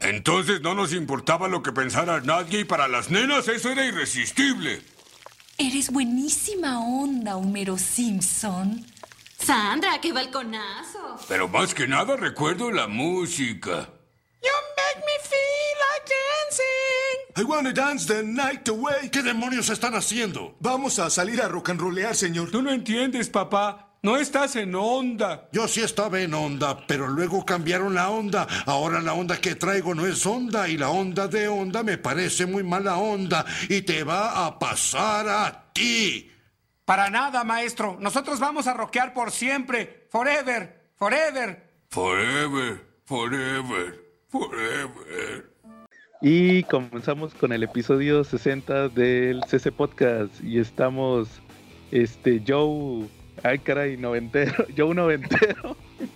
Entonces no nos importaba lo que pensara nadie y para las nenas eso era irresistible. Eres buenísima onda, Homero Simpson. Sandra, qué balconazo. Pero más que nada recuerdo la música. You make me feel like dancing. I wanna dance the night away. ¿Qué demonios están haciendo? Vamos a salir a rock and rollear, señor. Tú no entiendes, papá. No estás en onda. Yo sí estaba en onda, pero luego cambiaron la onda. Ahora la onda que traigo no es onda y la onda de onda me parece muy mala onda y te va a pasar a ti. Para nada, maestro. Nosotros vamos a rockear por siempre. Forever, forever. Forever, forever, forever. Y comenzamos con el episodio 60 del CC Podcast. Y estamos, Joe... Ay, caray, noventero. Joe noventero.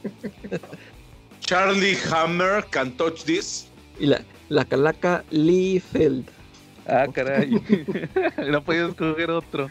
Charlie Hammer can touch this. Y la calaca Liefeld. Ah, caray. No podía escoger otro.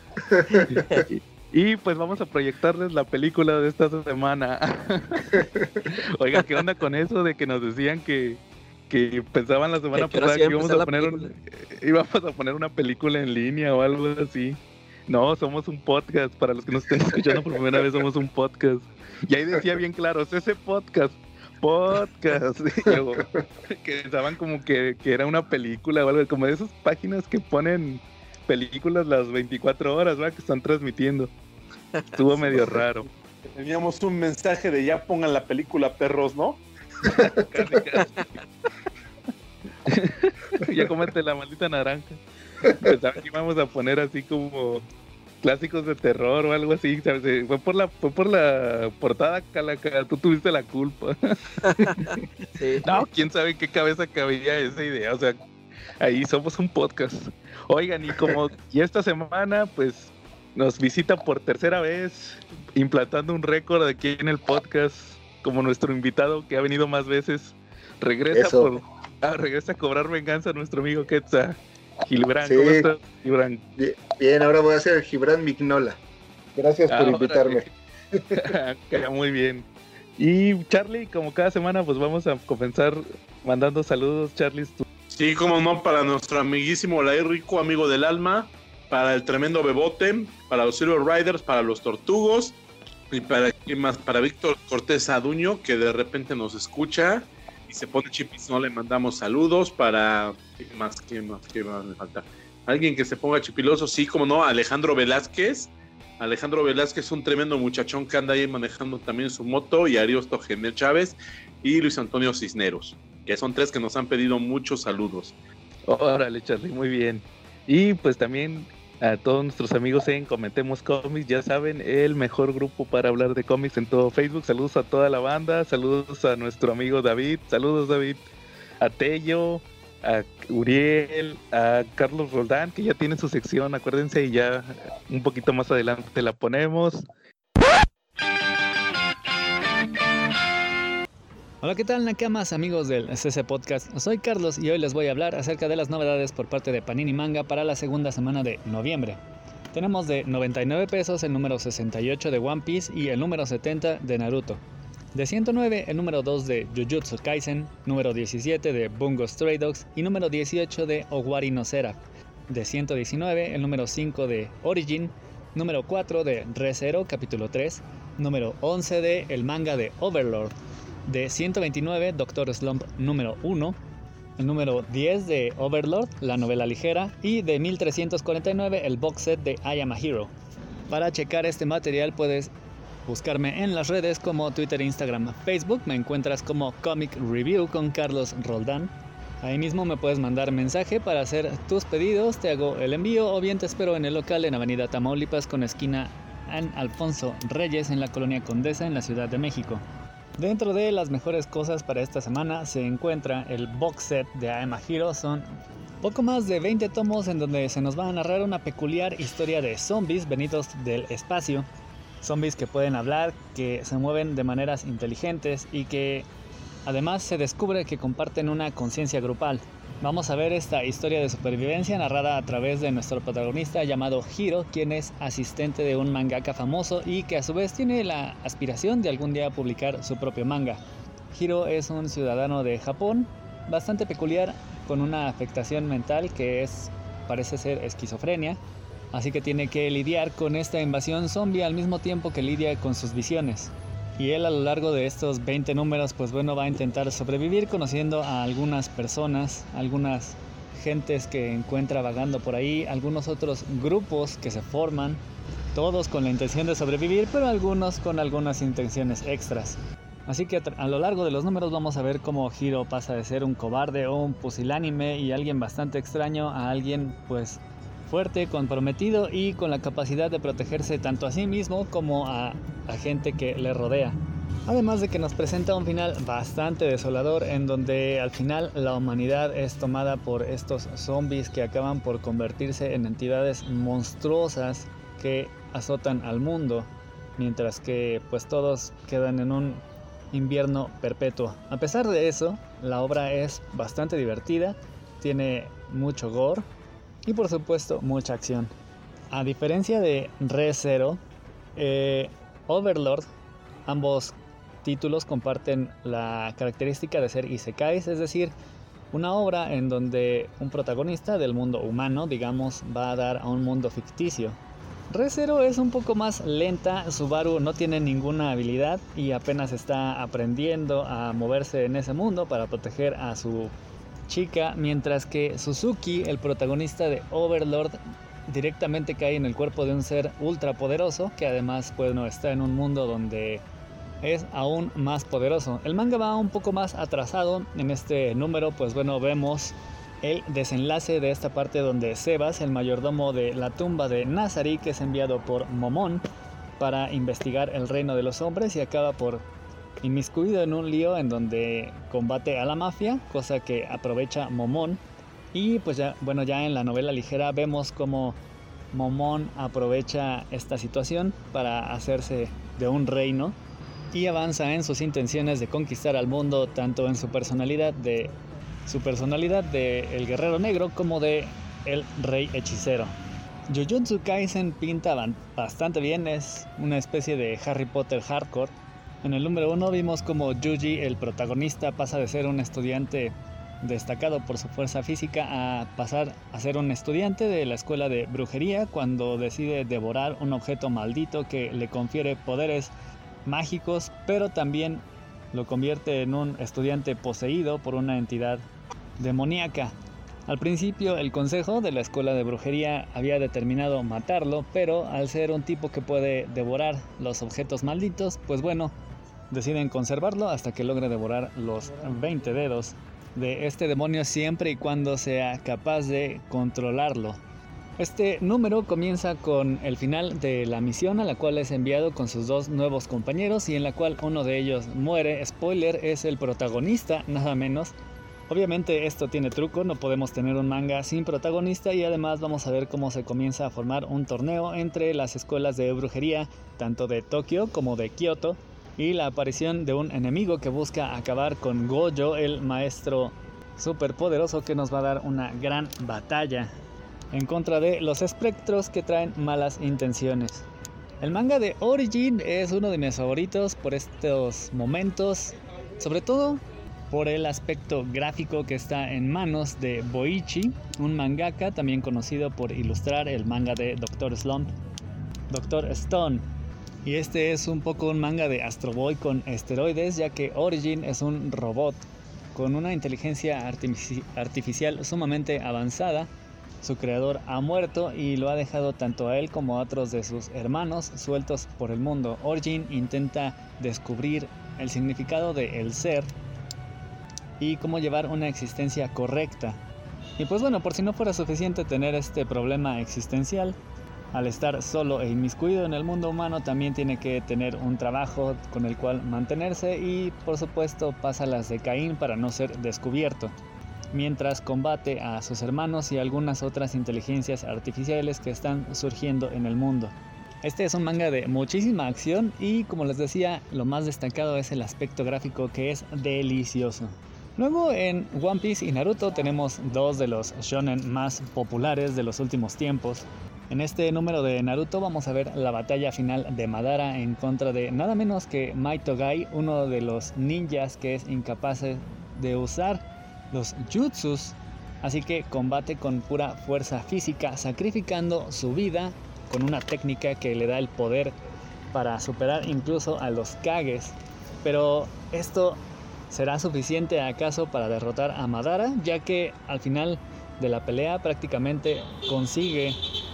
Y pues vamos a proyectarles la película de esta semana. Oiga, ¿qué onda con eso de que nos decían que pensaban la semana pasada que íbamos a poner una película en línea o algo así? No, somos un podcast. Para los que nos estén escuchando por primera vez, somos un podcast. Y ahí decía bien claro, ese podcast. Y luego, que pensaban como que era una película o algo, como de esas páginas que ponen películas las 24 horas, ¿verdad? Que están transmitiendo. Estuvo medio raro. Teníamos un mensaje de ya pongan la película, perros, ¿no? Casi. Ya cómete la maldita naranja. Pensaba que íbamos a poner así como clásicos de terror o algo así. Fue por la portada, Calaca. Tú tuviste la culpa. Sí. No, quién sabe en qué cabeza cabía esa idea. O sea, ahí somos un podcast. Oigan, y esta semana, pues, nos visita por tercera vez, implantando un récord aquí en el podcast, como nuestro invitado que ha venido más veces. Regresa a cobrar venganza a nuestro amigo Quetzal. Gilbran, ¿cómo estás, Gilbran? Bien, ahora voy a ser el Gibran Mignola. Gracias por invitarme. Muy bien. Y Charlie, como cada semana, pues vamos a comenzar mandando saludos, Charlie. Sí, como no, para nuestro amiguísimo Lair Rico, amigo del alma, para el tremendo Bebote, para los Silver Riders, para los Tortugos, y para Víctor Cortés Aduño, que de repente nos escucha y se pone chipis, no le mandamos saludos. Para ¿qué más me falta? Alguien que se ponga chipiloso, sí, como no, Alejandro Velázquez, un tremendo muchachón que anda ahí manejando también su moto, y Ariosto Genel Chávez y Luis Antonio Cisneros, que son tres que nos han pedido muchos saludos. Órale, Charlie, muy bien. Y pues también a todos nuestros amigos en Comentemos Cómics, ya saben, el mejor grupo para hablar de cómics en todo Facebook. Saludos a toda la banda, saludos a nuestro amigo David, saludos David, a Tello, a Uriel, a Carlos Roldán, que ya tiene su sección, acuérdense, y ya un poquito más adelante la ponemos. Hola, ¿qué tal, Nakamas, amigos del CC Podcast? Soy Carlos y hoy les voy a hablar acerca de las novedades por parte de Panini Manga para la segunda semana de noviembre. Tenemos de 99 pesos el número 68 de One Piece y el número 70 de Naruto. De 109 el número 2 de Jujutsu Kaisen, número 17 de Bungo Stray Dogs y número 18 de Owari no Seraph. De 119 el número 5 de Origin, número 4 de Re:Zero capítulo 3, número 11 de el manga de Overlord. De 129, Dr. Slump número 1, el número 10 de Overlord, la novela ligera, y de 1349, el box set de I Am a Hero. Para checar este material puedes buscarme en las redes como Twitter, Instagram, Facebook, me encuentras como Comic Review con Carlos Roldán. Ahí mismo me puedes mandar mensaje para hacer tus pedidos, te hago el envío o bien te espero en el local en Avenida Tamaulipas con esquina An Alfonso Reyes en la Colonia Condesa en la Ciudad de México. Dentro de las mejores cosas para esta semana se encuentra el box set de I Am a Hero. Son poco más de 20 tomos en donde se nos va a narrar una peculiar historia de zombies venidos del espacio. Zombies que pueden hablar, que se mueven de maneras inteligentes y que además se descubre que comparten una conciencia grupal. Vamos a ver esta historia de supervivencia narrada a través de nuestro protagonista llamado Hiro, quien es asistente de un mangaka famoso y que a su vez tiene la aspiración de algún día publicar su propio manga. Hiro es un ciudadano de Japón bastante peculiar, con una afectación mental que parece ser esquizofrenia, así que tiene que lidiar con esta invasión zombie al mismo tiempo que lidia con sus visiones. Y él, a lo largo de estos 20 números, pues bueno, va a intentar sobrevivir conociendo a algunas personas, algunas gentes que encuentra vagando por ahí, algunos otros grupos que se forman, todos con la intención de sobrevivir, pero algunos con algunas intenciones extras. Así que a lo largo de los números vamos a ver cómo Hiro pasa de ser un cobarde o un pusilánime y alguien bastante extraño a alguien pues fuerte, comprometido y con la capacidad de protegerse tanto a sí mismo como a la gente que le rodea. Además de que nos presenta un final bastante desolador, en donde al final la humanidad es tomada por estos zombies que acaban por convertirse en entidades monstruosas que azotan al mundo, mientras que pues todos quedan en un invierno perpetuo. A pesar de eso, la obra es bastante divertida, tiene mucho gore y por supuesto mucha acción. A diferencia de Re:Zero, Overlord, ambos títulos comparten la característica de ser isekais, es decir, una obra en donde un protagonista del mundo humano, digamos, va a dar a un mundo ficticio. Re:Zero es un poco más lenta, Subaru no tiene ninguna habilidad y apenas está aprendiendo a moverse en ese mundo para proteger a su chica, mientras que Suzuki, el protagonista de Overlord, directamente cae en el cuerpo de un ser ultra poderoso que además bueno, está en un mundo donde es aún más poderoso. El manga va un poco más atrasado. En este número pues bueno, vemos el desenlace de esta parte donde Sebas, el mayordomo de la tumba de Nazarick, es enviado por Momón para investigar el reino de los hombres y acaba por inmiscuido en un lío en donde combate a la mafia, cosa que aprovecha Momón. Y pues ya en la novela ligera vemos cómo Momón aprovecha esta situación para hacerse de un reino y avanza en sus intenciones de conquistar al mundo, tanto en su personalidad de el guerrero negro como de el rey hechicero. Jujutsu Kaisen pinta bastante bien, es una especie de Harry Potter hardcore. En el número 1 vimos como Yuji, el protagonista, pasa de ser un estudiante destacado por su fuerza física a pasar a ser un estudiante de la escuela de brujería cuando decide devorar un objeto maldito que le confiere poderes mágicos, pero también lo convierte en un estudiante poseído por una entidad demoníaca. Al principio el consejo de la escuela de brujería había determinado matarlo, pero al ser un tipo que puede devorar los objetos malditos, pues bueno, deciden conservarlo hasta que logre devorar los 20 dedos de este demonio siempre y cuando sea capaz de controlarlo. Este número comienza con el final de la misión a la cual es enviado con sus dos nuevos compañeros y en la cual uno de ellos muere. Spoiler, es el protagonista, nada menos. Obviamente esto tiene truco, no podemos tener un manga sin protagonista y además vamos a ver cómo se comienza a formar un torneo entre las escuelas de brujería, tanto de Tokio como de Kioto, y la aparición de un enemigo que busca acabar con Gojo, el maestro superpoderoso que nos va a dar una gran batalla en contra de los espectros que traen malas intenciones. El manga de Origin es uno de mis favoritos por estos momentos, sobre todo por el aspecto gráfico que está en manos de Boichi, un mangaka también conocido por ilustrar el manga de Dr. Stone. Y este es un poco un manga de Astro Boy con esteroides, ya que Origin es un robot con una inteligencia artificial sumamente avanzada. Su creador ha muerto y lo ha dejado tanto a él como a otros de sus hermanos sueltos por el mundo. Origin intenta descubrir el significado de el ser y cómo llevar una existencia correcta. Y pues bueno, por si no fuera suficiente tener este problema existencial, al estar solo e inmiscuido en el mundo humano también tiene que tener un trabajo con el cual mantenerse y por supuesto pasa las de Caín para no ser descubierto, mientras combate a sus hermanos y algunas otras inteligencias artificiales que están surgiendo en el mundo. Este es un manga de muchísima acción y como les decía, lo más destacado es el aspecto gráfico que es delicioso. Luego en One Piece y Naruto tenemos dos de los shonen más populares de los últimos tiempos. En este número de Naruto vamos a ver la batalla final de Madara en contra de nada menos que Might Togai, uno de los ninjas que es incapaz de usar los jutsus, así que combate con pura fuerza física, sacrificando su vida con una técnica que le da el poder para superar incluso a los Kages. Pero esto será suficiente acaso para derrotar a Madara, ya que al final de la pelea prácticamente consigue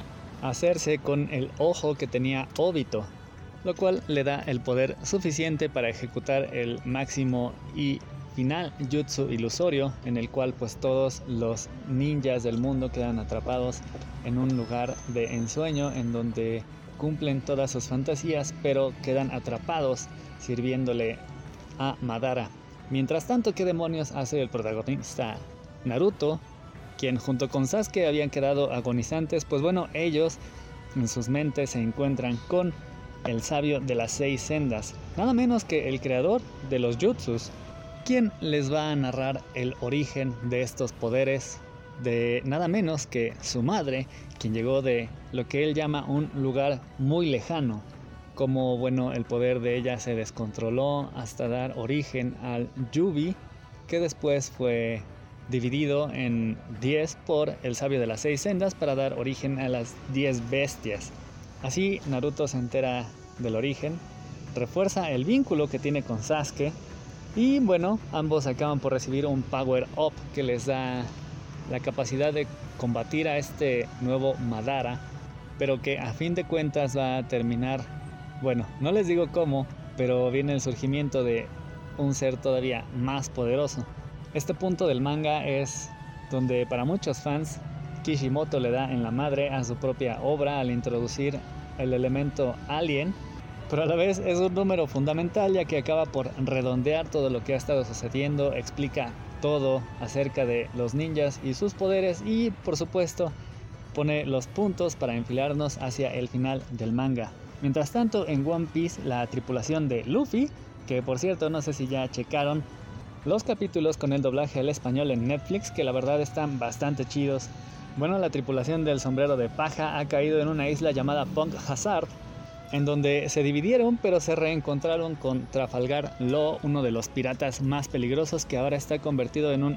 hacerse con el ojo que tenía Obito, lo cual le da el poder suficiente para ejecutar el máximo y final jutsu ilusorio, en el cual pues todos los ninjas del mundo quedan atrapados en un lugar de ensueño en donde cumplen todas sus fantasías, pero quedan atrapados sirviéndole a Madara. Mientras tanto, ¿qué demonios hace el protagonista Naruto, quien junto con Sasuke habían quedado agonizantes? Pues bueno, ellos en sus mentes se encuentran con el sabio de las 6 sendas, nada menos que el creador de los jutsus, quien les va a narrar el origen de estos poderes de nada menos que su madre, quien llegó de lo que él llama un lugar muy lejano. Como bueno, el poder de ella se descontroló hasta dar origen al Yubi, que después fue dividido en 10 por el sabio de las 6 sendas para dar origen a las 10 bestias. Así Naruto se entera del origen, refuerza el vínculo que tiene con Sasuke y bueno, ambos acaban por recibir un power up que les da la capacidad de combatir a este nuevo Madara, pero que a fin de cuentas va a terminar, bueno, no les digo cómo, pero viene el surgimiento de un ser todavía más poderoso. Este punto del manga es donde para muchos fans Kishimoto le da en la madre a su propia obra al introducir el elemento alien, pero a la vez es un número fundamental ya que acaba por redondear todo lo que ha estado sucediendo, explica todo acerca de los ninjas y sus poderes y por supuesto pone los puntos para enfilarnos hacia el final del manga. Mientras tanto, en One Piece, la tripulación de Luffy, que por cierto no sé si ya checaron los capítulos con el doblaje al español en Netflix, que la verdad están bastante chidos. Bueno, la tripulación del sombrero de paja ha caído en una isla llamada Punk Hazard, en donde se dividieron pero se reencontraron con Trafalgar Law, uno de los piratas más peligrosos que ahora está convertido en un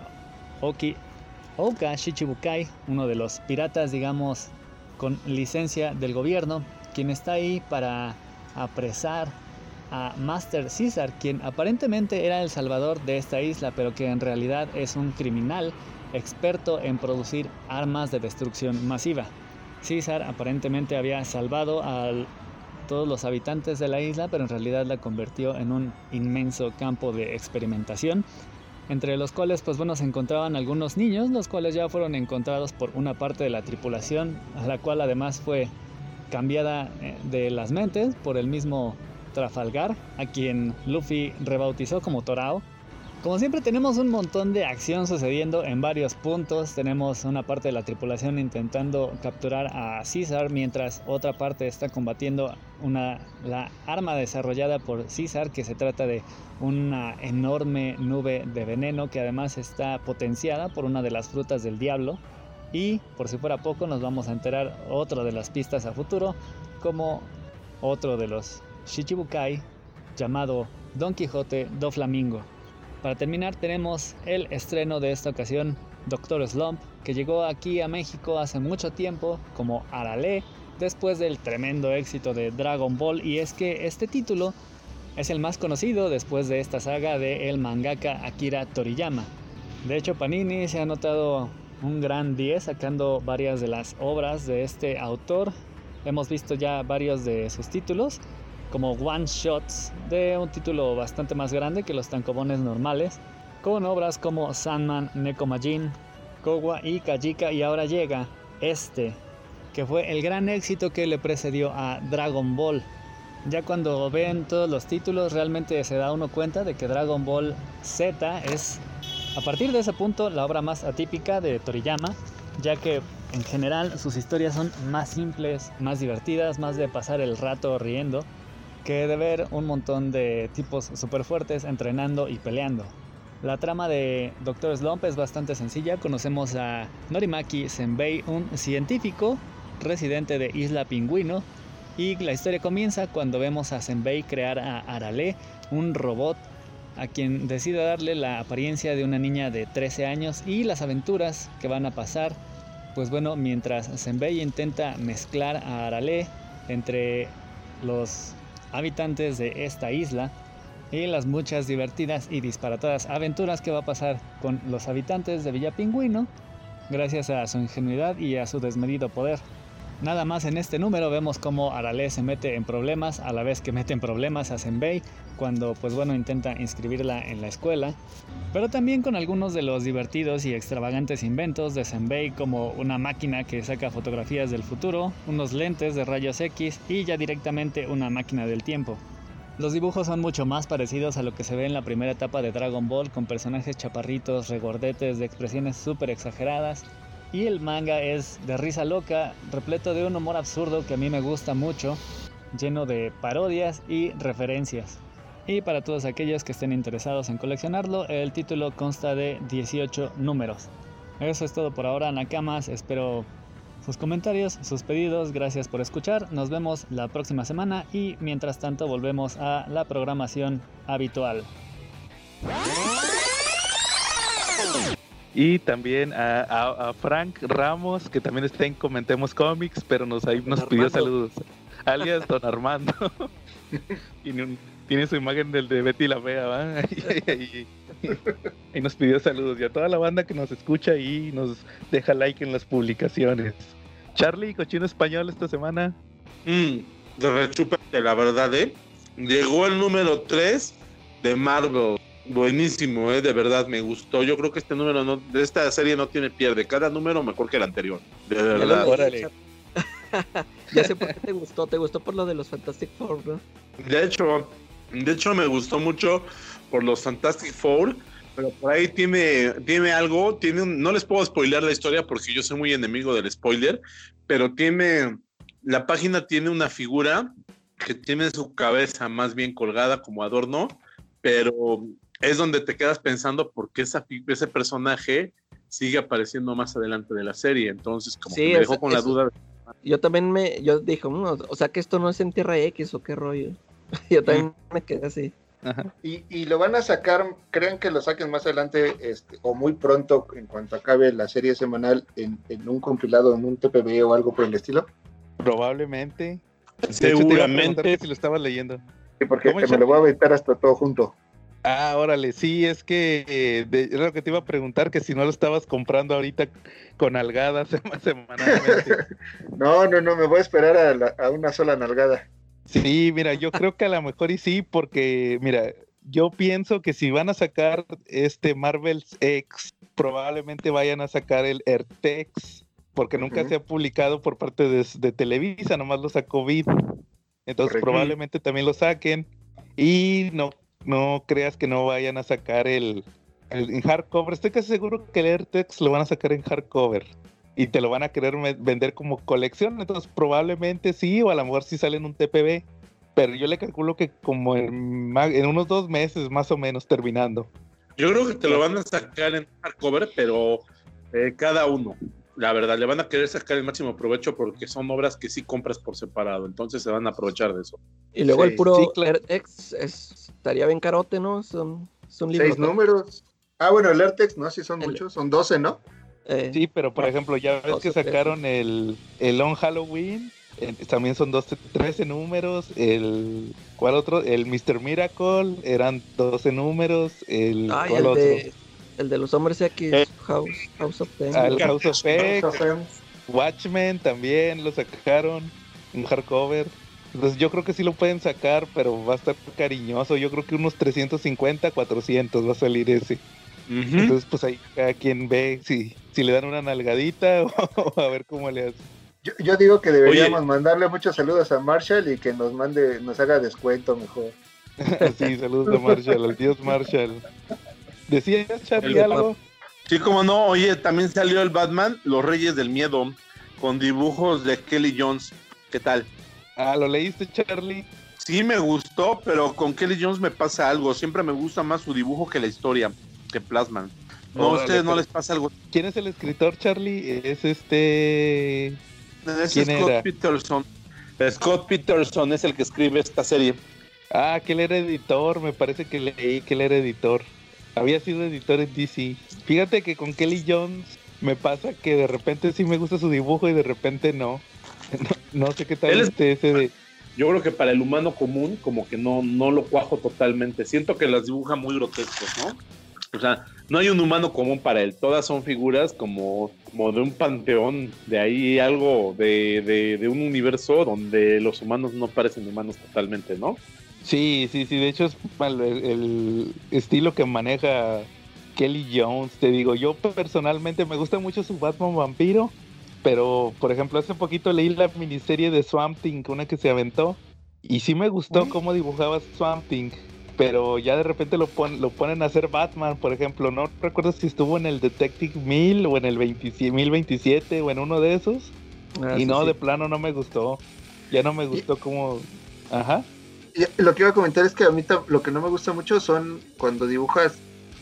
Oka Shichibukai, uno de los piratas digamos con licencia del gobierno, quien está ahí para apresar a Master Caesar, quien aparentemente era el salvador de esta isla, pero que en realidad es un criminal experto en producir armas de destrucción masiva. Caesar aparentemente había salvado a todos los habitantes de la isla, pero en realidad la convirtió en un inmenso campo de experimentación, entre los cuales pues bueno se encontraban algunos niños, los cuales ya fueron encontrados por una parte de la tripulación, a la cual además fue cambiada de las mentes por el mismo Trafalgar, a quien Luffy rebautizó como Torao. Como siempre tenemos un montón de acción sucediendo en varios puntos. Tenemos una parte de la tripulación intentando capturar a Caesar, mientras otra parte está combatiendo la arma desarrollada por Caesar, que se trata de una enorme nube de veneno que además está potenciada por una de las frutas del diablo. Y por si fuera poco nos vamos a enterar otra de las pistas a futuro, como otro de los Shichibukai llamado Don Quijote do Flamingo. Para terminar tenemos el estreno de esta ocasión, Dr. Slump, que llegó aquí a México hace mucho tiempo como Arale, después del tremendo éxito de Dragon Ball, y es que este título es el más conocido después de esta saga de el mangaka Akira Toriyama. De hecho, Panini se ha notado un gran 10 sacando varias de las obras de este autor. Hemos visto ya varios de sus títulos, como one shots de un título bastante más grande que los tankobones normales, con obras como Sandman, Nekomajin, Kowa y Kajika, y ahora llega este, que fue el gran éxito que le precedió a Dragon Ball. Ya cuando ven todos los títulos realmente se da uno cuenta de que Dragon Ball Z es, a partir de ese punto, la obra más atípica de Toriyama, ya que en general sus historias son más simples, más divertidas, más de pasar el rato riendo, que de ver un montón de tipos super fuertes entrenando y peleando. La trama de Dr. Slump es bastante sencilla. Conocemos a Norimaki Senbei, un científico residente de Isla Pingüino, y la historia comienza cuando vemos a Senbei crear a Arale, un robot a quien decide darle la apariencia de una niña de 13 años y las aventuras que van a pasar, pues bueno, mientras Zenbei intenta mezclar a Arale entre los habitantes de esta isla y las muchas divertidas y disparatadas aventuras que va a pasar con los habitantes de Villa Pingüino, gracias a su ingenuidad y a su desmedido poder. Nada más en este número vemos cómo Arale se mete en problemas a la vez que mete en problemas a Zenbei cuando pues bueno intenta inscribirla en la escuela, pero también con algunos de los divertidos y extravagantes inventos de Zenbei, como una máquina que saca fotografías del futuro, unos lentes de rayos X y ya directamente una máquina del tiempo. Los dibujos son mucho más parecidos a lo que se ve en la primera etapa de Dragon Ball, con personajes chaparritos, regordetes, de expresiones súper exageradas. Y el manga es de risa loca, repleto de un humor absurdo que a mí me gusta mucho, lleno de parodias y referencias. Y para todos aquellos que estén interesados en coleccionarlo, el título consta de 18 números. Eso es todo por ahora, Nakamas. Espero sus comentarios, sus pedidos. Gracias por escuchar. Nos vemos la próxima semana y mientras tanto volvemos a la programación habitual. Y también a Frank Ramos, que también está en Comentemos Comics, pero nos pidió saludos. Alias Don Armando. Tiene su imagen del de Betty la Fea, ¿va? Y nos pidió saludos. Y a toda la banda que nos escucha y nos deja like en las publicaciones. Charlie, cochino español esta semana. De rechúpate, la verdad, Llegó el número 3 de Marvel. Buenísimo, de verdad me gustó. Yo creo que este número de esta serie no tiene pierde. Cada número mejor que el anterior. De verdad. Órale. Ya sé por qué te gustó. Te gustó por lo de los Fantastic Four, ¿no? De hecho me gustó mucho por los Fantastic Four, pero por ahí tiene algo, no les puedo spoilear la historia porque yo soy muy enemigo del spoiler, pero la página tiene una figura que tiene su cabeza más bien colgada como adorno, pero es donde te quedas pensando por qué ese personaje sigue apareciendo más adelante de la serie. Entonces como que me dejó con la duda. Yo también yo dije, o sea que esto no es en Tierra X o qué rollo. Yo también me quedé así. Ajá. Y lo van a sacar, ¿creen que lo saquen más adelante o muy pronto en cuanto acabe la serie semanal en un compilado, en un TPB o algo por el estilo? Probablemente. Seguramente. Si lo estabas leyendo. Sí, porque me lo voy a aventar hasta todo junto. Ah, órale, sí, es que era lo que te iba a preguntar, que si no lo estabas comprando ahorita con algadas semanalmente. No, me voy a esperar a una sola nalgada. Sí, mira, yo creo que a lo mejor y sí, porque, mira, yo pienso que si van a sacar Marvel's X, probablemente vayan a sacar el Ertex, porque nunca se ha publicado por parte de Televisa, nomás lo sacó Vid. Entonces probablemente también lo saquen, y no creas que no vayan a sacar el en hardcover. Estoy casi seguro que el Ertex lo van a sacar en hardcover y te lo van a querer vender como colección. Entonces probablemente sí, o a lo mejor sí sale en un TPB, pero yo le calculo que como en unos 2 meses más o menos terminando. Yo creo que te lo van a sacar en hardcover, pero cada uno, la verdad, le van a querer sacar el máximo provecho porque son obras que sí compras por separado, entonces se van a aprovechar de eso. Y luego el puro Ertex estaría bien carote, ¿no? Son libros. 6 números. Ah, bueno, el Ertex, no, sí son muchos, son 12, ¿no? Sí, pero por ejemplo, ya ves que sacaron el On Halloween, también son 13 números, ¿cuál otro? El Mr. Miracle, eran 12 números, ¿cuál otro? El de los hombres X, House of X. El House of X, Watchmen también lo sacaron en hardcover. Entonces yo creo que sí lo pueden sacar, pero va a estar cariñoso. Yo creo que unos 350, 400 va a salir ese. Uh-huh. Entonces pues ahí cada quien ve si le dan una nalgadita o a ver cómo le hace. Yo digo que deberíamos mandarle muchos saludos a Marshall y que nos haga descuento mejor. Sí, saludos a Marshall, al dios Marshall. ¿Decías, Charlie, algo? Sí, como no. Oye, también salió el Batman, Los Reyes del Miedo, con dibujos de Kelly Jones. ¿Qué tal? Ah, ¿lo leíste, Charlie? Sí, me gustó, pero con Kelly Jones me pasa algo. Siempre me gusta más su dibujo que la historia que plasman. ¿No a ustedes no les pasa algo? ¿Quién es el escritor, Charlie? Es ¿Quién Scott era? Peterson. Scott Peterson es el que escribe esta serie. Ah, que él era editor, me parece que leí que él era editor. Había sido editor en DC. Fíjate que con Kelly Jones me pasa que de repente sí me gusta su dibujo y de repente no. No sé qué tal ese de... Yo creo que para el humano común como que no lo cuajo totalmente. Siento que las dibuja muy grotescos, ¿no? O sea, no hay un humano común para él. Todas son figuras como de un panteón. De ahí algo de un universo donde los humanos no parecen humanos totalmente, ¿no? Sí. De hecho es el estilo que maneja Kelly Jones. Te digo, yo personalmente me gusta mucho su Batman vampiro. Pero, por ejemplo, hace poquito leí la miniserie de Swamp Thing, una que se aventó. Y sí me gustó cómo dibujaba Swamp Thing. Pero ya de repente lo ponen a hacer Batman, por ejemplo. No recuerdo si estuvo en el Detective 1000 o en el 1027 o en uno de esos. De plano no me gustó. Ya no me gustó cómo... Ajá. Y lo que iba a comentar es que a mí lo que no me gusta mucho son cuando dibujas,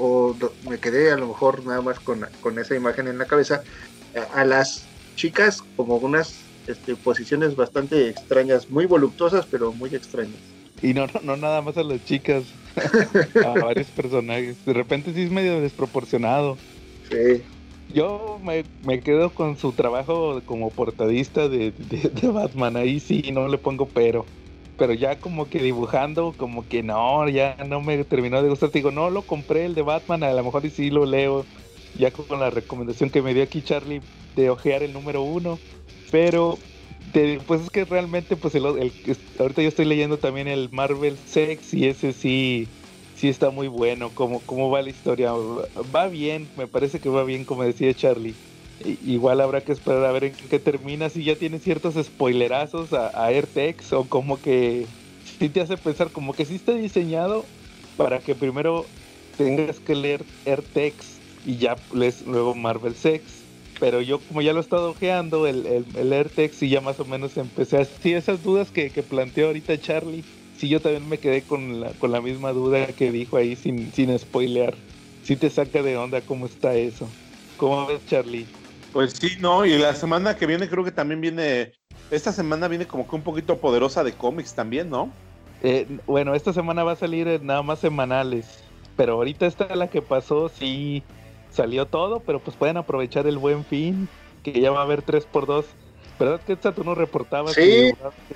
me quedé a lo mejor nada más con esa imagen en la cabeza, a las chicas como unas posiciones bastante extrañas, muy voluptuosas, pero muy extrañas. Y no nada más a las chicas, a varios personajes. De repente sí es medio desproporcionado. Sí. Yo me quedo con su trabajo como portadista de Batman, ahí sí no le pongo pero ya como que dibujando, como que no, ya no me terminó de gustar. Te digo, no lo compré el de Batman, a lo mejor y sí lo leo, ya con la recomendación que me dio aquí Charlie de ojear el número 1, pero pues es que realmente pues ahorita yo estoy leyendo también el Marvel Sex y ese sí está muy bueno. Cómo va la historia, va bien, me parece que va bien, como decía Charlie. Igual habrá que esperar a ver en qué termina, si ya tiene ciertos spoilerazos a Airtex, o como que sí te hace pensar como que sí está diseñado para que primero tengas que leer Airtex y ya lees luego Marvel Sex. Pero yo como ya lo he estado ojeando el Airtex y ya más o menos empecé así esas dudas que planteó ahorita Charlie. Sí, yo también me quedé con la misma duda que dijo ahí sin spoilear. Sí te saca de onda cómo está eso. ¿Cómo ves, Charlie? Pues sí, ¿no? Y la semana que viene creo que también viene... Esta semana viene como que un poquito poderosa de cómics también, ¿no? Bueno, esta semana va a salir nada más semanales. Pero ahorita esta la que pasó, sí... Salió todo, pero pues pueden aprovechar el Buen Fin, que ya va a haber 3x2. ¿Verdad que tú nos reportabas? Sí,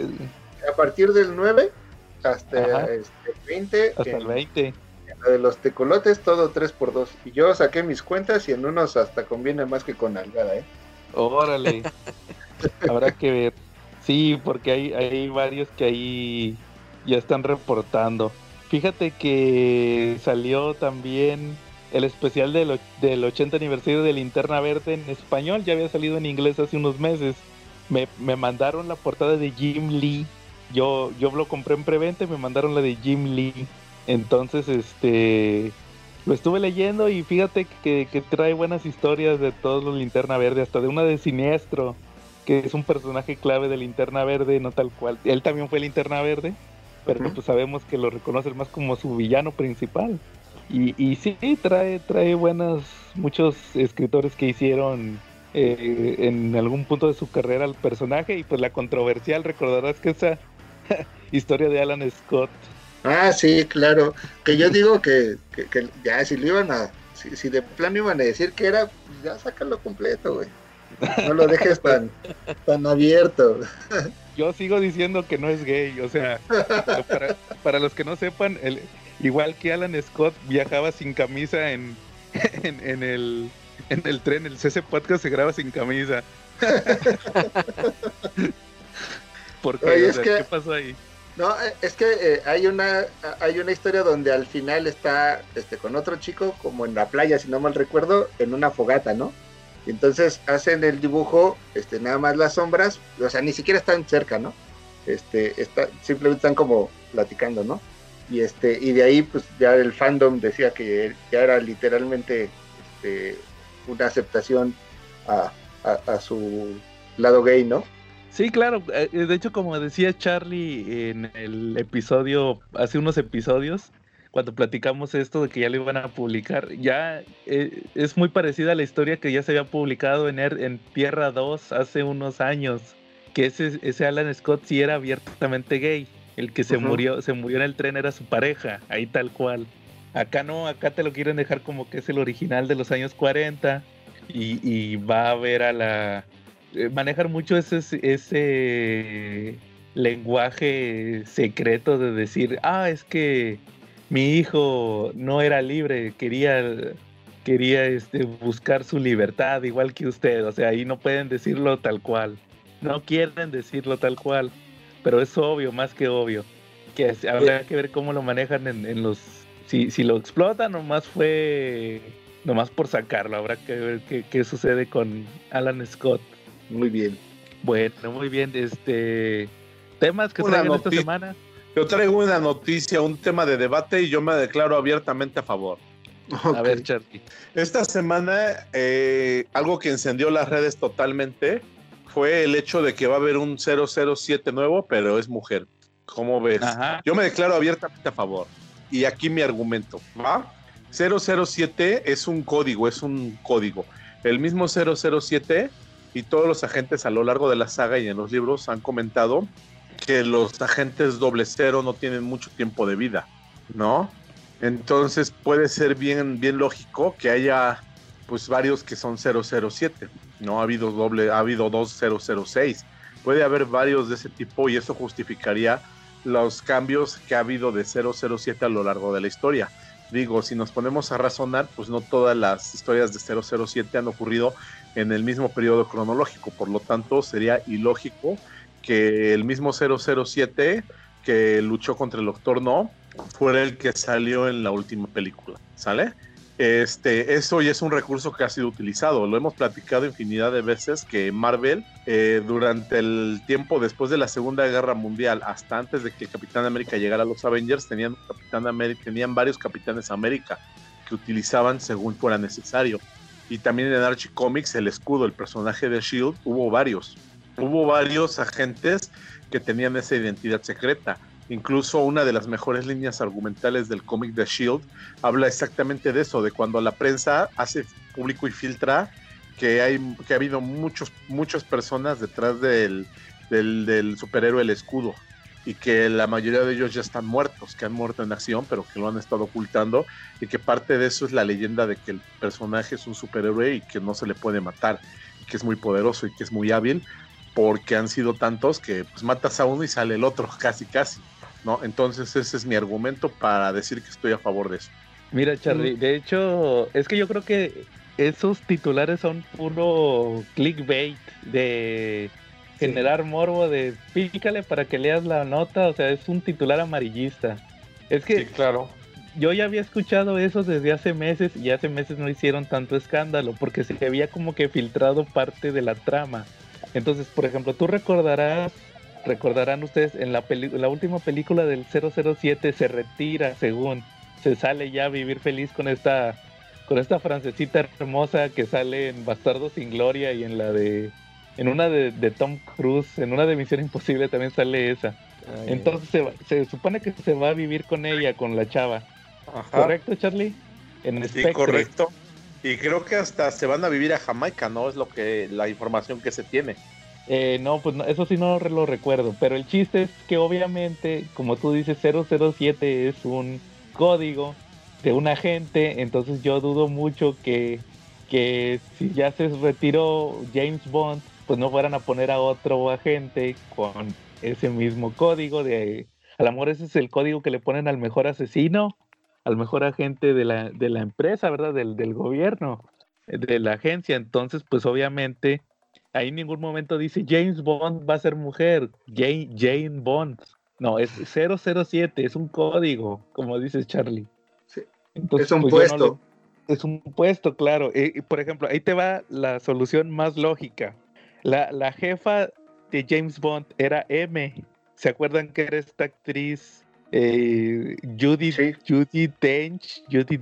a partir del 9 hasta el 20. Hasta el 20. La de los tecolotes, todo 3x2. Y yo saqué mis cuentas y en unos hasta conviene más que con Algada, ¿eh? Órale. Habrá que ver. Sí, porque hay varios que ahí ya están reportando. Fíjate que salió también... el especial del 80 aniversario de Linterna Verde en español, ya había salido en inglés hace unos meses. Me mandaron la portada de Jim Lee. Yo lo compré en preventa y me mandaron la de Jim Lee. Entonces, lo estuve leyendo y fíjate que trae buenas historias de todos los Linterna Verde, hasta de una de Siniestro, que es un personaje clave de Linterna Verde, no tal cual. Él también fue Linterna Verde, pero pues sabemos que lo reconocen más como su villano principal. Y sí, trae muchos escritores que hicieron en algún punto de su carrera al personaje, y pues la controversial, recordarás que esa historia de Alan Scott. Ah, sí, claro, que yo digo que ya si lo iban a, si de plano iban a decir que era, ya sácalo completo, güey. No lo dejes tan abierto. Yo sigo diciendo que no es gay, o sea, para los que no sepan, igual que Alan Scott viajaba sin camisa en el tren, el CC Podcast se graba sin camisa. ¿Por qué? Oye, ¿Qué pasó ahí? No, es que hay una historia donde al final está con otro chico, como en la playa, si no mal recuerdo, en una fogata, ¿no? Y entonces hacen el dibujo, nada más las sombras, o sea, ni siquiera están cerca, ¿no? Simplemente están como platicando, ¿no? Y de ahí pues ya el fandom decía que ya era literalmente una aceptación a su lado gay, ¿no? Sí, claro, de hecho como decía Charlie en el episodio, hace unos episodios, cuando platicamos esto de que ya lo iban a publicar, ya es muy parecida a la historia que ya se había publicado en Tierra 2 hace unos años, que ese Alan Scott sí era abiertamente gay. El que se murió en el tren era su pareja, ahí tal cual. Acá no, acá te lo quieren dejar como que es el original de los años 40 y va a ver a la... manejar mucho ese lenguaje secreto de decir, es que mi hijo no era libre, quería buscar su libertad igual que usted, o sea, ahí no pueden decirlo tal cual, no quieren decirlo tal cual, pero es obvio, más que obvio, que habrá que ver cómo lo manejan en los, si lo explotan nomás por sacarlo, habrá que ver qué sucede con Alan Scott. Muy bien. Bueno, muy bien, temas que traigan esta semana. Yo traigo una noticia, un tema de debate y yo me declaro abiertamente a favor. Okay. A ver, Charlie. Esta semana, algo que encendió las redes totalmente fue el hecho de que va a haber un 007 nuevo, pero es mujer. ¿Cómo ves? Ajá. Yo me declaro abiertamente a favor. Y aquí mi argumento, ¿va? 007 es un código. El mismo 007 y todos los agentes a lo largo de la saga y en los libros han comentado que los agentes 00 no tienen mucho tiempo de vida, ¿no? Entonces puede ser bien lógico que haya pues varios que son 007, ¿no? Ha habido dos 006, puede haber varios de ese tipo y eso justificaría los cambios que ha habido de 007 a lo largo de la historia. Digo, si nos ponemos a razonar, pues no todas las historias de 007 han ocurrido en el mismo periodo cronológico, por lo tanto sería ilógico que el mismo 007 que luchó contra el Doctor No fuera el que salió en la última película, ¿sale? Eso ya es un recurso que ha sido utilizado, lo hemos platicado infinidad de veces que Marvel, durante el tiempo después de la Segunda Guerra Mundial, hasta antes de que el Capitán América llegara a los Avengers, tenían varios Capitanes América que utilizaban según fuera necesario. Y también en Archie Comics, el escudo, el personaje de S.H.I.E.L.D., hubo varios agentes que tenían esa identidad secreta. Incluso una de las mejores líneas argumentales del cómic de S.H.I.E.L.D. habla exactamente de eso, de cuando la prensa hace público y filtra que ha habido muchas personas detrás del superhéroe El Escudo y que la mayoría de ellos ya están muertos, que han muerto en acción, pero que lo han estado ocultando y que parte de eso es la leyenda de que el personaje es un superhéroe y que no se le puede matar, y que es muy poderoso y que es muy hábil, porque han sido tantos que pues matas a uno y sale el otro, casi, ¿no? Entonces ese es mi argumento para decir que estoy a favor de eso. Mira, Charlie, de hecho, es que yo creo que esos titulares son puro clickbait de generar morbo, de pícale para que leas la nota, o sea, es un titular amarillista. Es que, sí, claro, yo ya había escuchado eso desde hace meses y hace meses no hicieron tanto escándalo porque se había como que filtrado parte de la trama. Entonces, por ejemplo, tú recordarán ustedes en la última película del 007 se retira, según se sale ya a vivir feliz con esta francesita hermosa que sale en Bastardos sin Gloria y en una de Tom Cruise, en una de Misión Imposible también sale esa. Entonces se supone que se va a vivir con ella, con la chava. Ajá. ¿Correcto, Charlie? Sí, correcto. Y creo que hasta se van a vivir a Jamaica, ¿no? Es la información que se tiene. No, pues no, eso sí no lo recuerdo, pero el chiste es que obviamente, como tú dices, 007 es un código de un agente, entonces yo dudo mucho que si ya se retiró James Bond, pues no fueran a poner a otro agente con ese mismo código a lo mejor ese es el código que le ponen al mejor asesino, al mejor agente de la empresa, ¿verdad? Del gobierno, de la agencia. Entonces, pues obviamente, ahí en ningún momento dice James Bond va a ser mujer, Jane Bond. No, es 007, es un código, como dices, Charlie. Sí. Entonces, es un pues puesto. Es un puesto, claro. Por ejemplo, ahí te va la solución más lógica. La jefa de James Bond era M. ¿Se acuerdan que era esta actriz Judi Dench?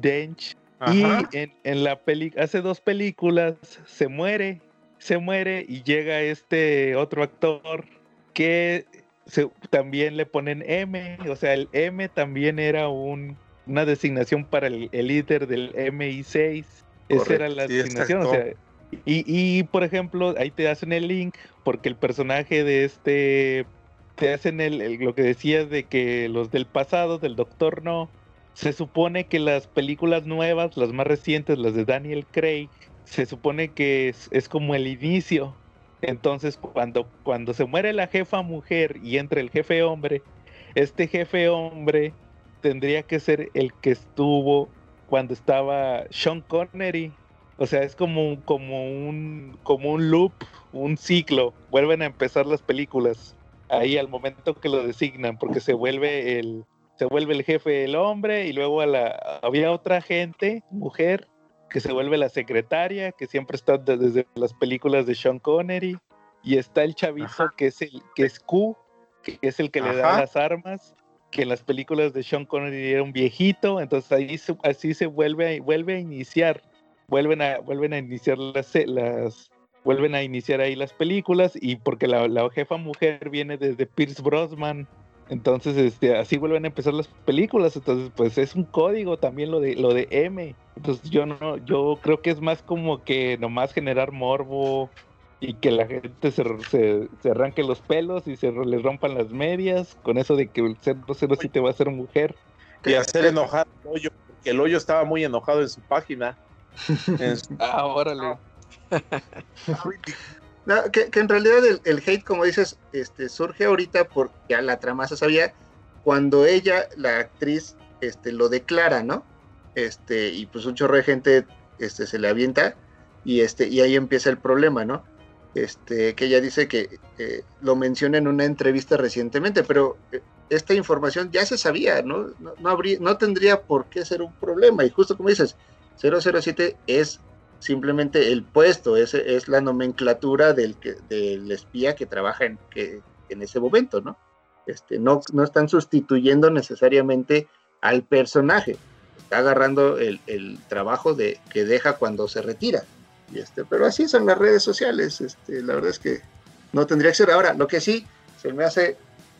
Ajá. Y en la hace 2 películas se muere y llega este otro actor que también le ponen M. O sea, el M también era una designación para el líder del MI6. Esa era la designación, o sea, y por ejemplo, ahí te hacen el link porque el personaje de te hacen lo que decías de que los del pasado, del Doctor No, se supone que las películas nuevas, las más recientes, las de Daniel Craig, se supone que es como el inicio. Entonces, cuando se muere la jefa mujer y entra el jefe hombre, este jefe hombre tendría que ser el que estuvo cuando estaba Sean Connery. O sea, es como un loop, un ciclo. Vuelven a empezar las películas ahí al momento que lo designan, porque se vuelve el jefe el hombre, y luego había otra gente, mujer, que se vuelve la secretaria, que siempre está desde las películas de Sean Connery, y está el chavizo que es Q, que es el que le da las armas, que en las películas de Sean Connery era un viejito. Entonces así se vuelve a iniciar, vuelven a iniciar vuelven a iniciar ahí las películas, y porque la jefa mujer viene desde Pierce Brosnan. Entonces así vuelven a empezar las películas. Entonces pues es un código también lo de M. Entonces yo creo que es más como que nomás generar morbo y que la gente se arranque los pelos y se les rompan las medias con eso de que el 007 va a ser mujer. Y hacer enojar al Hoyo, porque el Hoyo estaba muy enojado en su página. Órale. No, que en realidad el hate, como dices, surge ahorita porque ya la trama se sabía cuando ella, la actriz, lo declara, ¿no? Y pues un chorro de gente se le avienta y ahí empieza el problema, ¿no? Que ella dice que lo menciona en una entrevista recientemente, pero esta información ya se sabía, ¿no? No tendría por qué ser un problema, y justo como dices, 007 es simplemente el puesto, es la nomenclatura del espía que trabaja en ese momento, ¿no? No están sustituyendo necesariamente al personaje, está agarrando el trabajo que deja cuando se retira, pero así son las redes sociales. La verdad es que no tendría que ser. Ahora, lo que sí se me hace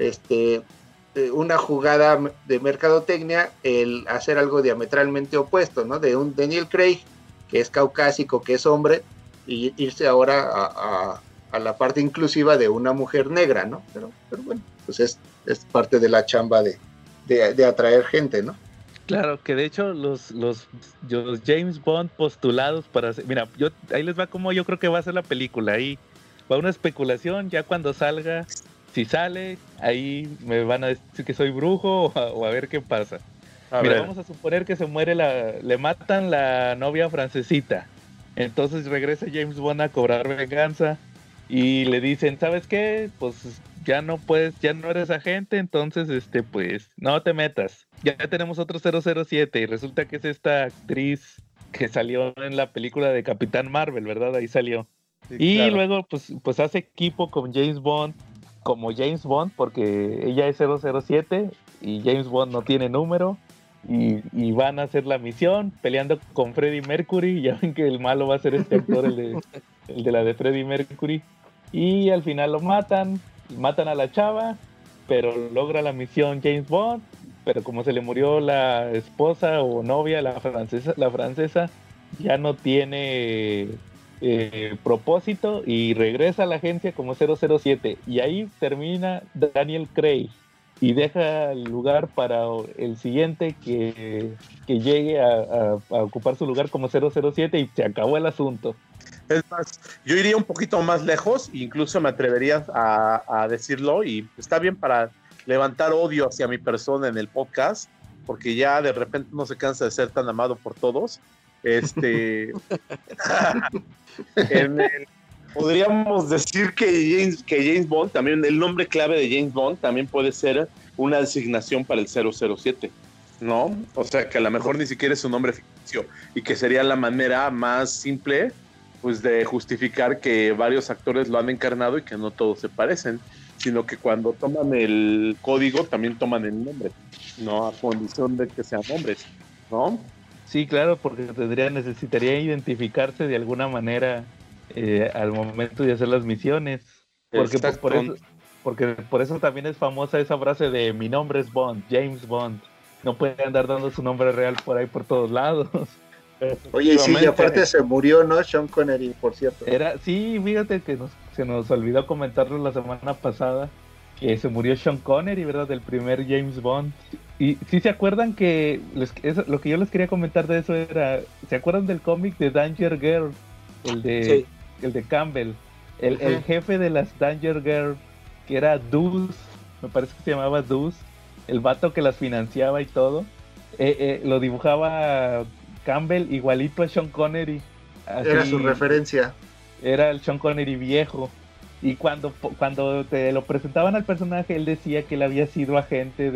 una jugada de mercadotecnia el hacer algo diametralmente opuesto, ¿no? De un Daniel Craig que es caucásico, que es hombre, y irse ahora a la parte inclusiva de una mujer negra, ¿no? Pero bueno, pues es parte de la chamba de atraer gente, ¿no? Claro, que de hecho los James Bond postulados para hacer, mira, ahí les va como yo creo que va a ser la película, ahí va una especulación, ya cuando salga, si sale, ahí me van a decir que soy brujo o a ver qué pasa. Mira, vamos a suponer que se muere le matan la novia francesita, entonces regresa James Bond a cobrar venganza y le dicen, ¿sabes qué? Pues ya no eres agente, entonces pues no te metas. Ya tenemos otro 007 y resulta que es esta actriz que salió en la película de Capitán Marvel, ¿verdad? Ahí salió. Sí, y claro. Luego pues hace equipo con James Bond, como James Bond, porque ella es 007 y James Bond no tiene número. Y van a hacer la misión peleando con Freddie Mercury. Ya ven que el malo va a ser este actor, el de la de Freddie Mercury. Y al final lo matan a la chava, pero logra la misión James Bond. Pero como se le murió la esposa o novia, la francesa ya no tiene propósito y regresa a la agencia como 007. Y ahí termina Daniel Craig. Y deja el lugar para el siguiente que llegue a ocupar su lugar como 007 y se acabó el asunto. Es más, yo iría un poquito más lejos, incluso me atrevería a decirlo, y está bien para levantar odio hacia mi persona en el podcast, porque ya de repente no se cansa de ser tan amado por todos. Podríamos decir que James Bond, también el nombre clave de James Bond también puede ser una designación para el 007, ¿no? O sea, que a lo mejor ni siquiera es un nombre ficticio y que sería la manera más simple, pues, de justificar que varios actores lo han encarnado y que no todos se parecen, sino que cuando toman el código también toman el nombre, ¿no? A condición de que sean hombres, ¿no? Sí, claro, porque necesitaría identificarse de alguna manera al momento de hacer las misiones, porque por eso también es famosa esa frase de mi nombre es Bond, James Bond. No puede andar dando su nombre real por ahí por todos lados. Oye, sí, y aparte se murió, ¿no? Sean Connery, por cierto. Sí, fíjate que se nos olvidó comentarlo la semana pasada, que se murió Sean Connery, ¿verdad? Del primer James Bond. Y sí se acuerdan que lo que yo les quería comentar de eso era, ¿se acuerdan del cómic de Danger Girl? El de Campbell. El jefe de las Danger Girl, que era Deuce, me parece que se llamaba Deuce, el vato que las financiaba y todo, lo dibujaba Campbell igualito a Sean Connery. Así, era su referencia. Era el Sean Connery viejo. Y cuando te lo presentaban al personaje, él decía que él había sido agente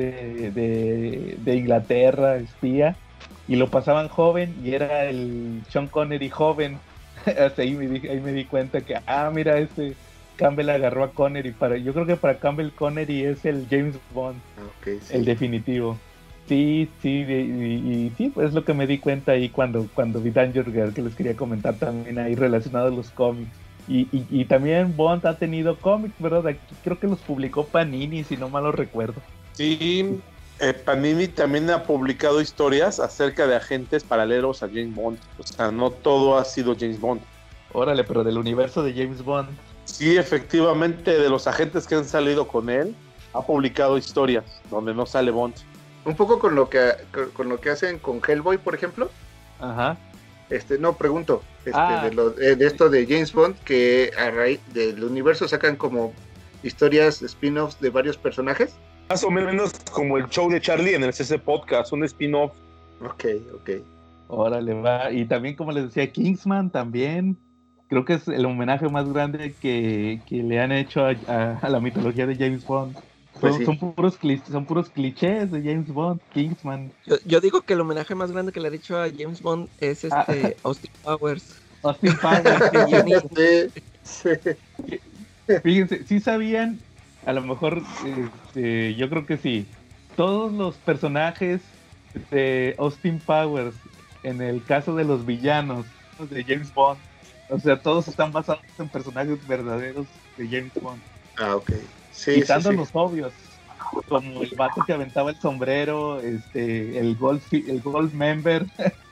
de Inglaterra, espía, y lo pasaban joven, y era el Sean Connery joven. Hasta ahí me di cuenta que, mira, Campbell agarró a Connery. Yo creo que para Campbell Connery es el James Bond, okay, sí. El definitivo. Sí, y sí, pues es lo que me di cuenta ahí cuando vi Danger Girl, que les quería comentar también ahí relacionado a los cómics. Y también Bond ha tenido cómics, ¿verdad? Aquí creo que los publicó Panini, si no mal lo recuerdo. Sí, Panini también ha publicado historias acerca de agentes paralelos a James Bond. O sea, no todo ha sido James Bond. Órale, pero del universo de James Bond. Sí, efectivamente, de los agentes que han salido con él, ha publicado historias donde no sale Bond. Un poco con lo que hacen con Hellboy, por ejemplo. Ajá. No, pregunto, de esto de James Bond, que a raíz del universo sacan como historias, spin-offs de varios personajes. Más o menos como el show de Charlie en el CC Podcast, un spin-off. Ok. Órale, va. Y también, como les decía, Kingsman también. Creo que es el homenaje más grande que le han hecho a la mitología de James Bond. Pues son puros clichés de James Bond, Kingsman. Yo digo que el homenaje más grande que le ha dicho a James Bond es Austin Powers. Austin Powers. Sí. Fíjense, sí sabían, a lo mejor, yo creo que sí, todos los personajes de Austin Powers, en el caso de los villanos de James Bond, o sea, todos están basados en personajes verdaderos de James Bond. Ok. Sí, quitando los obvios, como el vato que aventaba el sombrero, el Gold Member.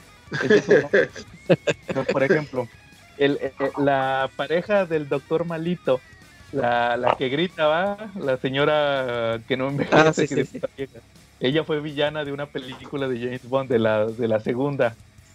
Pero, por ejemplo, la pareja del Doctor Malito, la que grita, la señora que no envejece, vieja. Ella fue villana de una película de James Bond, de la segunda.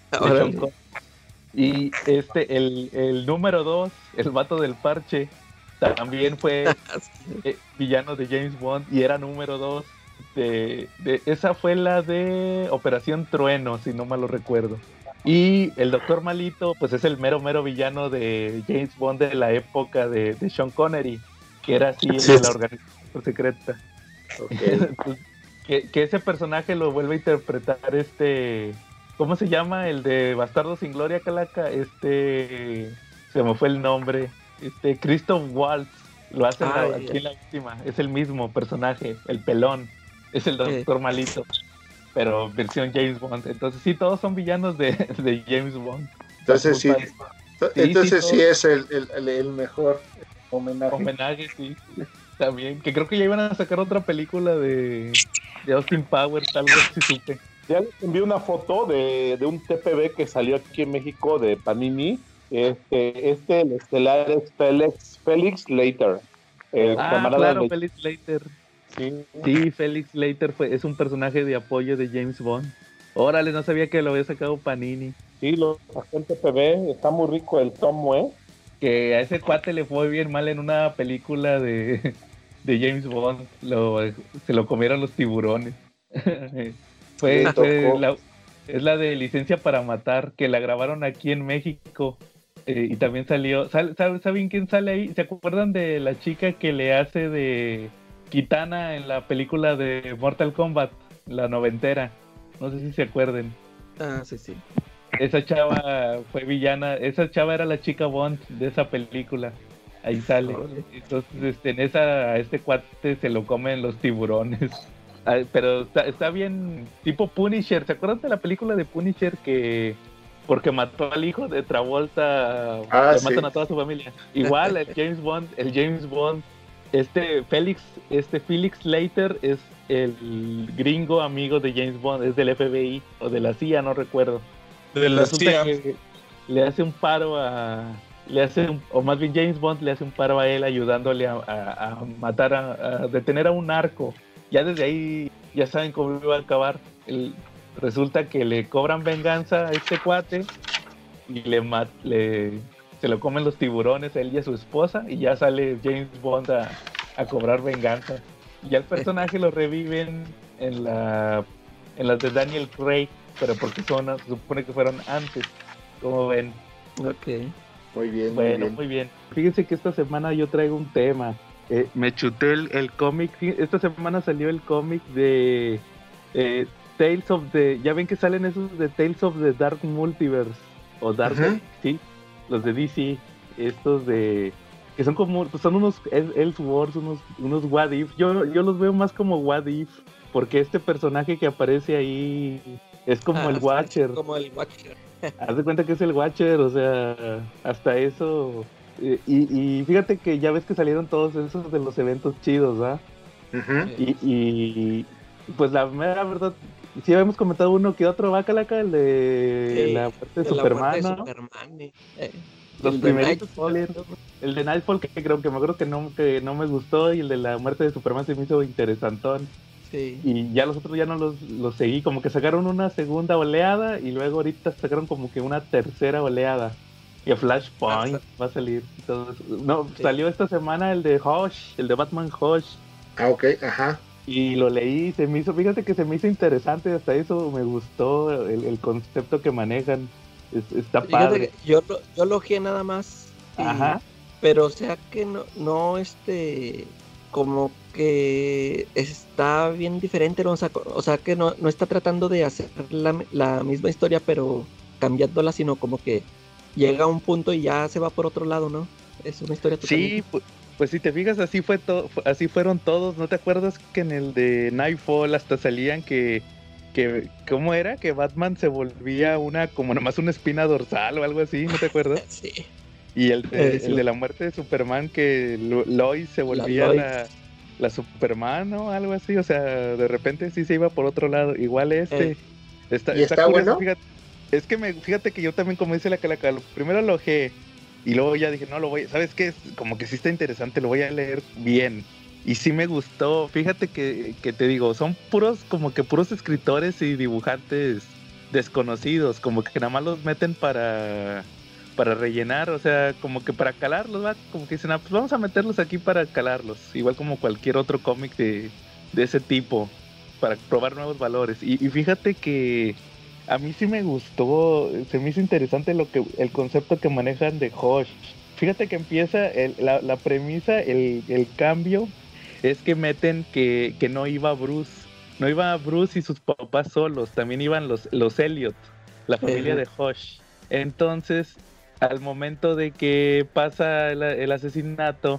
Y el número 2, el vato del parche, también fue villano de James Bond y era número 2. Esa fue la de Operación Trueno, si no mal lo recuerdo. Y el Doctor Malito, pues es el mero villano de James Bond de la época de Sean Connery, que era así de la organización secreta. Okay. que ese personaje lo vuelve a interpretar ¿cómo se llama? El de Bastardo sin Gloria, Calaca. Se me fue el nombre. Christoph Waltz lo hace aquí en la última. Es el mismo personaje, el pelón. Es el Doctor Malito, pero versión James Bond. Entonces sí, todos son villanos de James Bond. Entonces sí. Entonces sí es el mejor homenaje. Homenaje, sí. También, que creo que ya iban a sacar otra película de Austin Powers, algo así supe. Ya les envié una foto de un TPB que salió aquí en México de Panini. El estelar es Felix Leiter. Claro, Felix Leiter. Sí, Felix Leiter es un personaje de apoyo de James Bond. Órale, no sabía que lo había sacado Panini. Sí, lo sacó el TPB, está muy rico el tomo, Que a ese cuate le fue bien mal en una película de James Bond. Se lo comieron los tiburones. Es la de Licencia para Matar, que la grabaron aquí en México. Y también salió. ¿Saben quién sale ahí? ¿Se acuerdan de la chica que le hace de Kitana en la película de Mortal Kombat, la noventera? No sé si se acuerden. Sí. Esa chava fue villana. Esa chava era la chica Bond de esa película. Ahí sale. Entonces, a este cuate se lo comen los tiburones. Pero está bien, tipo Punisher. ¿Se acuerdan de la película de Punisher que porque mató al hijo de Travolta le matan a toda su familia? Igual el James Bond, Felix Leiter es el gringo amigo de James Bond, es del FBI o de la CIA, no recuerdo. De la CIA. Que le hace un paro a le hace o más bien James Bond le hace un paro a él ayudándole a matar, a detener a un narco. Ya desde ahí ya saben cómo iba a acabar. Resulta que le cobran venganza a este cuate y se lo comen los tiburones a él y a su esposa, y ya sale James Bond a cobrar venganza. Y ya el personaje lo reviven en las de Daniel Craig, pero porque se supone que fueron antes. ¿Cómo ven? Ok. Muy bien, bueno, muy bien. Fíjense que esta semana yo traigo un tema. Me chuté el cómic. Esta semana salió el cómic de Tales of the... Ya ven que salen esos de Tales of the Dark Multiverse. O Dark, sí. Los de DC. Estos de... Que son como... Pues son unos Elseworlds, unos What If. Yo los veo más como What If. Porque este personaje que aparece ahí es como el Watcher. Como el Watcher. Haz de cuenta que es el Watcher, o sea, hasta eso. Y fíjate que ya ves que salieron todos esos de los eventos chidos, ¿verdad? Y pues la mera verdad, sí habíamos comentado uno que otro, Bacalaca, el de la muerte de Superman, ¿no? Los primeritos, el de Nightfall, que creo que me acuerdo que no me gustó, y el de la muerte de Superman se me hizo interesantón. Sí. Y ya los otros ya no los seguí, como que sacaron una segunda oleada y luego ahorita sacaron como que una tercera oleada. Y a Flashpoint va a salir. Entonces, no, sí. Salió esta semana el de Hush, el de Batman Hush. Ah, ok, ajá. Y lo leí, fíjate que se me hizo interesante, hasta eso me gustó el concepto que manejan. Está padre. Yo lo ojeé nada más. Ajá. Pero o sea que no como que está bien diferente, ¿no? O sea que no está tratando de hacer la misma historia, pero cambiándola, sino como que llega a un punto y ya se va por otro lado, ¿no? Es una historia totalmente... Sí, pues si te fijas, así fueron todos. ¿No te acuerdas que en el de Nightfall hasta salían que ¿cómo era? Que Batman se volvía como nomás una espina dorsal o algo así, ¿no te acuerdas? Sí. Y el de la muerte de Superman, que Lois se volvía la Superman, ¿no? Algo así, o sea, de repente sí se iba por otro lado. Igual ¿Está bueno? Fíjate que yo también, como dice la Calaca, primero lo ojé y luego ya dije, no, ¿sabes qué? Como que sí está interesante, lo voy a leer bien. Y sí me gustó. Fíjate que te digo, son como que puros escritores y dibujantes desconocidos, como que nada más los meten para rellenar, o sea, como que para calarlos, ¿va? Como que dicen, pues vamos a meterlos aquí para calarlos, igual como cualquier otro cómic de ese tipo, para probar nuevos valores. Y fíjate que a mí sí me gustó, se me hizo interesante el concepto que manejan de Hush. Fíjate que empieza la premisa, el cambio, es que meten que no iba Bruce y sus papás solos, también iban los Elliot, la familia de Hush. Entonces, al momento de que pasa el asesinato,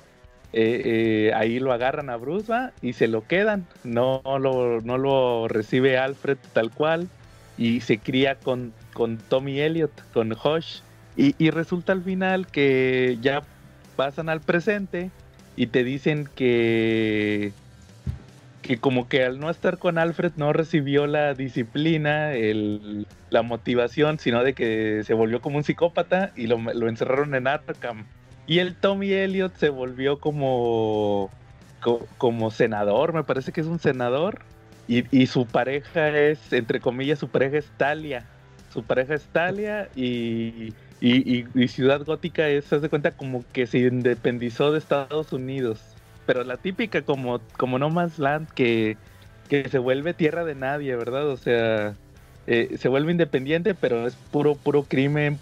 ahí lo agarran a Bruce, ¿va? Y se lo quedan. No lo recibe Alfred tal cual, y se cría con Tommy Elliot, con Hush. Y resulta al final que ya pasan al presente y te dicen que como que al no estar con Alfred no recibió la disciplina, la motivación, sino de que se volvió como un psicópata y lo encerraron en Arkham. Y el Tommy Elliot se volvió como senador, me parece que es un senador, y su pareja es, entre comillas, su pareja es Talia. Su pareja es Talia y Ciudad Gótica haz de cuenta como que se independizó de Estados Unidos. Pero la típica como No Man's Land, que se vuelve tierra de nadie, ¿verdad? O sea, se vuelve independiente, pero es puro crimen,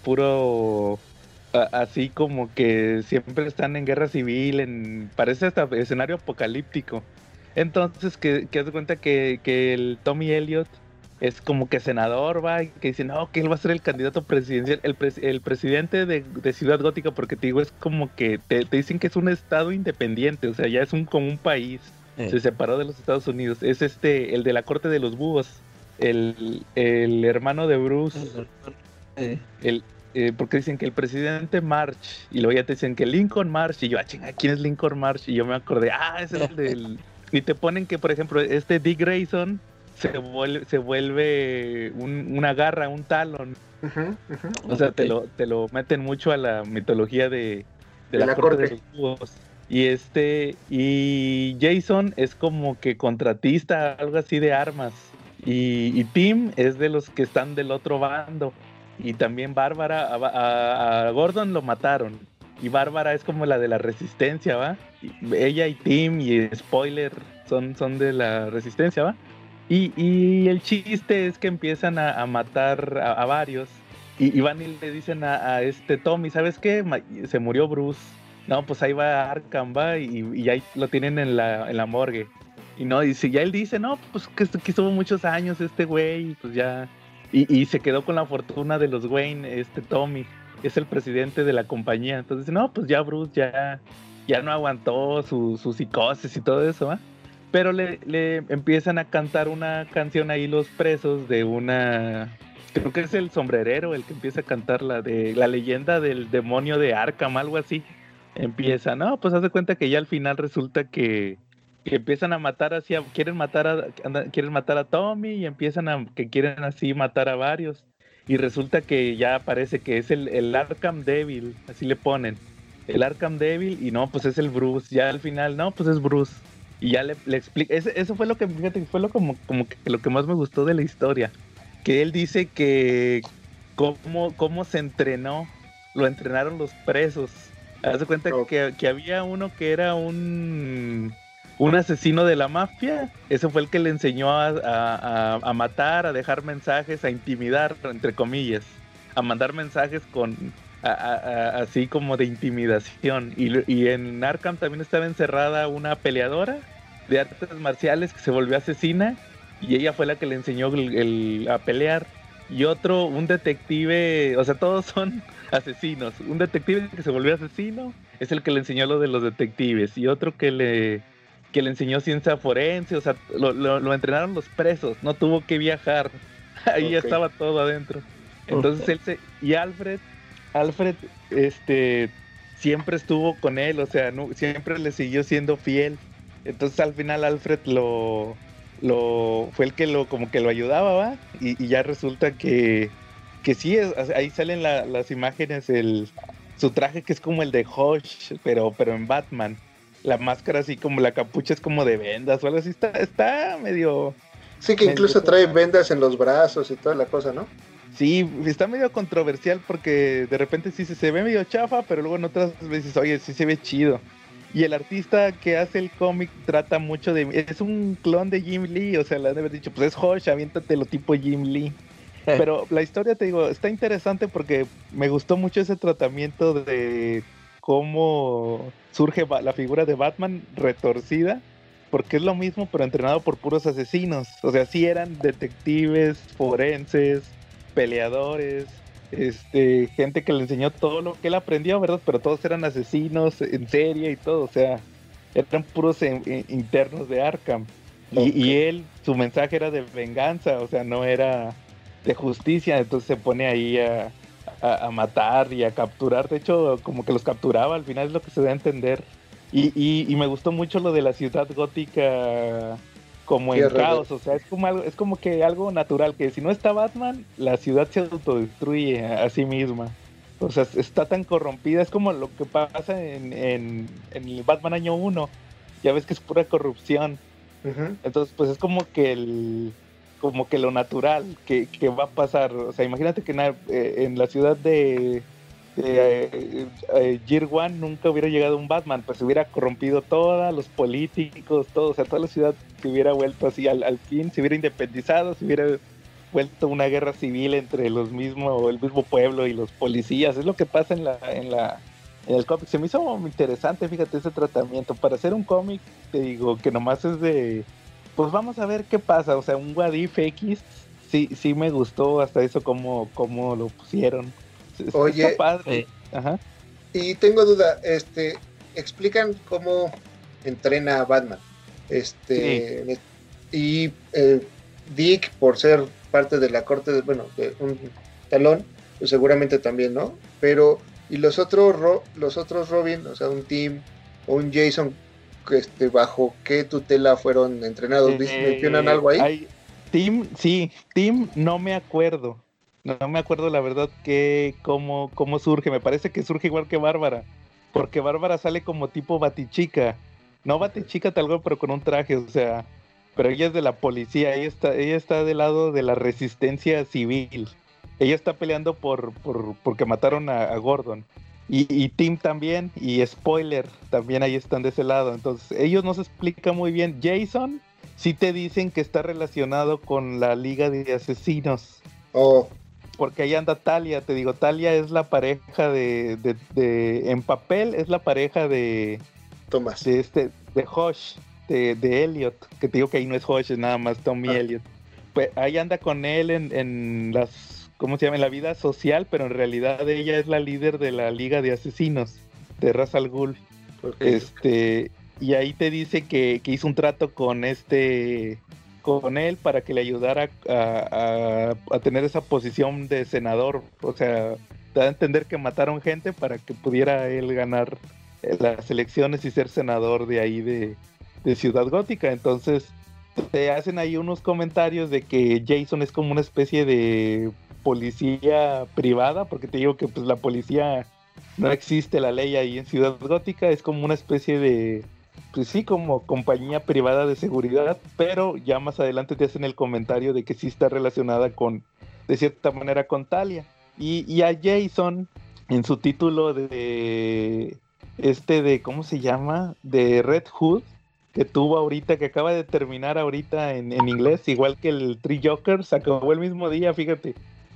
así como que siempre están en guerra civil, parece hasta escenario apocalíptico. Entonces, que haz de cuenta que el Tommy Elliot es como que senador, va, y que dice, no, que él va a ser el candidato presidencial, el presidente de Ciudad Gótica, porque te digo, es como que te dicen que es un estado independiente, o sea, ya es como un país, se separó de los Estados Unidos, es el de la corte de los búhos, el hermano de Bruce, porque dicen que el presidente March, y luego ya te dicen que Lincoln March, y yo, chinga, ¿quién es Lincoln March? Y yo me acordé, es el del... Y te ponen que, por ejemplo, Dick Grayson se vuelve una garra, un talón, O sea, te lo meten mucho a la mitología de la corte de los búhos. Y Jason es como que contratista, algo así de armas. Y Tim es de los que están del otro bando. Y también Bárbara, a Gordon lo mataron. Y Bárbara es como la de la resistencia, ¿va? Ella y Tim y Spoiler son de la resistencia, ¿va? Y el chiste es que empiezan a matar a varios. Y van y le dicen a Tommy, ¿sabes qué? Se murió Bruce. No, pues ahí va Arkham, va, y ahí lo tienen en la morgue. Y no, y si ya él dice, no, pues que estuvo muchos años este güey, y pues ya. Y se quedó con la fortuna de los Wayne, Tommy. Es el presidente de la compañía. Entonces, no, pues ya Bruce ya no aguantó su psicosis y todo eso, ¿va? Pero le empiezan a cantar una canción ahí los presos de una... Creo que es el sombrerero el que empieza a cantar la de la leyenda del demonio de Arkham, algo así. Empieza, ¿no? Pues haz de cuenta que ya al final resulta que empiezan a matar así, quieren matar a Tommy y empiezan que quieren así matar a varios. Y resulta que ya parece que es el Arkham Devil, así le ponen. El Arkham Devil, y no, pues es el Bruce. Ya al final, no, pues es Bruce. Y ya le explica. Eso fue lo que, fíjate, fue como que lo que más me gustó de la historia. Que él dice que cómo se entrenó, lo entrenaron los presos. Haz de cuenta que había uno que era un asesino de la mafia. Ese fue el que le enseñó a matar, a dejar mensajes, a intimidar, entre comillas, a mandar mensajes así como de intimidación. Y en Arkham también estaba encerrada una peleadora de artes marciales que se volvió asesina, y ella fue la que le enseñó a pelear. Y un detective, o sea, todos son asesinos. Un detective que se volvió asesino es el que le enseñó lo de los detectives, y otro que le enseñó ciencia forense. O sea, lo entrenaron los presos, no tuvo que viajar. Ahí ya estaba todo adentro. Entonces y Alfred siempre estuvo con él, o sea, siempre le siguió siendo fiel. Entonces al final Alfred fue el que como que lo ayudaba, ¿va? Y ya resulta que sí, ahí salen las imágenes, su traje que es como el de Hush, pero en Batman. La máscara así como la capucha es como de vendas o algo así, está medio... Sí, que incluso trae vendas en los brazos y toda la cosa, ¿no? Sí, está medio controversial porque de repente sí se ve medio chafa, pero luego en otras veces, oye, sí se ve chido. Y el artista que hace el cómic trata mucho es un clon de Jim Lee, o sea, le han de haber dicho, pues es Hush, aviéntatelo tipo Jim Lee. Pero la historia, te digo, está interesante porque me gustó mucho ese tratamiento de cómo surge la figura de Batman retorcida, porque es lo mismo pero entrenado por puros asesinos. O sea, sí eran detectives, forenses, peleadores, gente que le enseñó todo lo que él aprendió, ¿verdad? Pero todos eran asesinos en serie y todo, o sea, eran puros internos de Arkham. Y él, su mensaje era de venganza, o sea, no era de justicia. Entonces se pone ahí a matar y a capturar. De hecho, como que los capturaba, al final es lo que se da a entender. Y me gustó mucho lo de la ciudad gótica como en caos, o sea, es como que algo natural, que si no está Batman, la ciudad se autodestruye a sí misma. O sea, está tan corrompida, es como lo que pasa en el Batman año 1, ya ves que es pura corrupción. Uh-huh. Entonces, pues es como que lo natural que va a pasar. O sea, imagínate que en la ciudad de Year One nunca hubiera llegado un Batman, pues se hubiera corrompido todos los políticos, todo, o sea, toda la ciudad se hubiera vuelto así al fin, se hubiera independizado, se hubiera vuelto una guerra civil entre el mismo pueblo y los policías. Es lo que pasa en el cómic. Se me hizo interesante, fíjate, ese tratamiento. Para hacer un cómic, te digo, que nomás es de, pues vamos a ver qué pasa, o sea, un What If X, sí me gustó hasta eso, cómo lo pusieron. Oye, ajá. Y tengo duda, explican cómo entrena a Batman, sí. Y Dick, por ser parte de la corte de un talón, pues seguramente también, ¿no? Pero y los otros Robin, o sea, un Tim o un Jason, bajo qué tutela fueron entrenados, ¿mencionan algo ahí? Tim no me acuerdo. No me acuerdo la verdad cómo surge. Me parece que surge igual que Bárbara. Porque Bárbara sale como tipo Batichica. No Batichica tal vez, pero con un traje, o sea. Pero ella es de la policía, ella está del lado de la resistencia civil. Ella está peleando porque mataron a Gordon. Y Tim también, y spoiler, también ahí están de ese lado. Entonces, ellos no se explican muy bien. Jason, sí te dicen que está relacionado con la Liga de Asesinos. Oh. Porque ahí anda Talia, te digo, Talia es la pareja en papel, es la pareja de Thomas. De Hush, de Elliot, que te digo que ahí no es Hush, es nada más Tommy Elliot. Pues ahí anda con él en las, ¿cómo se llama? En la vida social, pero en realidad ella es la líder de la Liga de Asesinos, de Ra's al Ghul. Okay. Y ahí te dice que hizo un trato con él para que le ayudara a tener esa posición de senador. O sea, te da a entender que mataron gente para que pudiera él ganar las elecciones y ser senador de ahí de Ciudad Gótica. Entonces te hacen ahí unos comentarios de que Jason es como una especie de policía privada, porque te digo que pues la policía no existe, la ley ahí en Ciudad Gótica, es como una especie de, pues sí, como compañía privada de seguridad, pero ya más adelante te hacen el comentario de que sí está relacionada de cierta manera con Talia. Y a Jason, en su título de ¿cómo se llama? De Red Hood, que tuvo ahorita, que acaba de terminar ahorita en inglés, igual que el Three Jokers, se acabó el mismo día, fíjate.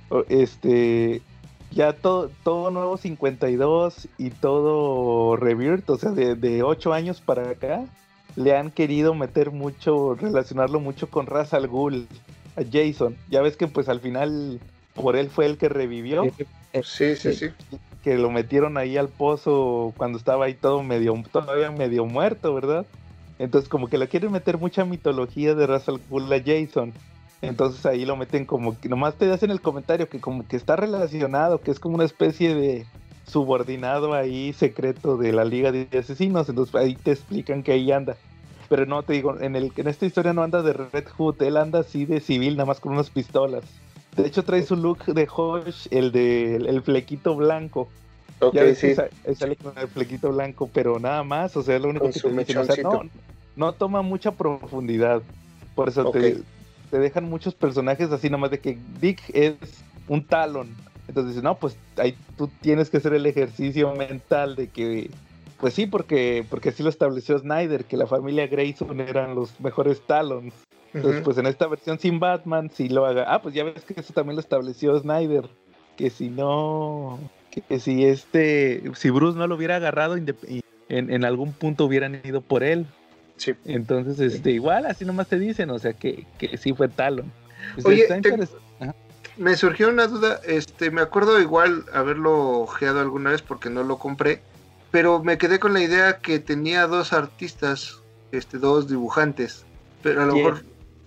Ya todo nuevo 52 y todo Rebirth, o sea, de 8 años para acá, le han querido meter mucho, relacionarlo mucho con Ra's al Ghul, a Jason. Ya ves que pues al final por él fue el que revivió. Sí. Que lo metieron ahí al pozo cuando estaba ahí todavía medio muerto, ¿verdad? Entonces como que le quieren meter mucha mitología de Ra's al Ghul a Jason. Entonces ahí lo meten como que nomás te hacen el comentario que como que está relacionado, que es como una especie de subordinado ahí secreto de la Liga de Asesinos. Entonces ahí te explican que ahí anda. Pero no, te digo, en esta historia no anda de Red Hood, él anda así de civil, nada más con unas pistolas. De hecho trae su look de Hush, el flequito blanco. Ok, sí. Sale con el flequito blanco, pero nada más, o sea, es lo único con que su te dicen, o sea, no toma mucha profundidad. Por eso te dejan muchos personajes así nomás de que Dick es un Talon. Entonces dices, no, pues ahí tú tienes que hacer el ejercicio mental de que, pues sí, porque así lo estableció Snyder, que la familia Grayson eran los mejores Talons. Entonces, pues en esta versión sin Batman, si lo haga. Pues ya ves que eso también lo estableció Snyder. Que si no. Que si Bruce no lo hubiera agarrado, en algún punto hubieran ido por él. Sí. Entonces, igual, así nomás te dicen, o sea, que sí fue Talon. Oye, me surgió una duda. Me acuerdo igual haberlo ojeado alguna vez porque no lo compré. Pero me quedé con la idea que tenía dos artistas, dos dibujantes. Pero a lo mejor.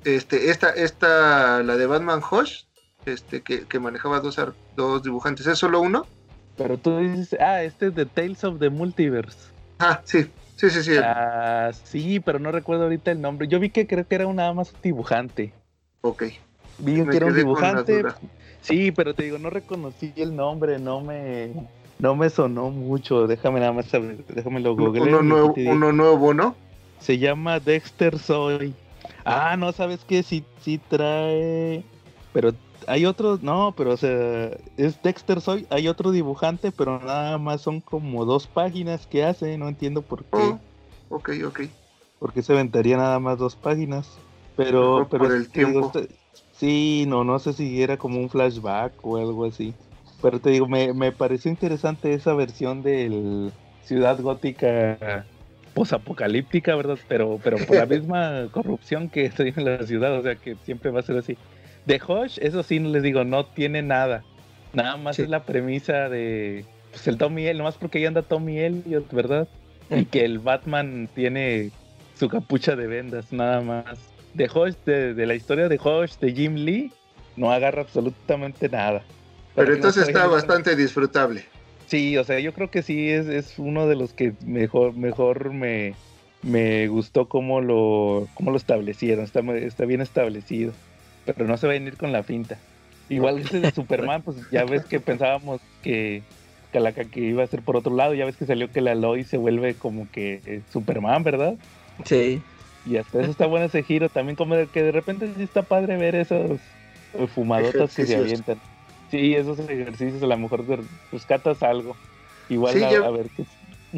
La de Batman Hush, que manejaba dos dibujantes, ¿es solo uno? Pero tú dices, este es de Tales of the Multiverse. Sí. Sí, pero no recuerdo ahorita el nombre. Yo vi que creo que era nada más un dibujante. Ok. Vi que era un dibujante. Sí, pero te digo, no reconocí el nombre, no me sonó mucho. Déjame nada más saber, déjame lo googleo. Uno nuevo, ¿no? Se llama Dexter Soy. No, ¿sabes qué? Sí trae... Pero hay otros... No, pero o sea... Es Dexter Soy, hay otro dibujante, pero nada más son como 2 páginas que hace. No entiendo por qué. Ok. ¿Por qué se aventaría nada más 2 páginas? Pero por el tiempo. Sí, no sé si era como un flashback o algo así. Pero te digo, me pareció interesante esa versión del Ciudad Gótica... posapocalíptica, ¿verdad? Pero por la misma corrupción que hay en la ciudad, o sea que siempre va a ser así. De Hush, eso sí, les digo, no tiene nada más es la premisa de pues el Tommy Elliot, nomás porque ahí anda Tommy Elliot, ¿verdad? Y que el Batman tiene su capucha de vendas, nada más. De Hush, de la historia de Hush, de Jim Lee, no agarra absolutamente nada. Pero entonces está bastante disfrutable. Sí, o sea, yo creo que sí es uno de los que mejor me gustó cómo lo establecieron, está bien establecido, pero no se va a ir con la finta. Igual ese de Superman, pues ya ves que pensábamos que Calaca que iba a ser por otro lado, ya ves que salió que la Lois se vuelve como que Superman, ¿verdad? Sí. Y hasta eso está bueno ese giro, también como de que de repente sí está padre ver esos fumadotas que se avientan. Sí, esos ejercicios a lo mejor rescatas algo. Igual sí, a ver qué...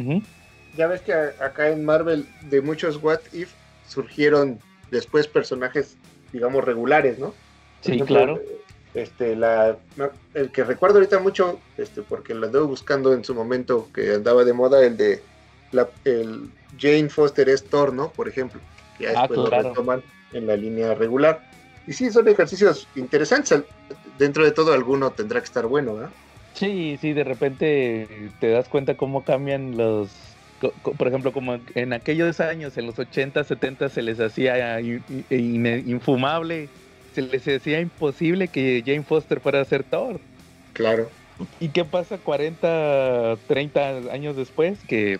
Ya ves que acá en Marvel de muchos What If surgieron después personajes, digamos, regulares, ¿no? Sí, ejemplo, claro. El que recuerdo ahorita mucho, porque lo andaba buscando en su momento, que andaba de moda, el de el Jane Foster es Thor, ¿no? Por ejemplo, que ya después lo retoman en la línea regular. Y sí, son ejercicios interesantes. Dentro de todo, alguno tendrá que estar bueno, ¿verdad? Sí, de repente te das cuenta cómo cambian los... Por ejemplo, como en aquellos años, en los 80, 70, se les hacía infumable, se les hacía imposible que Jane Foster fuera a ser Thor. Claro. ¿Y qué pasa 40, 30 años después? Que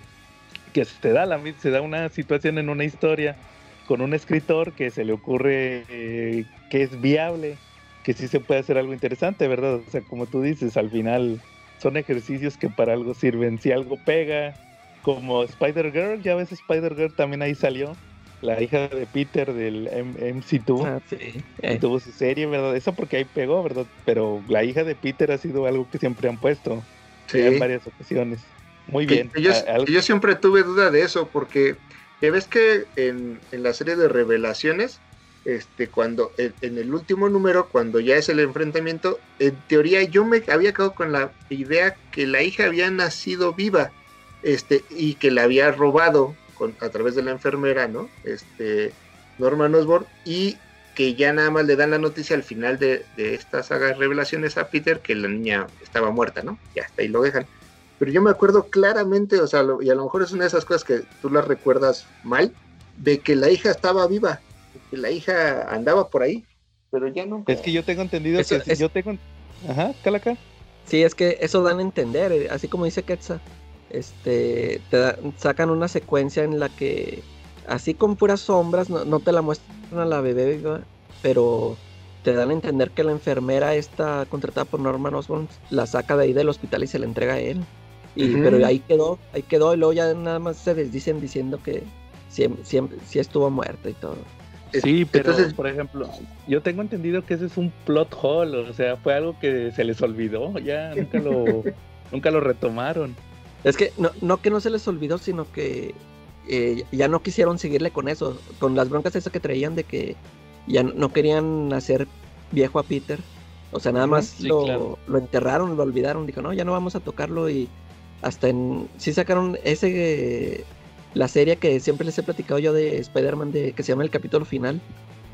se da una situación en una historia con un escritor que se le ocurre que es viable, que sí se puede hacer algo interesante, ¿verdad? O sea, como tú dices, al final son ejercicios que para algo sirven. Si algo pega, como Spider-Girl, ya ves, Spider-Girl también ahí salió, la hija de Peter del MC2, sí. Tuvo su serie, ¿verdad? Eso porque ahí pegó, ¿verdad? Pero la hija de Peter ha sido algo que siempre han puesto en varias ocasiones. Muy bien. Yo siempre tuve duda de eso, porque ya ves que en la serie de Revelaciones, cuando en el último número, cuando ya es el enfrentamiento, en teoría yo me había quedado con la idea que la hija había nacido viva, y que la había robado a través de la enfermera, ¿no? Norman Osborn, y que ya nada más le dan la noticia al final de esta saga de Revelaciones a Peter que la niña estaba muerta, ¿no? Ya hasta ahí lo dejan. Pero yo me acuerdo claramente, o sea, y a lo mejor es una de esas cosas que tú las recuerdas mal, de que la hija estaba viva, que la hija andaba por ahí, pero ya no. Es que yo tengo entendido Ajá, Calaca. Sí, es que eso dan a entender, así como dice Quetzal. Sacan una secuencia en la que así con puras sombras, no te la muestran a la bebé viva, pero te dan a entender que la enfermera está contratada por Norman Osborn, la saca de ahí del hospital y se la entrega a él. Pero ahí quedó, y luego ya nada más se desdicen diciendo que sí estuvo muerta y todo. Sí, pero entonces, por ejemplo, yo tengo entendido que ese es un plot hole, o sea, fue algo que se les olvidó, ya nunca lo retomaron. Es que no que no se les olvidó, sino que ya no quisieron seguirle con eso, con las broncas esas que traían de que ya no querían hacer viejo a Peter. O sea, nada más lo enterraron, lo olvidaron, dijo, no, ya no vamos a tocarlo, y hasta sí sacaron la serie que siempre les he platicado yo de Spider-Man, que se llama El Capítulo Final.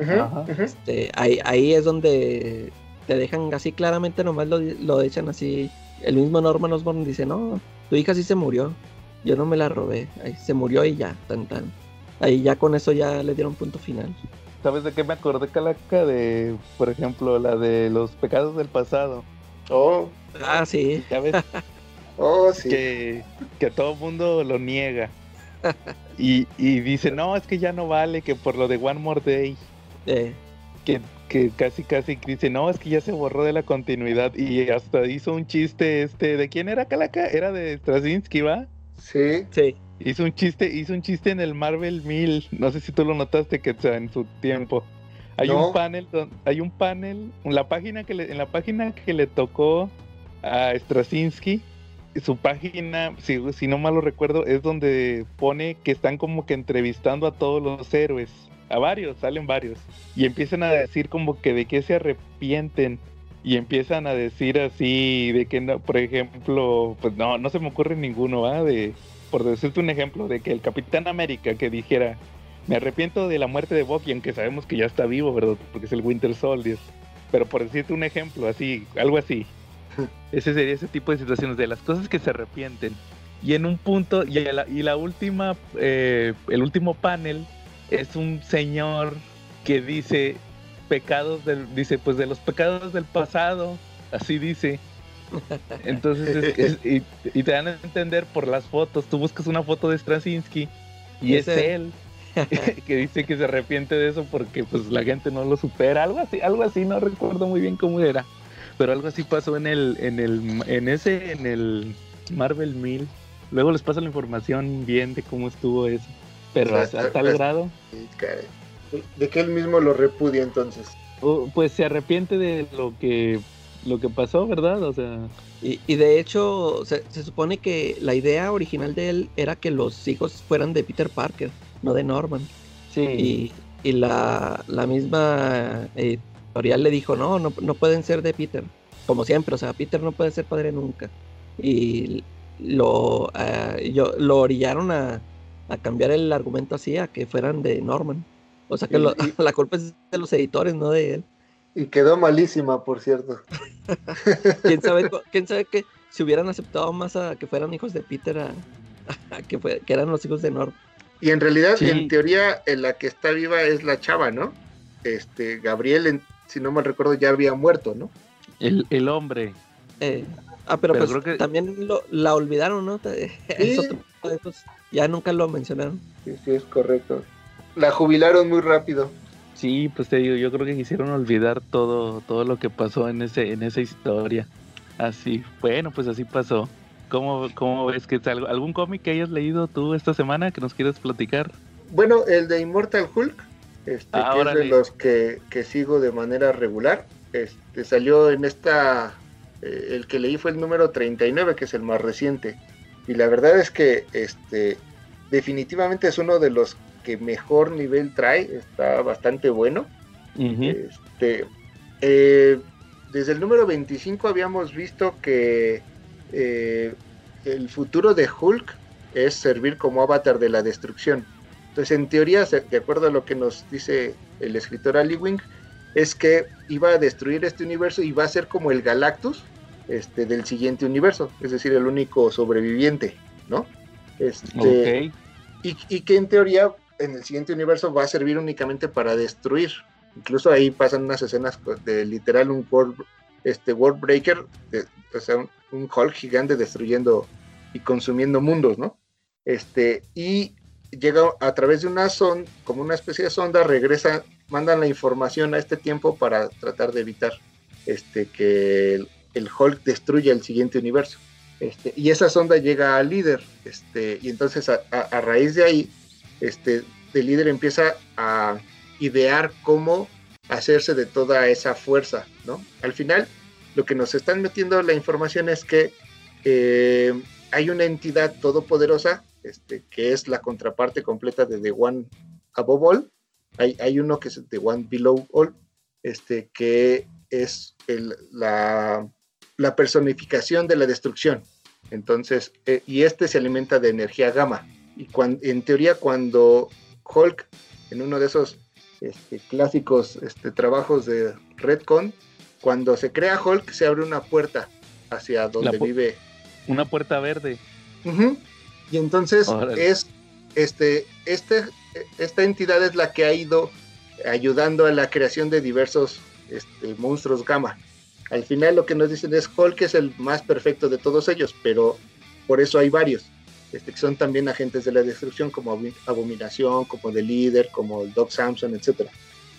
Ahí es donde te dejan así claramente, nomás lo echan así. El mismo Norman Osborn dice, no, tu hija sí se murió, yo no me la robé, ahí se murió y ya, tan. Ahí ya con eso ya le dieron punto final. ¿Sabes de qué me acordé, Calaca? De, por ejemplo, la de los pecados del pasado. Oh. Ah, sí. ¿Ya ves? Oh, sí. Que todo el mundo lo niega. Y dice, no, es que ya no vale, que por lo de One More Day. Que casi dice, no, es que ya se borró de la continuidad, y hasta hizo un chiste, ¿de quién era, Calaca? Era de Straczynski, ¿va? Sí. Hizo un chiste en el Marvel 1000, no sé si tú lo notaste, que en su tiempo. Hay un panel, en la página que le tocó a Straczynski, su página, si no mal lo recuerdo, es donde pone que están como que entrevistando a todos los héroes. A varios, salen varios, y empiezan a decir como que de qué se arrepienten, y empiezan a decir así de que no, por ejemplo, pues no se me ocurre ninguno, por decirte un ejemplo, de que el Capitán América que dijera, me arrepiento de la muerte de Bucky, aunque sabemos que ya está vivo, ¿verdad? Porque es el Winter Soldier, pero por decirte un ejemplo, así, algo así. Ese sería ese tipo de situaciones, de las cosas que se arrepienten. Y en un punto, la última, el último panel es un señor que dice pues de los pecados del pasado, así dice. Entonces y te dan a entender por las fotos. Tú buscas una foto de Straczynski y es él que dice que se arrepiente de eso porque pues la gente no lo supera, algo así, no recuerdo muy bien cómo era. Pero algo así pasó en el Marvel 1000. Luego les paso la información bien de cómo estuvo eso. Pero hasta tal grado. De que él mismo lo repudia entonces. Pues se arrepiente de lo que pasó, ¿verdad? O sea. Y de hecho, se supone que la idea original de él era que los hijos fueran de Peter Parker, no de Norman. Sí. Y la misma editorial le dijo, no pueden ser de Peter. Como siempre, o sea, Peter no puede ser padre nunca. Y lo orillaron a cambiar el argumento así, a que fueran de Norman. O sea que la culpa es de los editores, no de él. Y quedó malísima, por cierto. ¿Quién sabe que si hubieran aceptado más a que fueran hijos de Peter a que eran los hijos de Norman? Y en realidad, Sí. en teoría, la que está viva es la chava, ¿no? Gabriel, si no mal recuerdo, ya había muerto, ¿no? El hombre. Pero pues creo que... también la olvidaron, ¿no? Es otro de esos, ya nunca lo mencionaron. Sí, es correcto. La jubilaron muy rápido. Sí, pues te digo, yo creo que quisieron olvidar todo lo que pasó en esa historia. Así, bueno, pues así pasó. ¿Cómo ves que es algún cómic que hayas leído tú esta semana que nos quieras platicar? Bueno, el de Immortal Hulk, que es de los que sigo de manera regular. Salió en el que leí fue el número 39, que es el más reciente. Y la verdad es que definitivamente es uno de los que mejor nivel trae, está bastante bueno. Uh-huh. Desde el número 25 habíamos visto que el futuro de Hulk es servir como avatar de la destrucción. Entonces, en teoría, de acuerdo a lo que nos dice el escritor Ali Wing, es que iba a destruir este universo y va a ser como el Galactus del siguiente universo, es decir, el único sobreviviente, ¿no? Okay. Y que en teoría en el siguiente universo va a servir únicamente para destruir. Incluso ahí pasan unas escenas de literal un World Breaker, o sea, un Hulk gigante destruyendo y consumiendo mundos, ¿no? Y llega a través de una sonda, como una especie de sonda, mandan la información a este tiempo para tratar de evitar que el Hulk destruya el siguiente universo. Y esa sonda llega al líder, y entonces a raíz de ahí, el líder empieza a idear cómo hacerse de toda esa fuerza, ¿no? Al final, lo que nos están metiendo la información es que hay una entidad todopoderosa, que es la contraparte completa de The One Above All. Hay uno que es The One Below All, que es la personificación de la destrucción. Entonces, y se alimenta de energía gamma. Y en teoría, cuando Hulk, en uno de esos clásicos trabajos de Redcon, cuando se crea Hulk, se abre una puerta hacia donde vive. Una puerta verde. Uh-huh. Y entonces esta entidad es la que ha ido ayudando a la creación de diversos monstruos gamma. Al final lo que nos dicen es Hulk es el más perfecto de todos ellos, pero por eso hay varios, que son también agentes de la destrucción, como Abominación, como The Leader, como el Doc Samson, etc.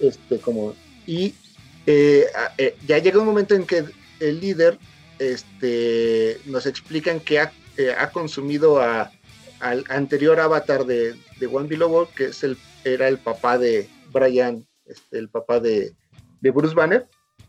Ya llega un momento en que el líder nos explican que ha consumido al anterior avatar de One Below All, que era el papá de Brian, el papá de Bruce Banner.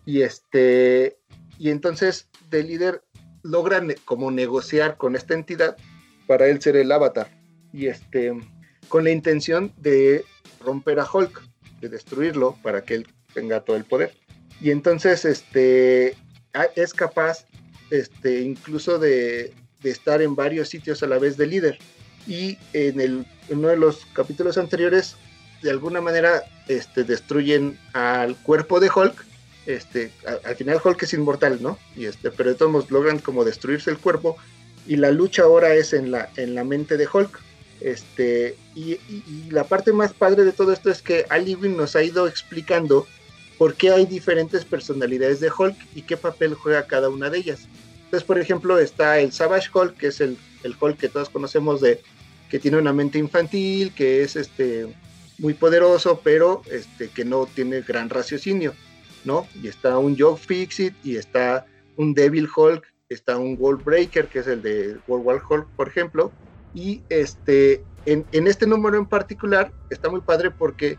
Y entonces The Leader logra como negociar con esta entidad para él ser el avatar, y con la intención de romper a Hulk, de destruirlo para que él tenga todo el poder. Y entonces es capaz incluso de estar en varios sitios a la vez de líder. Y en uno de los capítulos anteriores, de alguna manera destruyen al cuerpo de Hulk. Al final Hulk es inmortal, ¿no? Pero de todos modos logran como destruirse el cuerpo, y la lucha ahora es en la mente de Hulk. Y la parte más padre de todo esto es que Ali Wing nos ha ido explicando por qué hay diferentes personalidades de Hulk y qué papel juega cada una de ellas. Entonces, por ejemplo, está el Savage Hulk, que es el Hulk que todos conocemos, que tiene una mente infantil, que es muy poderoso, pero que no tiene gran raciocinio. ¿no? Y está un Joe Fixit, y está un Devil Hulk, está un World Breaker, que es el de World War Hulk, por ejemplo, y en este número en particular está muy padre porque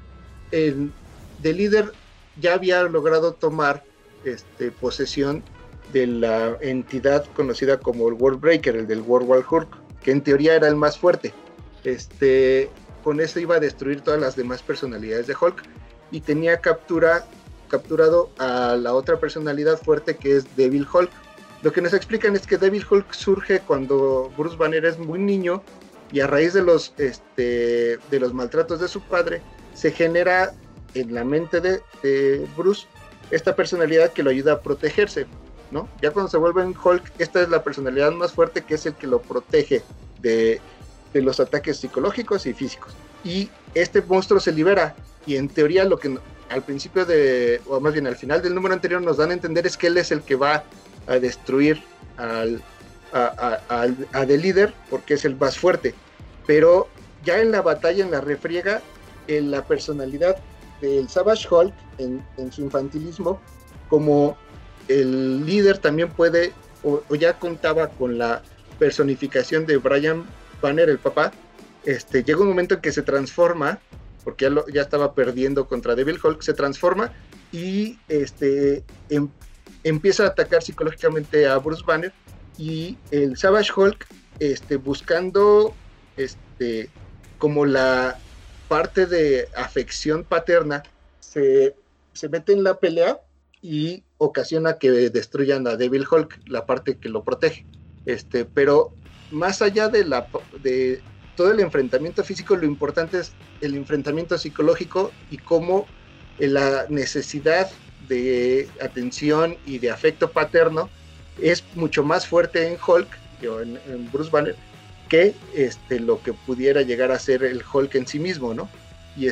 The Leader ya había logrado tomar posesión de la entidad conocida como el World Breaker, el del World War Hulk, que en teoría era el más fuerte. Con eso iba a destruir todas las demás personalidades de Hulk, y tenía capturado a la otra personalidad fuerte, que es Devil Hulk. Lo que nos explican es que Devil Hulk surge cuando Bruce Banner es muy niño, y a raíz de los maltratos de su padre, se genera en la mente de Bruce esta personalidad que lo ayuda a protegerse, ¿no? Ya cuando se vuelve un Hulk, esta es la personalidad más fuerte, que es el que lo protege de los ataques psicológicos y físicos. Y este monstruo se libera, y en teoría lo que al principio o más bien al final del número anterior nos dan a entender es que él es el que va a destruir a The Leader, porque es el más fuerte. Pero ya en la batalla, en la refriega, en la personalidad del Savage Hulk, en su infantilismo, como el líder también puede, o ya contaba con la personificación de Brian Banner, el papá, llega un momento en que se transforma, porque ya estaba perdiendo contra Devil Hulk, se transforma y empieza a atacar psicológicamente a Bruce Banner, y el Savage Hulk, buscando como la parte de afección paterna, se mete en la pelea y ocasiona que destruyan a Devil Hulk, la parte que lo protege. Pero más allá de todo el enfrentamiento físico, lo importante es el enfrentamiento psicológico, y cómo la necesidad de atención y de afecto paterno es mucho más fuerte en Hulk, o en Bruce Banner, que lo que pudiera llegar a ser el Hulk en sí mismo, ¿no? Y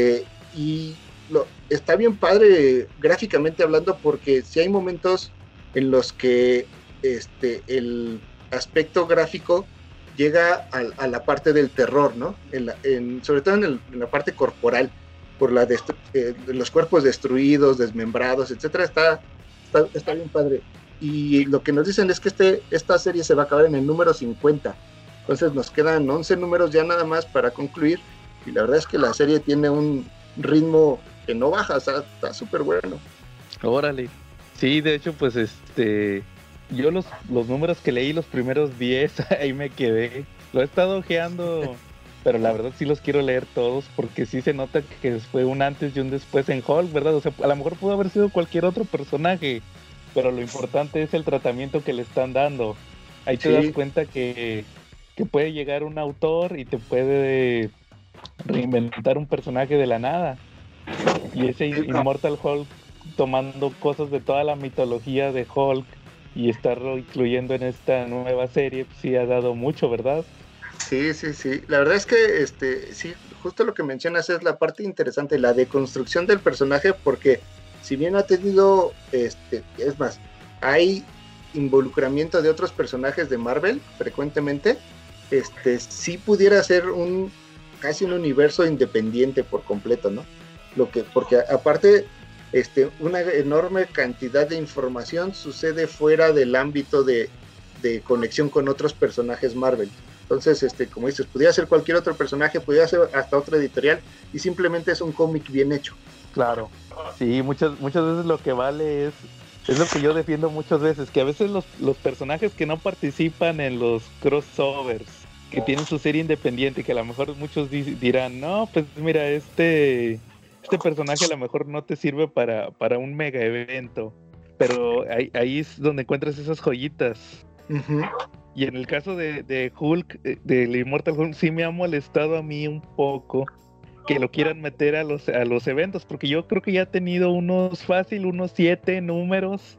está bien padre gráficamente hablando, porque si hay momentos en los que el aspecto gráfico llega a la parte del terror, ¿no? Sobre todo en la parte corporal, por los cuerpos destruidos, desmembrados, etcétera. Está bien padre. Y lo que nos dicen es que esta serie se va a acabar en el número 50. Entonces nos quedan 11 números ya nada más para concluir, y la verdad es que la serie tiene un ritmo que no baja, o sea, está súper bueno. Órale. Sí, de hecho, pues yo los números que leí, los primeros 10, ahí me quedé. Lo he estado ojeando, pero la verdad sí los quiero leer todos, porque sí se nota que fue un antes y un después en Hulk, ¿verdad? O sea, a lo mejor pudo haber sido cualquier otro personaje, pero lo importante es el tratamiento que le están dando. Ahí te das cuenta que puede llegar un autor y te puede reinventar un personaje de la nada. Y ese Immortal Hulk, tomando cosas de toda la mitología de Hulk y estarlo incluyendo en esta nueva serie, pues sí ha dado mucho, ¿verdad? Sí. La verdad es que sí, justo lo que mencionas es la parte interesante, la deconstrucción del personaje, porque si bien ha tenido, es más, hay involucramiento de otros personajes de Marvel frecuentemente, sí pudiera ser casi un universo independiente por completo, ¿no? Porque aparte, una enorme cantidad de información sucede fuera del ámbito de conexión con otros personajes Marvel. Entonces, como dices, podría ser cualquier otro personaje, podría ser hasta otra editorial, y simplemente es un cómic bien hecho. Claro, sí, muchas veces lo que vale es lo que yo defiendo muchas veces, que a veces los personajes que no participan en los crossovers, que tienen su serie independiente, que a lo mejor muchos dirán, no, pues mira, este personaje a lo mejor no te sirve para un mega evento, pero ahí es donde encuentras esas joyitas. Uh-huh. Y en el caso de Hulk, del Immortal Hulk, sí me ha molestado a mí un poco que lo quieran meter a los eventos, porque yo creo que ya ha tenido unos 7 números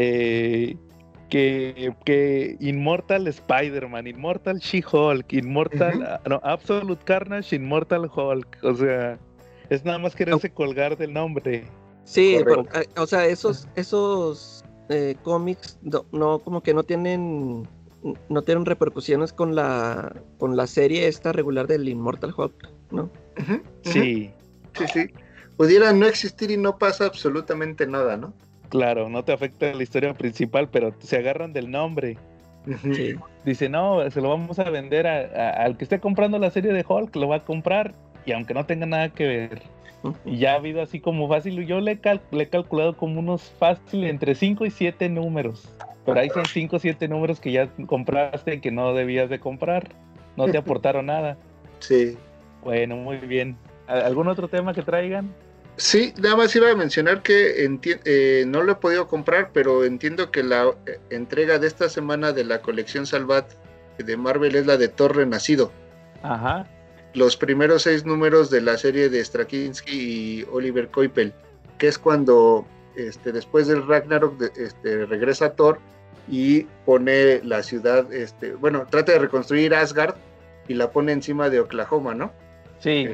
que Immortal Spider-Man, Immortal She-Hulk, Immortal Absolute Carnage, Immortal Hulk, o sea, es nada más quererse colgar del nombre. Sí, pero, o sea, esos cómics no como que no tienen repercusiones con la serie esta regular del Immortal Hulk, ¿no? Uh-huh. Sí. pudiera no existir y no pasa absolutamente nada, ¿no? Claro, no te afecta la historia principal, pero se agarran del nombre. Sí. Dice, no, se lo vamos a vender al que esté comprando la serie de Hulk, lo va a comprar, y aunque no tenga nada que ver. Y ya ha habido así como fácil, yo le he calculado como unos fácil entre 5 y 7 números. Pero ahí son 5 o 7 números que ya compraste y que no debías de comprar. No te aportaron nada. Sí. Bueno, muy bien. ¿Algún otro tema que traigan? Sí, nada más iba a mencionar que no lo he podido comprar, pero entiendo que la entrega de esta semana de la colección Salvat de Marvel es la de Thor Renacido. Ajá. Los primeros 6 números de la serie de Straczynski y Oliver Coipel, que es cuando después del Ragnarok regresa Thor y pone la ciudad, trata de reconstruir Asgard y la pone encima de Oklahoma, ¿no? Sí.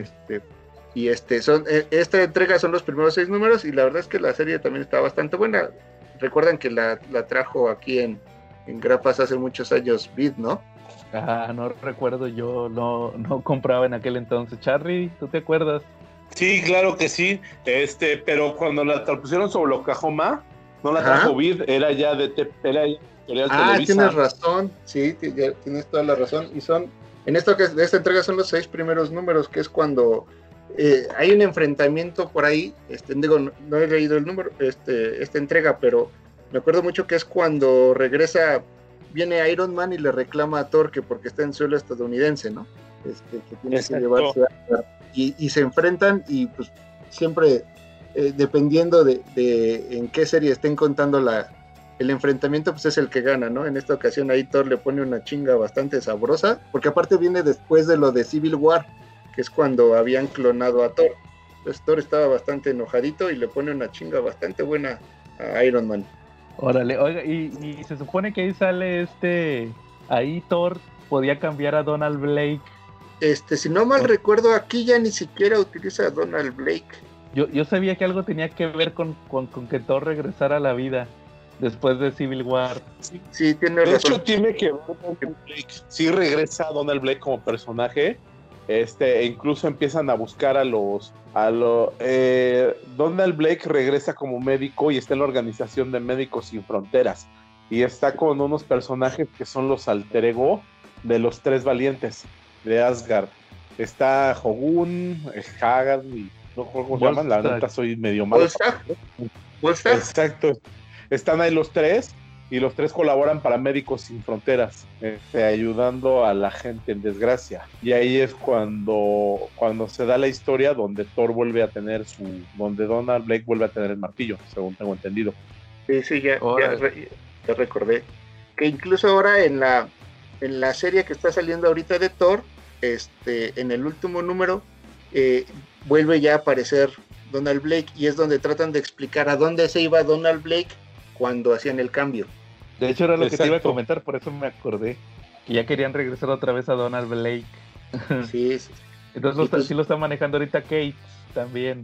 Esta entrega son los primeros 6 números y la verdad es que la serie también está bastante buena. Recuerdan que la trajo aquí en Grapas hace muchos años Vid, ¿no? No recuerdo, yo no compraba en aquel entonces. Charlie, ¿tú te acuerdas? Sí, claro que sí, pero cuando la pusieron sobre Oklahoma, no la trajo Vid, era ya de Editorial Televisa. Tienes razón, sí, tienes toda la razón, y de esta entrega son los 6 primeros números, que es cuando hay un enfrentamiento por ahí, no he leído el número, esta entrega, pero me acuerdo mucho que es cuando viene Iron Man y le reclama a Thor que porque está en suelo estadounidense, ¿no? Que tiene que llevarse y se enfrentan y pues siempre dependiendo de en qué serie estén contando el enfrentamiento, pues es el que gana, ¿no? En esta ocasión ahí Thor le pone una chinga bastante sabrosa, porque aparte viene después de lo de Civil War, que es cuando habían clonado a Thor. Entonces Thor estaba bastante enojadito y le pone una chinga bastante buena a Iron Man. Órale, oiga, y se supone que ahí sale ahí Thor podía cambiar a Donald Blake. Si no mal recuerdo, aquí ya ni siquiera utiliza a Donald Blake. Yo sabía que algo tenía que ver con que Thor regresara a la vida después de Civil War. Sí, tiene razón. De hecho, tiene que ver con Blake. Sí regresa Donald Blake como personaje. Incluso empiezan a buscar Donald Blake regresa como médico y está en la organización de Médicos Sin Fronteras. Y está con unos personajes que son los alter ego de los 3 valientes de Asgard. Está Hogun, Haggard y no recuerdo cómo se llaman, la neta soy medio malo. ¿Volstagg? Exacto. Están ahí los 3 y los 3 colaboran para Médicos Sin Fronteras, ayudando a la gente en desgracia. Y ahí es cuando se da la historia donde Thor vuelve a tener donde Donald Blake vuelve a tener el martillo, según tengo entendido. Sí, ya recordé. Que incluso ahora en la serie que está saliendo ahorita de Thor, en el último número, vuelve ya a aparecer Donald Blake y es donde tratan de explicar a dónde se iba Donald Blake cuando hacían el cambio. De hecho era lo que te iba a comentar, por eso me acordé que ya querían regresar otra vez a Donald Blake. Sí. Entonces sí lo está manejando ahorita Kate también.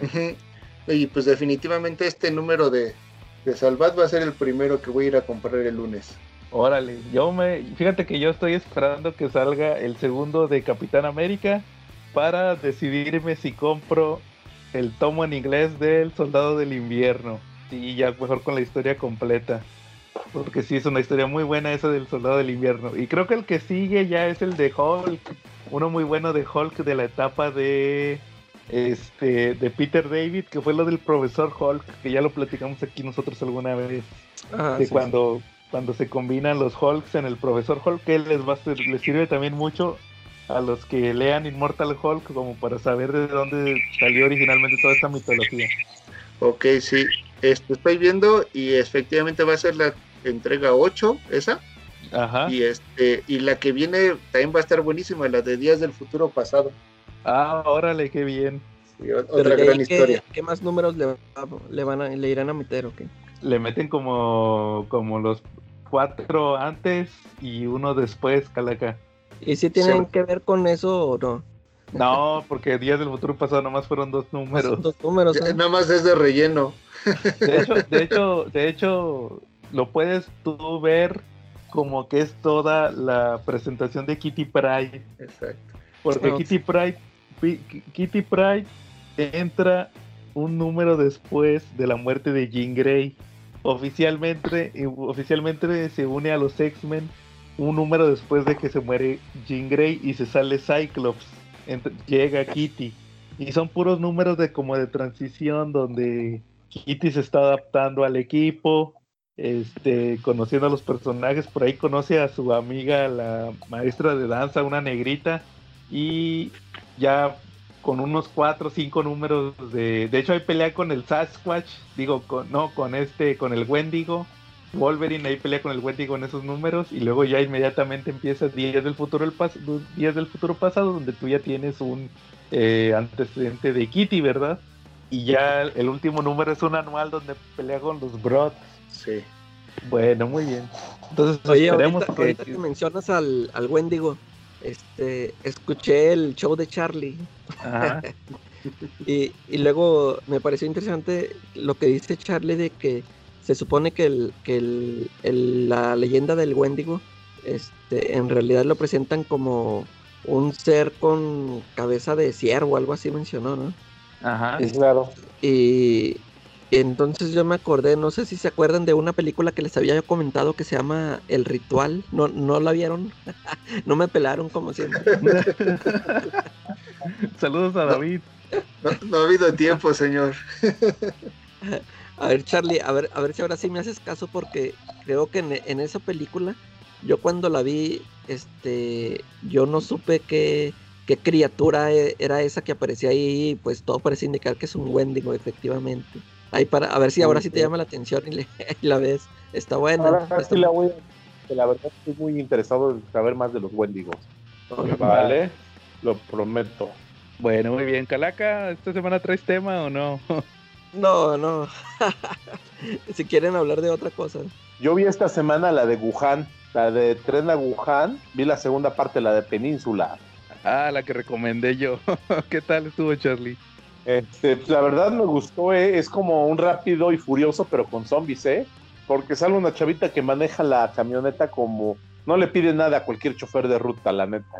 Y pues definitivamente este número de Salvat va a ser el primero que voy a ir a comprar el lunes. Órale, fíjate que yo estoy esperando que salga el segundo de Capitán América para decidirme si compro el tomo en inglés del Soldado del Invierno. Y ya mejor con la historia completa. Porque sí es una historia muy buena esa del Soldado del Invierno. Y creo que el que sigue ya es el de Hulk. Uno muy bueno de Hulk de la etapa de Peter David, que fue lo del Profesor Hulk, que ya lo platicamos aquí nosotros alguna vez. De sí, cuando se combinan los Hulks en el Profesor Hulk, que les sirve también mucho a los que lean Immortal Hulk como para saber de dónde salió originalmente toda esta mitología. Ok, sí. Estoy viendo y efectivamente va a ser la entrega 8, esa. Ajá. Y la que viene también va a estar buenísima, la de Días del Futuro Pasado. Órale, qué bien. Sí, otra gran historia. ¿Qué más números le irán a meter o qué? Le meten como los 4 antes y uno después, Calaca. ¿Y si tienen que ver con eso o no? No, porque Días del Futuro Pasado nomás fueron 2 números. 2 números, ¿eh? Nada más es de relleno. De hecho, lo puedes tú ver como que es toda la presentación de Kitty Pryde. Exacto. Porque Kitty Pryde entra un número después de la muerte de Jean Grey. Oficialmente se une a los X-Men un número después de que se muere Jean Grey y se sale Cyclops. Llega Kitty. Y son puros números de como de transición donde Kitty se está adaptando al equipo, conociendo a los personajes. Por ahí conoce a su amiga, la maestra de danza, una negrita, y ya con unos 4 o 5 números de hecho hay pelea con el Sasquatch, con el Wendigo, Wolverine, ahí pelea con el Wendigo en esos números, y luego ya inmediatamente empieza Días del Futuro Pasado, donde tú ya tienes un antecedente de Kitty, ¿verdad? Y ya el último número es un anual donde pelea con los Brods. Sí. Bueno, muy bien. Entonces, oye, esperemos ahorita que mencionas al Wendigo, escuché el show de Charlie. Ajá. y luego me pareció interesante lo que dice Charlie de que se supone que la leyenda del Wendigo en realidad lo presentan como un ser con cabeza de ciervo, algo así mencionó, ¿no? Ajá. Claro. Y entonces yo me acordé, no sé si se acuerdan de una película que les había yo comentado que se llama El Ritual. ¿No la vieron? No me pelaron como siempre. Saludos a David. No ha habido tiempo, señor. A ver, Charlie, a ver si ahora sí me haces caso, porque creo que en esa película, yo cuando la vi, yo no supe qué criatura era esa que aparecía ahí, pues todo parece indicar que es un Wendigo, efectivamente. Ahí a ver si ahora sí te llama la atención y la ves. Está buena. Ahora sí la verdad estoy muy interesado en saber más de los Wendigos. Vale, lo prometo. Bueno, muy bien. Calaca, ¿esta semana traes tema o no? No. Si quieren hablar de otra cosa. Yo vi esta semana la de Wuhan, la de Tren a Wuhan. Vi la segunda parte, la de Península. Ah, la que recomendé yo. ¿Qué tal estuvo, Charlie? La verdad me gustó, es como un Rápido y Furioso, pero con zombies, porque sale una chavita que maneja la camioneta como... No le pide nada a cualquier chofer de ruta, la neta,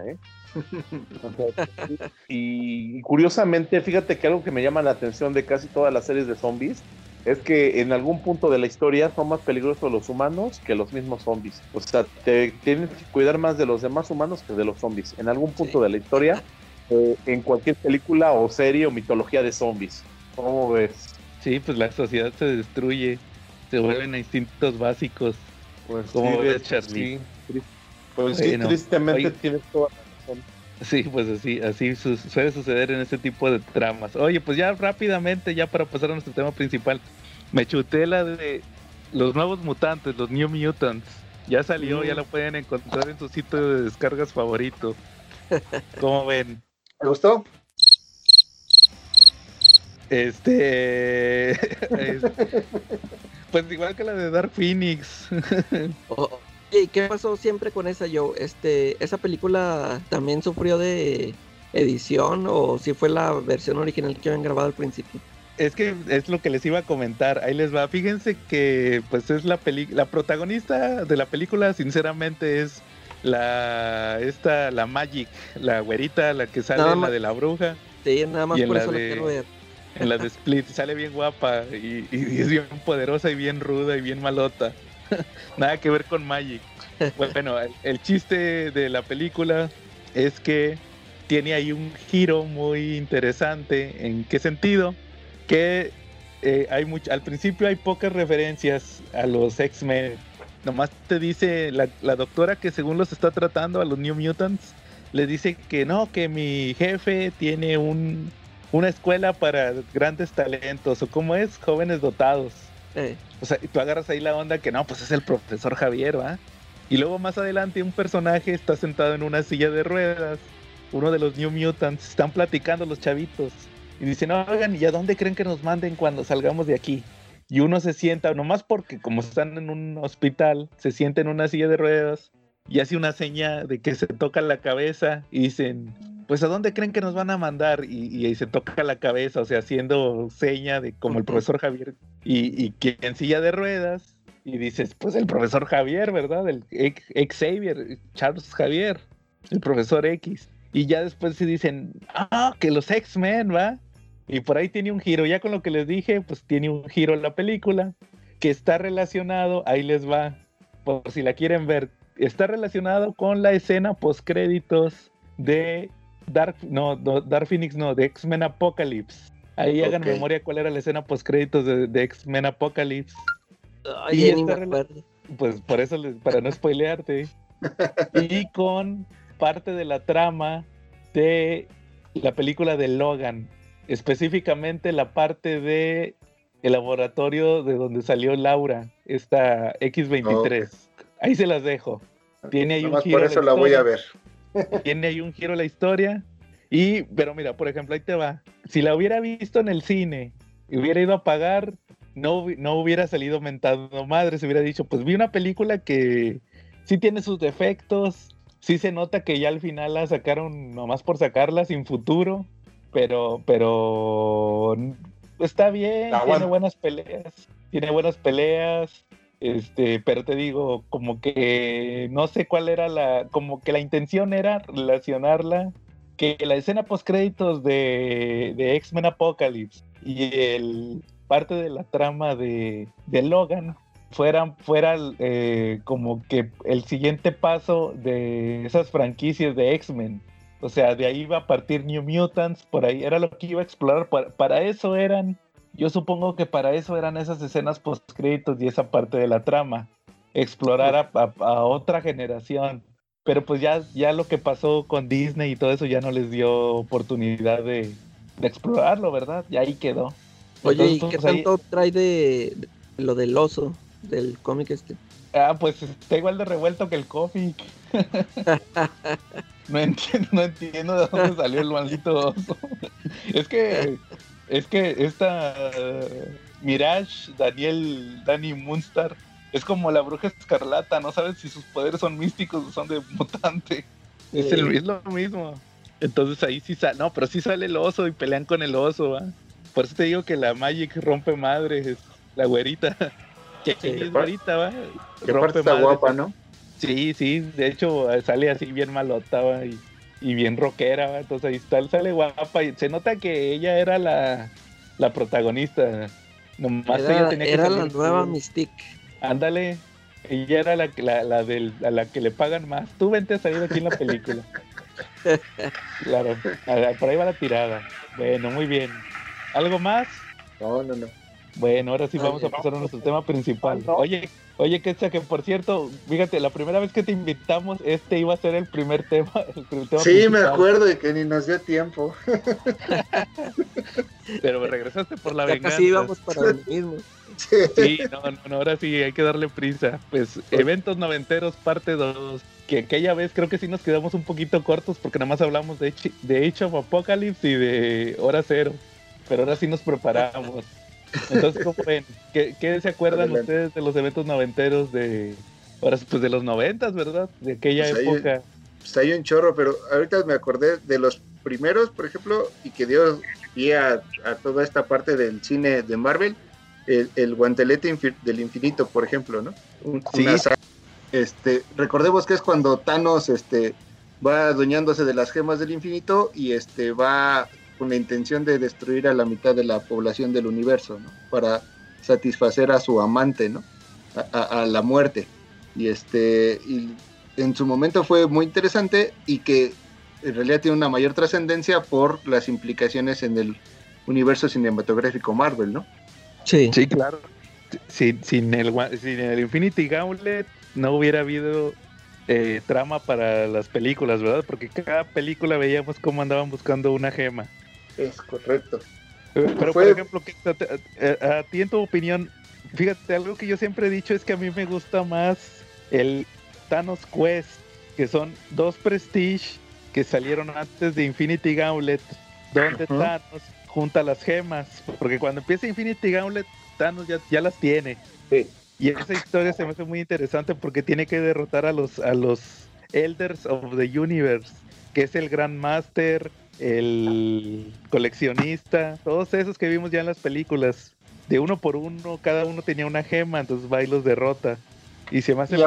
y curiosamente, fíjate que algo que me llama la atención de casi todas las series de zombies es que en algún punto de la historia son más peligrosos los humanos que los mismos zombies. O sea, te tienes que cuidar más de los demás humanos que de los zombies. En algún punto de la historia, en cualquier película o serie o mitología de zombies. ¿Cómo ves? Sí, pues la sociedad se destruye, se vuelven a instintos básicos. Pues ¿cómo sí, ves, Charlie? Sí, pues sí, tristemente tienes toda la razón. Sí, pues así suele suceder en ese tipo de tramas. Oye, pues ya rápidamente, ya para pasar a nuestro tema principal, me chuté la de los nuevos mutantes, los New Mutants. Ya salió, ya la pueden encontrar en su sitio de descargas favorito. ¿Cómo ven? ¿Te gustó? Pues igual que la de Dark Phoenix. ¿Y qué pasó siempre con esa, Joe? ¿Esa película también sufrió de edición o si fue la versión original que habían grabado al principio? Es que es lo que les iba a comentar. Ahí les va. Fíjense que pues es la protagonista de la película, sinceramente, es la Magic, la güerita, la que sale en la de la bruja. Sí, nada más por eso la quiero ver. En la de Split, sale bien guapa y es bien poderosa y bien ruda y bien malota. Nada que ver con Magic. Bueno, el chiste de la película es que tiene ahí un giro muy interesante. ¿En qué sentido? Que al principio hay pocas referencias a los X-Men. Nomás te dice la doctora que según los está tratando a los New Mutants, le dice que no, que mi jefe tiene una escuela para grandes talentos, o como es, jóvenes dotados. O sea, y tú agarras ahí la onda que no, pues es el profesor Javier, ¿va? Y luego más adelante un personaje está sentado en una silla de ruedas, uno de los New Mutants, están platicando los chavitos, y dicen, oigan, ¿y a dónde creen que nos manden cuando salgamos de aquí? Y uno se sienta, nomás porque como están en un hospital, se sienta en una silla de ruedas, y hace una seña de que se toca la cabeza, y dicen, pues ¿a dónde creen que nos van a mandar? Y se toca la cabeza, o sea, haciendo seña de como el profesor Javier, y que en silla de ruedas, y dices, pues el profesor Javier, ¿verdad? El Xavier, Charles Javier, el profesor X. Y ya después se dicen, que los X-Men, ¿va? Y por ahí tiene un giro, ya con lo que les dije, pues tiene un giro en la película, que está relacionado, ahí les va, por si la quieren ver, está relacionado con la escena postcréditos de Dark Phoenix, de X-Men Apocalypse. Ahí hagan memoria cuál era la escena postcréditos de X-Men Apocalypse. Ay, y ni me acuerdo. Pues por eso, para no spoilearte. Y con parte de la trama de la película de Logan, específicamente la parte de el laboratorio de donde salió Laura, esta X-23. Ahí se las dejo. Tiene ahí un giro. Por eso la voy a ver. Tiene ahí un giro la historia. Pero mira, por ejemplo, ahí te va. Si la hubiera visto en el cine y hubiera ido a pagar, no hubiera salido mentando madre. Se hubiera dicho, pues vi una película que sí tiene sus defectos. Sí se nota que ya al final la sacaron nomás por sacarla sin futuro. Pero está bien, tiene buenas peleas. Pero te digo, como que no sé cuál era como que la intención era relacionarla, que la escena postcréditos de X-Men Apocalypse y parte de la trama de Logan fuera como que el siguiente paso de esas franquicias de X-Men. O sea, de ahí iba a partir New Mutants, por ahí era lo que iba a explorar, para eso eran. Yo supongo que para eso eran esas escenas postcréditos y esa parte de la trama, explorar a otra generación. Pero pues ya lo que pasó con Disney y todo eso ya no les dio oportunidad de explorarlo, ¿verdad? Ya ahí quedó. Oye, ¿y qué tanto trae de lo del oso, del cómic este? Pues está igual de revuelto que el cómic. No entiendo de dónde salió el maldito oso. Es que esta Mirage, Dani Moonstar, es como la bruja escarlata, no sabes si sus poderes son místicos o son de mutante. Es lo mismo. Entonces ahí sí pero sí sale el oso y pelean con el oso, ¿va? Por eso te digo que la Magic rompe madres, la güerita. Que es güerita, ¿va? Que parte está guapa, ¿no? Sí, de hecho sale así bien malota, ¿va? Y bien rockera, ¿va? Entonces ahí sale guapa y se nota que ella era la protagonista. Nomás ella tenía que era la nueva Mystique. Ándale, ella era la que le pagan más. Tú vente a salir aquí en la película. Claro, por ahí va la tirada. Bueno, muy bien. ¿Algo más? No. Bueno, ahora sí vamos a pasar a nuestro tema principal. Oye, Quetzal, que por cierto, fíjate, la primera vez que te invitamos, iba a ser el primer tema. Sí, principal. Me acuerdo de que ni nos dio tiempo. Pero me regresaste por la venganza. Casi íbamos para lo mismo. Sí, no, ahora sí, hay que darle prisa. Pues, eventos noventeros, parte 2. Que aquella vez creo que sí nos quedamos un poquito cortos porque nada más hablamos de Age of Apocalypse y de Hora Cero. Pero ahora sí nos preparamos. Entonces, ¿cómo ven? ¿Qué se acuerdan ustedes de los eventos noventeros de los 90s, verdad? De aquella época. Hay un chorro, pero ahorita me acordé de los primeros, por ejemplo, y que dio pie a toda esta parte del cine de Marvel, el guantelete del infinito, por ejemplo, ¿no? Recordemos que es cuando Thanos va adueñándose de las gemas del infinito y va con la intención de destruir a la mitad de la población del universo, ¿no? Para satisfacer a su amante, ¿no? A la muerte. Y en su momento fue muy interesante y que en realidad tiene una mayor trascendencia por las implicaciones en el universo cinematográfico Marvel, ¿no? Sí, claro. Sin el Infinity Gauntlet no hubiera habido trama para las películas, ¿verdad? Porque cada película veíamos cómo andaban buscando una gema. Es correcto. Pero por ejemplo, a ti en tu opinión, fíjate, algo que yo siempre he dicho es que a mí me gusta más el Thanos Quest, que son 2 Prestige que salieron antes de Infinity Gauntlet, donde Thanos junta las gemas, porque cuando empieza Infinity Gauntlet, Thanos ya las tiene. Sí. Y esa historia se me hace muy interesante porque tiene que derrotar a los Elders of the Universe, que es el Grandmaster, el coleccionista, todos esos que vimos ya en las películas. De uno por uno, cada uno tenía una gema, entonces va y los derrota. Y se me hace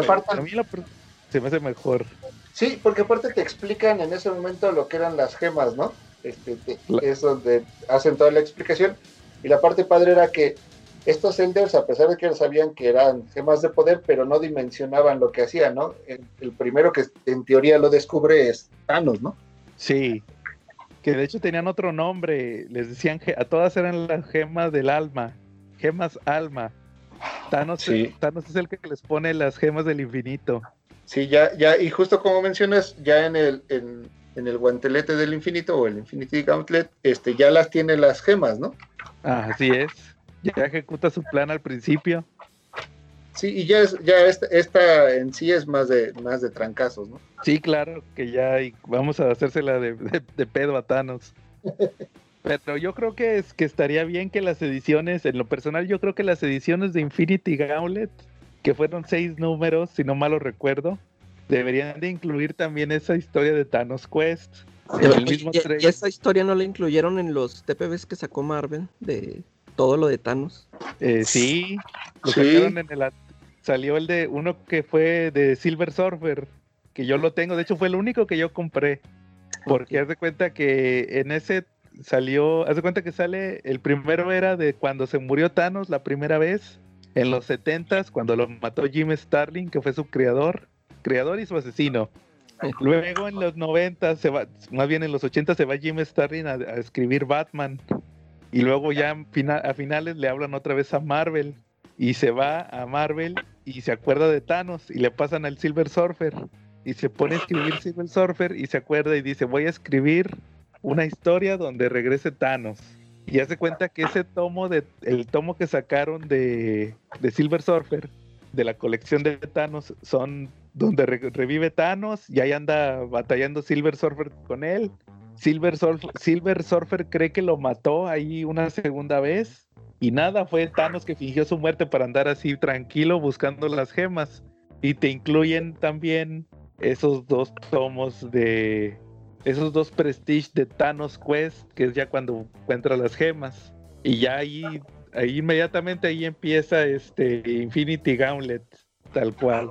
se me hace mejor. Sí, porque aparte te explican en ese momento lo que eran las gemas, ¿no? es donde hacen toda la explicación. Y la parte padre era que estos Elders, a pesar de que sabían que eran gemas de poder, pero no dimensionaban lo que hacían, ¿no? El primero que en teoría lo descubre es Thanos, ¿no? Sí, que de hecho tenían otro nombre, les decían que a todas eran las gemas del alma, gemas alma. Thanos es el que les pone las gemas del infinito. Sí, ya, y justo como mencionas, ya en el guantelete del infinito o el Infinity Gauntlet, ya las tiene las gemas, ¿no? Así es. Ya ejecuta su plan al principio. Sí, y esta en sí es más de trancazos, ¿no? Sí, claro, que ya vamos a hacérsela de pedo a Thanos. Pero yo creo que estaría bien que las ediciones, en lo personal, yo creo que las ediciones de Infinity Gauntlet, que fueron 6 números, si no mal lo recuerdo, deberían de incluir también esa historia de Thanos Quest. ¿Y esa historia no la incluyeron en los TPBs que sacó Marvel de todo lo de Thanos? Sí, lo sacaron salió el de uno que fue de Silver Surfer, que yo lo tengo, de hecho fue el único que yo compré, porque haz de cuenta que en ese salió, haz de cuenta que sale, el primero era de cuando se murió Thanos la primera vez, en los 70s, cuando lo mató Jim Starlin, que fue su creador y su asesino. Luego en los 90 más bien en los 80 se va Jim Starlin a escribir Batman. Y luego ya a finales le hablan otra vez a Marvel. Y se va a Marvel y se acuerda de Thanos y le pasan al Silver Surfer. Y se pone a escribir Silver Surfer y se acuerda y dice, voy a escribir una historia donde regrese Thanos. Y hace cuenta que ese el tomo que sacaron de Silver Surfer, de la colección de Thanos, son donde revive Thanos y ahí anda batallando Silver Surfer con él. Silver Surfer cree que lo mató ahí una segunda vez y nada, fue Thanos que fingió su muerte para andar así tranquilo buscando las gemas. Y te incluyen también esos 2 tomos esos 2 Prestige de Thanos Quest, que es ya cuando encuentra las gemas. Y ya ahí inmediatamente ahí empieza Infinity Gauntlet, tal cual.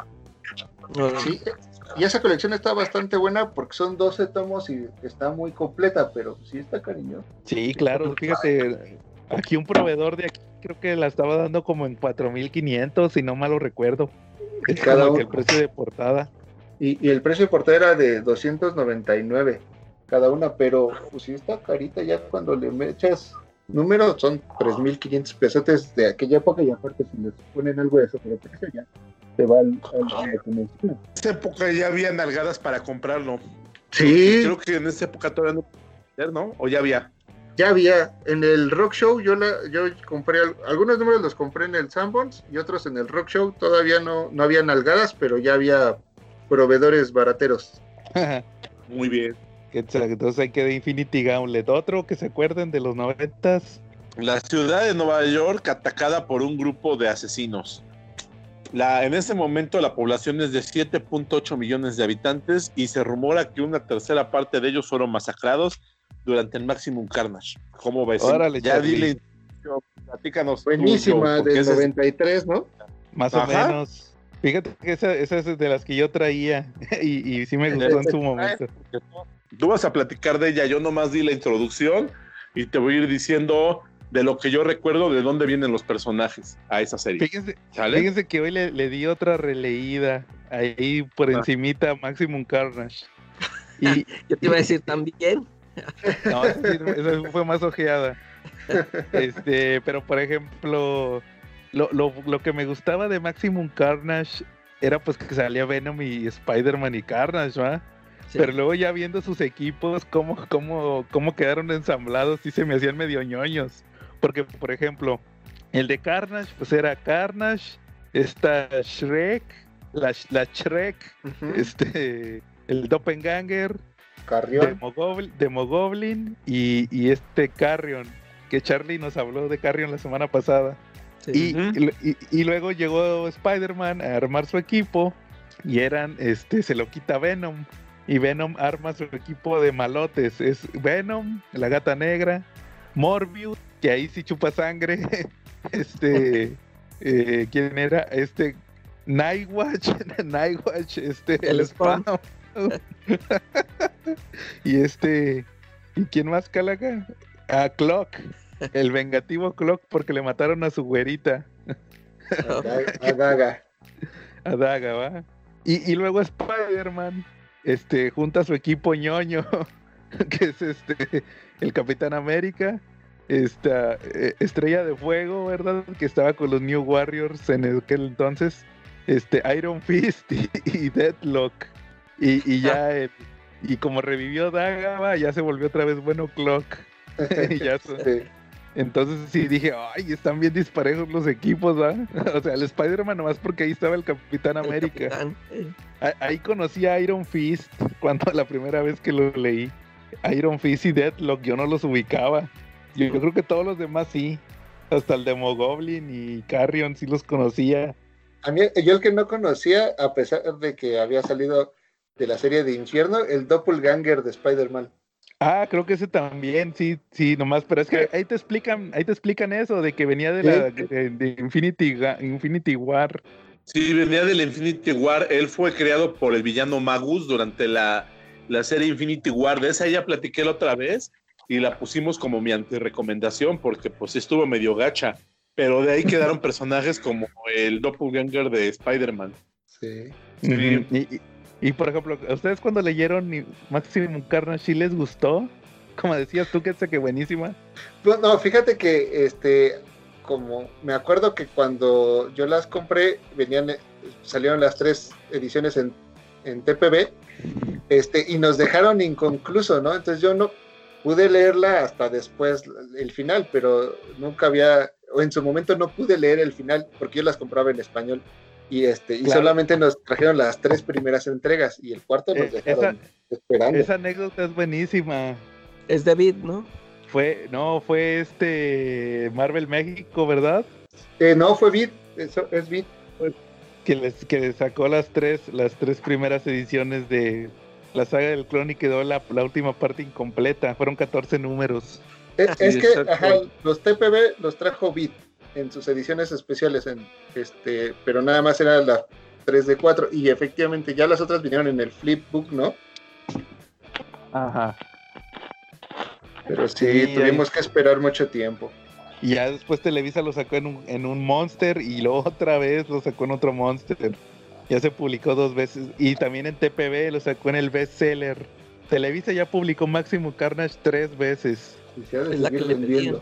Sí, y esa colección está bastante buena porque son 12 tomos y está muy completa, pero sí está cariñoso. Sí, claro, fíjate, aquí un proveedor de aquí creo que la estaba dando como en 4,500, si no mal lo recuerdo. Es como que el precio de portada. Y el precio de portada era de 299 cada una, pero pues sí está carita ya cuando le echas números, son 3,500 pesotes de aquella época y aparte si les ponen algo de eso, pero precio ya te va al en esa época ya había nalgadas para comprarlo. Sí. Creo que en esa época todavía no, ¿o ya había? Ya había. En el Rock Show yo compré, algunos números los compré en el Sanborns y otros en el Rock Show. Todavía no había nalgadas, pero ya había proveedores barateros. Muy bien. Entonces hay que de Infinity Gauntlet. Otro que se acuerden de los 90s. La ciudad de Nueva York atacada por un grupo de asesinos. En ese momento la población es de 7.8 millones de habitantes y se rumora que una tercera parte de ellos fueron masacrados durante el Maximum Carnage. ¿Cómo ves? Órale, ya dile, platícanos. Buenísima, del 93, ¿no? Más o menos. Fíjate que esa es de las que yo traía y sí me gustó en su momento. Tú vas a platicar de ella, yo nomás di la introducción y te voy a ir diciendo de lo que yo recuerdo de dónde vienen los personajes a esa serie. Fíjense que hoy le di otra releída ahí por encimita a Maximum Carnage. Y yo te iba a decir también. No, esa fue más ojeada. Pero por ejemplo, lo que me gustaba de Maximum Carnage era pues que salía Venom y Spider-Man y Carnage, ¿va? Sí. Pero luego ya viendo sus equipos, cómo quedaron ensamblados, sí se me hacían medio ñoños. Porque, por ejemplo, el de Carnage, pues era Carnage, Shrek, la Shrek, el Doppelganger, Demogoblin y Carrion, que Charlie nos habló de Carrion la semana pasada. Sí. Y luego llegó Spider-Man a armar su equipo y se lo quita Venom. Y Venom arma su equipo de malotes. Es Venom, la Gata Negra, Morbius, que ahí sí chupa sangre. ¿Quién era? Nightwatch, el Spawn. Y ¿Y quién más, Calaca? A Clock, el vengativo Clock, porque le mataron a su güerita. A Daga. A Daga, ¿va? Y luego Spider-Man junta a su equipo ñoño, que es el Capitán América, Estrella de Fuego, ¿verdad? Que estaba con los New Warriors en aquel entonces, Iron Fist y Deathlock. Y ya y como revivió Daga, ¿va? Ya se volvió otra vez bueno Clock. Y ya sí. Entonces sí dije, ay, están bien disparejos los equipos, ¿va? O sea, el Spider-Man nomás porque ahí estaba el Capitán América. Ahí conocí a Iron Fist cuando la primera vez que lo leí. Iron Fist y Deathlock, yo no los ubicaba. Yo creo que todos los demás sí. Hasta el Demogoblin y Carrion sí los conocía. A mí, yo el que no conocía, a pesar de que había salido de la serie de Infierno, el Doppelganger de Spider-Man. Ah, creo que ese también, sí, nomás, pero es que ahí te explican eso, de que venía de Infinity War. Sí, venía del Infinity War, él fue creado por el villano Magus durante la serie Infinity War, de esa ya platiqué la otra vez, y la pusimos como mi antirecomendación, porque pues estuvo medio gacha, pero de ahí quedaron personajes como el Doppelganger de Spider-Man. Sí. Y por ejemplo, ¿a ustedes cuando leyeron Maximum Carnage sí les gustó? Como decías tú, que buenísima. Pues no, fíjate que como me acuerdo que cuando yo las compré, salieron las 3 ediciones en TPB, y nos dejaron inconcluso, ¿no? Entonces yo no pude leerla hasta después el final, pero nunca o en su momento no pude leer el final porque yo las compraba en español. Y claro, solamente nos trajeron las 3 primeras entregas y el cuarto nos dejaron esperando. Esa anécdota es buenísima. Es David, ¿no? Fue Marvel México, ¿verdad? No, fue Vid, es Vid. Que sacó las tres primeras ediciones de la saga del clon y quedó la última parte incompleta. Fueron 14 números. Es que los TPB los trajo Vid en sus ediciones especiales, pero nada más eran las 3 de 4 y efectivamente ya las otras vinieron en el flipbook, ¿no? Ajá. Pero sí, tuvimos que esperar mucho tiempo. Y ya después Televisa lo sacó en un Monster y luego otra vez lo sacó en otro Monster. Ya se publicó 2 veces. Y también en TPB lo sacó en el bestseller. Televisa ya publicó Maximum Carnage 3 veces. Es la que le vendiendo.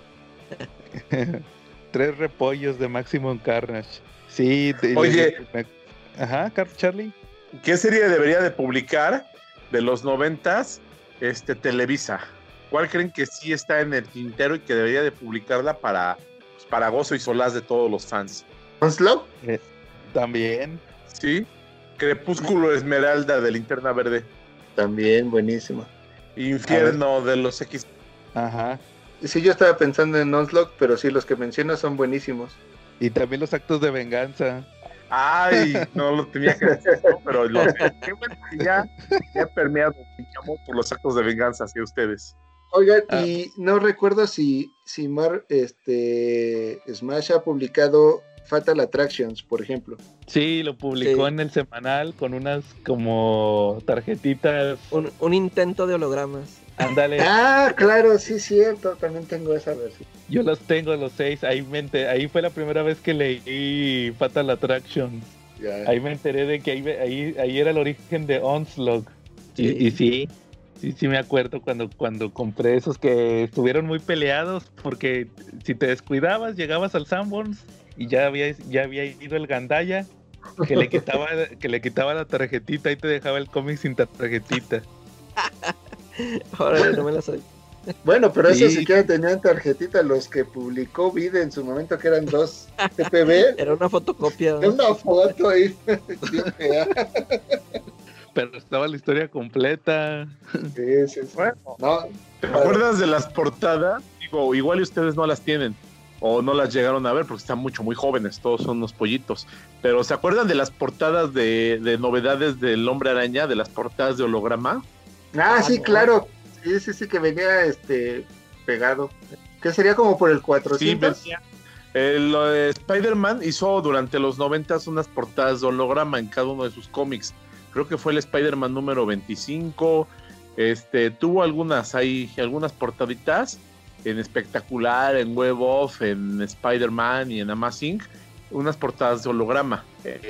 3 repollos de Maximum Carnage. Sí. Oye. Ajá, Charlie. ¿Qué serie debería de publicar de los 90s Televisa? ¿Cuál creen que sí está en el tintero y que debería de publicarla para gozo y solaz de todos los fans? ¿Onslaught? También. Sí. Crepúsculo Esmeralda de Linterna Verde. También, buenísimo. Infierno de los X. Ajá. Sí, yo estaba pensando en Onslaught, pero sí, los que mencionas son buenísimos. Y también los actos de venganza. Ay, no lo tenía que decir, ¿no? Pero qué bueno que ya permeado mi amor por los actos de venganza hacia ustedes. Oigan, y no recuerdo si Smash ha publicado Fatal Attractions, por ejemplo. Sí, lo publicó en el semanal con unas como tarjetitas. Un intento de hologramas. Ándale. Ah, claro, sí, cierto, también tengo esa versión. Yo los tengo los 6, ahí fue la primera vez que leí Fatal Attractions. Yeah. Ahí me enteré de que ahí era el origen de Onslaught. Sí. Y sí me acuerdo cuando compré esos que estuvieron muy peleados, porque si te descuidabas llegabas al Sanborns y ya había ido el Gandaya que le quitaba la tarjetita y te dejaba el cómic sin tarjetita. Ahora no me la sé. Bueno, pero eso siquiera tenían tarjetita. Los que publicó Vid en su momento, que eran 2 TPB. Era una fotocopia. Era una foto ahí. Pero estaba la historia completa. Sí. Bueno, ¿te acuerdas de las portadas? Digo, igual y ustedes no las tienen o no las llegaron a ver porque están muy jóvenes, todos son unos pollitos. Pero ¿se acuerdan de las portadas de novedades del Hombre Araña, de las portadas de holograma? Sí, claro. Sí, que venía pegado. Que sería como por el 400. Sí, Spider-Man hizo durante los 90s unas portadas de holograma en cada uno de sus cómics. Creo que fue el Spider-Man número 25, tuvo algunas portaditas en Espectacular, en Web of, en Spider-Man y en Amazing, unas portadas de holograma.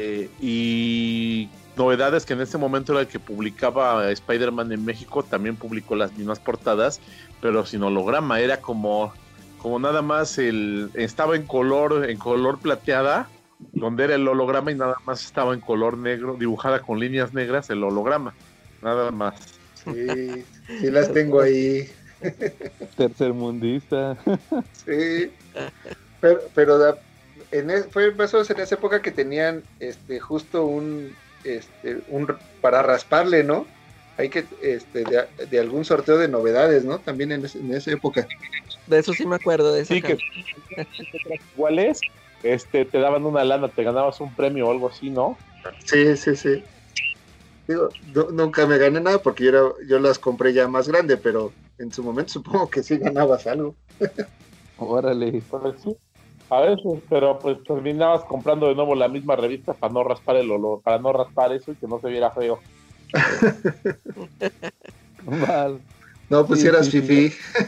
Y novedades que en ese momento era el que publicaba Spider-Man en México, también publicó las mismas portadas, pero sin holograma. Era como nada más estaba en color plateada, donde era el holograma, y nada más estaba en color negro, dibujada con líneas negras el holograma, nada más. Sí las tengo ahí. Tercermundista. Sí, pero fue más o menos en esa época que tenían justo un para rasparle, ¿no? Hay que de algún sorteo de novedades, ¿no? También en esa época. De eso sí me acuerdo, de esa. Sí, que iguales, te daban una lana, te ganabas un premio o algo así, ¿no? Sí. Digo, nunca me gané nada porque yo las compré ya más grande, pero en su momento supongo que sí ganabas algo. Órale. Pues sí, a veces, pero pues terminabas comprando de nuevo la misma revista para no raspar para no raspar eso y que no se viera feo. Mal. No, pues si eras fifí.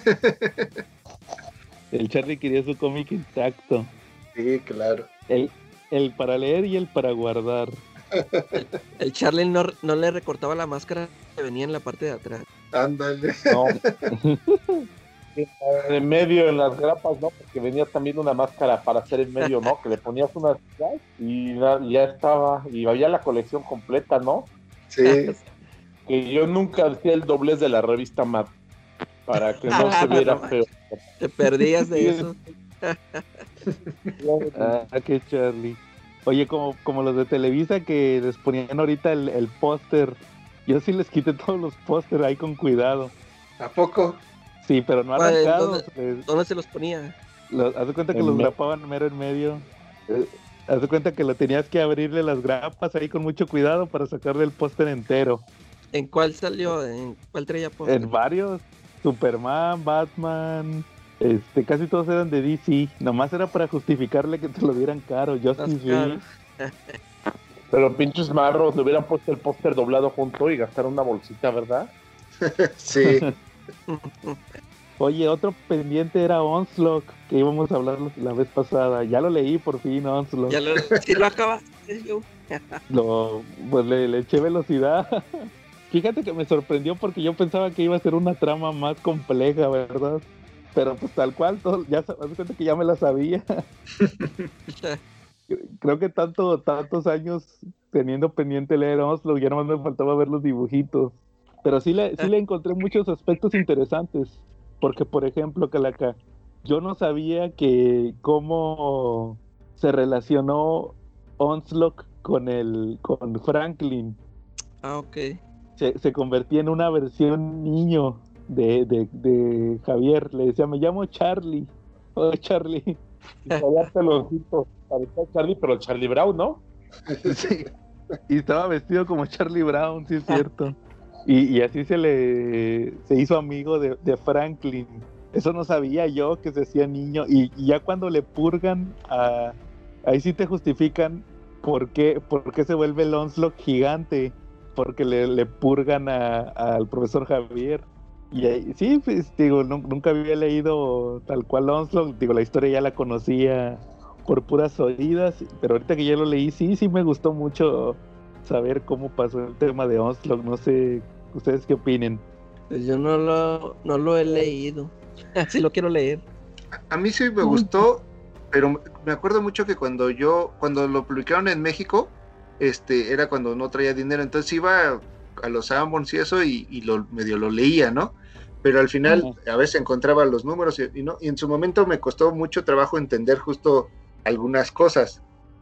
El Charlie quería su cómic intacto. Sí, claro. El para leer y el para guardar. El Charlie no le recortaba la máscara que venía en la parte de atrás. Ándale. No. En medio, en las grapas, ¿no? Porque venía también una máscara para hacer en medio, ¿no? Que le ponías unas y ya estaba, y había la colección completa, ¿no? Sí. Que yo nunca hacía el doblez de la revista Mad, para que no se viera feo. Te perdías de eso. Qué Charlie. Oye, como los de Televisa que les ponían ahorita el póster. Yo sí les quité todos los póster ahí con cuidado. ¿A poco? Sí, pero no arrancados. ¿Dónde se los ponía? Haz de cuenta que los grapaban mero en medio. Haz de cuenta que lo tenías que abrirle las grapas ahí con mucho cuidado para sacarle el póster entero. ¿En cuál salió? ¿En cuál traía póster? En varios. Superman, Batman, casi todos eran de DC. Nomás era para justificarle que te lo dieran caro. Justice League. Pero pinches marros, le hubieran puesto el póster doblado junto y gastaron una bolsita, ¿verdad? Sí. Oye, otro pendiente era Onslaught, que íbamos a hablar la vez pasada. Ya lo leí por fin, Onslaught. ¿Sí lo acabaste? Pues le eché velocidad. Fíjate que me sorprendió porque yo pensaba que iba a ser una trama más compleja, ¿verdad? Pero pues tal cual, ya se cuenta que ya me la sabía. Creo que tantos años teniendo pendiente leer Onslaught, ya nomás me faltaba ver los dibujitos. Pero sí le encontré muchos aspectos interesantes. Porque, por ejemplo, Calaca, yo no sabía cómo se relacionó Onslaught con Franklin. Ah, ok. Se convertía en una versión niño de Javier. Le decía, me llamo Charlie. Oh, Charlie. Y había peloncito. Parecía Charlie, pero Charlie Brown, ¿no? Sí. Y estaba vestido como Charlie Brown, sí es cierto. Y así se hizo amigo de Franklin. Eso no sabía yo, que se hacía niño. Y ya cuando le purgan, ahí sí te justifican por qué se vuelve el Onslaught gigante. Porque le purgan al profesor Javier. Y ahí, sí, pues, nunca había leído tal cual Onslaught. La historia ya la conocía por puras oídas. Pero ahorita que ya lo leí, sí me gustó mucho saber cómo pasó el tema de Onslaught. No sé, ¿ustedes qué opinen? Pues yo no lo he leído. Sí lo quiero leer. A mí sí me gustó, pero me acuerdo mucho que cuando lo publicaron en México, era cuando no traía dinero, entonces iba a los Sanborns y eso y medio lo leía, ¿no? Pero al final a veces encontraba los números y en su momento me costó mucho trabajo entender justo algunas cosas.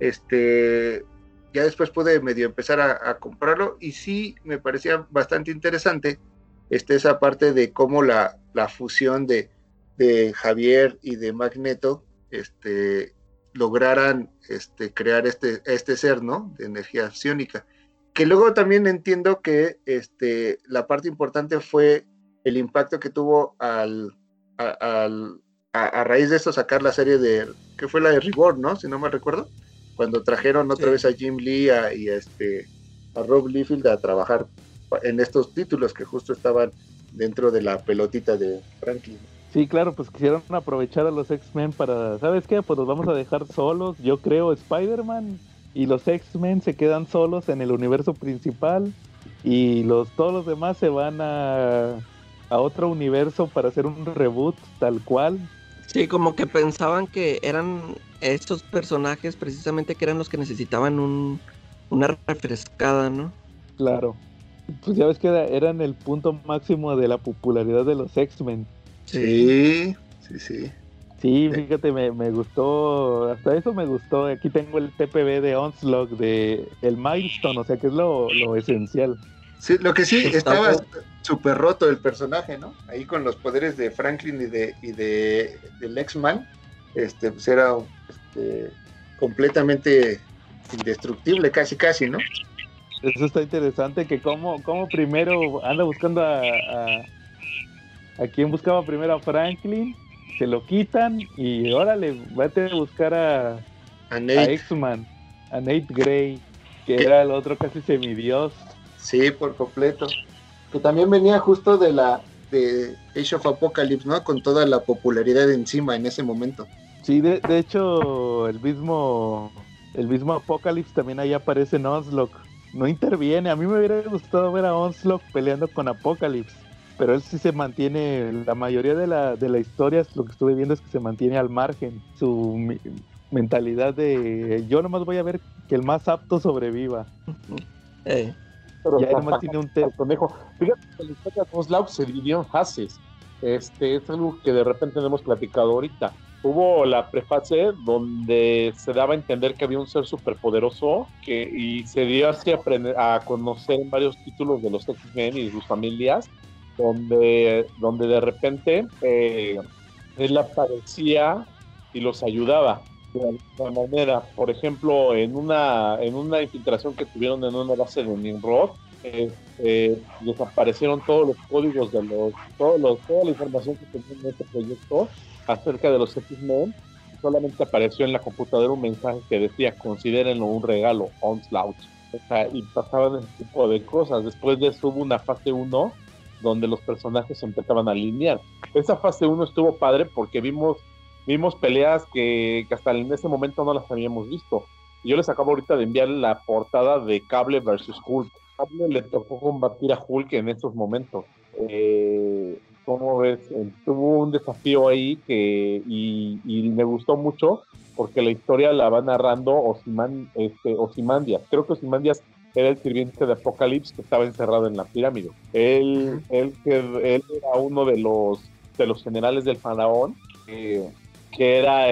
Ya después pude medio empezar a comprarlo y sí me parecía bastante interesante esa parte de cómo la fusión de Javier y de Magneto lograran crear este ser, ¿no? De energía psiónica. Que luego también entiendo que la parte importante fue el impacto que tuvo a raíz de esto sacar la serie que fue la de Reborn, ¿no? Si no me recuerdo. Cuando trajeron otra vez a Jim Lee y a Rob Liefeld a trabajar en estos títulos que justo estaban dentro de la pelotita de Franklin. Sí, claro, pues quisieron aprovechar a los X-Men para, ¿sabes qué? Pues los vamos a dejar solos, yo creo, Spider-Man y los X-Men se quedan solos en el universo principal y todos los demás se van a otro universo para hacer un reboot tal cual. Sí, como que pensaban que eran estos personajes precisamente que eran los que necesitaban una refrescada, ¿no? Claro. Pues ya ves que eran el punto máximo de la popularidad de los X-Men. Sí. Sí, fíjate, me gustó, hasta eso me gustó. Aquí tengo el TPB de Onslaught, de el Milestone, o sea que es lo esencial. Sí, lo que sí, estaba súper roto el personaje, ¿no? Ahí con los poderes de Franklin y del X-Man, pues era completamente indestructible, casi, ¿no? Eso está interesante, que como primero anda buscando a quien buscaba primero a Franklin, se lo quitan y órale, vete a buscar a X-Man, a Nate Grey, que era el otro casi semidios. Sí, por completo. Que también venía justo de Age of Apocalypse, ¿no? Con toda la popularidad encima en ese momento. Sí, de hecho, el mismo Apocalypse también ahí aparece en Onslaught. No interviene, a mí me hubiera gustado ver a Onslaught peleando con Apocalypse, pero él sí se mantiene, la mayoría de la historia, lo que estuve viendo es que se mantiene al margen. Su mentalidad de yo nomás voy a ver que el más apto sobreviva. Pero ya nomás tiene un conejo. Fíjate que la historia de Onslaught se dividió en fases. Es algo que de repente no hemos platicado ahorita. Hubo la prefase donde se daba a entender que había un ser superpoderoso y se dio así a conocer en varios títulos de los X-Men y de sus familias, donde de repente él aparecía y los ayudaba de alguna manera. Por ejemplo, en una infiltración que tuvieron en una base de Nimrod, desaparecieron todos los códigos de toda la información que tenía en este proyecto acerca de los X-Men. Solamente apareció en la computadora un mensaje que decía: considérenlo un regalo, Onslaught. O sea, y pasaban ese tipo de cosas. Después de eso hubo una fase 1 donde los personajes se empezaban a alinear. Esa fase 1 estuvo padre porque vimos peleas que hasta en ese momento no las habíamos visto. Y yo les acabo ahorita de enviar la portada de Cable versus Hulk. Cable le tocó combatir a Hulk en estos momentos. ¿Cómo ves? Tuvo un desafío ahí y me gustó mucho porque la historia la va narrando Ozymandias. Creo que Ozymandias era el sirviente de Apocalypse que estaba encerrado en la pirámide. Él era uno de los generales del faraón, que era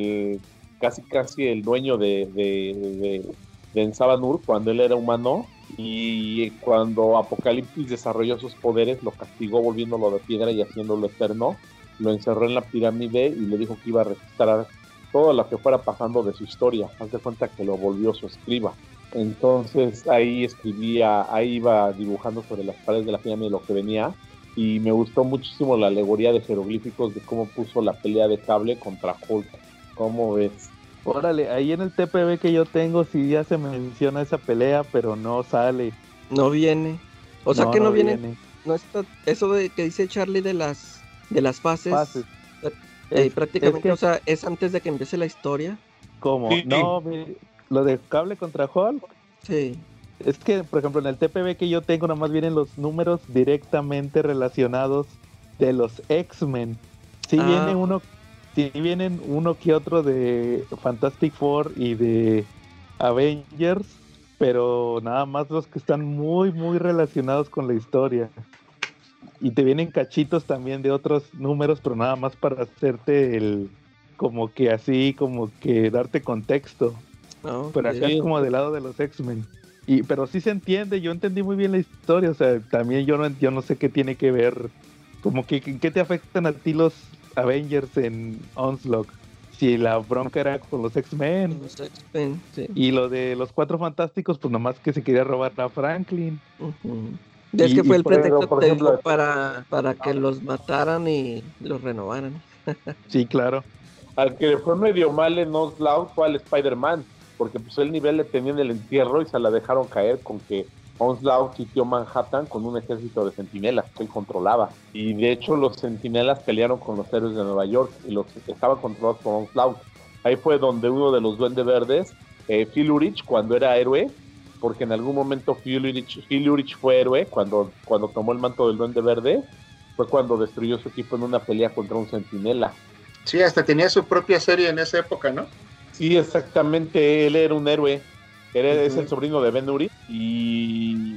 casi el dueño de Ensabanur cuando él era humano. Y cuando Apocalipsis desarrolló sus poderes, lo castigó volviéndolo de piedra y haciéndolo eterno. Lo encerró en la pirámide y le dijo que iba a registrar todo lo que fuera pasando de su historia. Haz de cuenta que lo volvió su escriba. Entonces ahí iba dibujando sobre las paredes de la pirámide lo que venía. Y me gustó muchísimo la alegoría de jeroglíficos de cómo puso la pelea de Cable contra Hulk. ¿Cómo ves? Órale, ahí en el TPB que yo tengo sí ya se menciona esa pelea, pero no sale. No viene. O sea que no viene. No está eso de que dice Charlie de las fases. Prácticamente, o sea, es antes de que empiece la historia. ¿Cómo? Sí. No, lo de Cable contra Hulk. Sí. Es que, por ejemplo, en el TPB que yo tengo nomás vienen los números directamente relacionados de los X-Men. Vienen uno que otro de Fantastic Four y de Avengers, pero nada más los que están muy, muy relacionados con la historia. Y te vienen cachitos también de otros números, pero nada más para hacerte como que darte contexto. Pero acá es como del lado de los X-Men. Pero sí se entiende, yo entendí muy bien la historia, o sea, también yo no sé qué tiene que ver, como que ¿qué te afectan a ti los Avengers en Onslaught? Si la bronca era con los X-Men. Sí. Y lo de los Cuatro Fantásticos, pues nomás que se quería robar a Franklin. Es que fue el pretexto para que los mataran y los renovaran. Sí, claro. Al que le fue medio mal en Onslaught fue al Spider-Man, porque pues el nivel le tenía en el entierro y se la dejaron caer con que Onslaught sitió Manhattan con un ejército de centinelas que él controlaba. Y de hecho los centinelas pelearon con los héroes de Nueva York y los estaban controlados por Onslaught. Ahí fue donde uno de los Duendes Verdes, Phil Urich, cuando era héroe, porque en algún momento Phil Urich fue héroe cuando tomó el manto del Duende Verde, fue cuando destruyó su equipo en una pelea contra un centinela. Sí, hasta tenía su propia serie en esa época, ¿no? Sí, exactamente, él era un héroe. Es el sobrino de Ben Urich y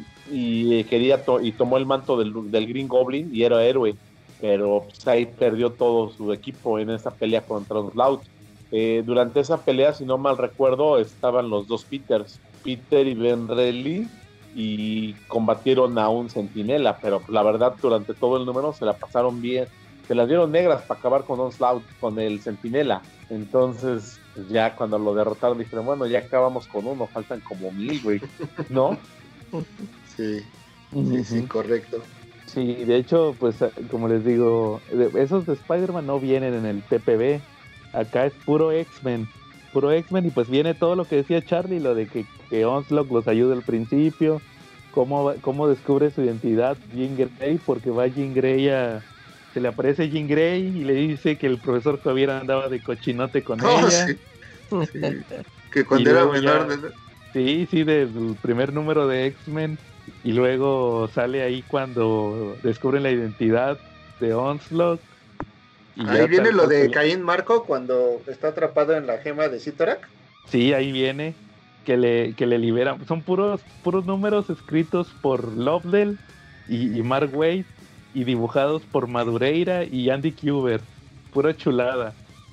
tomó el manto del Green Goblin y era héroe, pero pues, ahí perdió todo su equipo en esa pelea contra Onslaught. Durante esa pelea, si no mal recuerdo, estaban los dos Peters, Peter y Ben Reilly, y combatieron a un centinela, pero la verdad durante todo el número se la pasaron bien, se las dieron negras para acabar con Onslaught, con el centinela. Entonces pues ya cuando lo derrotaron dijeron, bueno, ya acabamos con uno, faltan como 1000, güey, ¿no? Sí, sí, correcto. Sí, de hecho, pues como les digo, esos de Spider-Man no vienen en el TPB, acá es puro X-Men, y pues viene todo lo que decía Charlie, lo de que Onslaught los ayuda al principio, cómo descubre su identidad Jean Grey, porque va Jean Grey se le aparece Jean Grey y le dice que el profesor Javier andaba de cochinote con ella. Sí. Sí. Que cuando era menor. Sí, del primer número de X-Men. Y luego sale ahí cuando descubren la identidad de Onslaught. Ahí viene lo de Caín Marco cuando está atrapado en la gema de Cyttorak. Sí, ahí viene que le liberan. Son puros números escritos por Lovedale y Mark Waid y dibujados por Madureira y Andy Kubert. Pura chulada.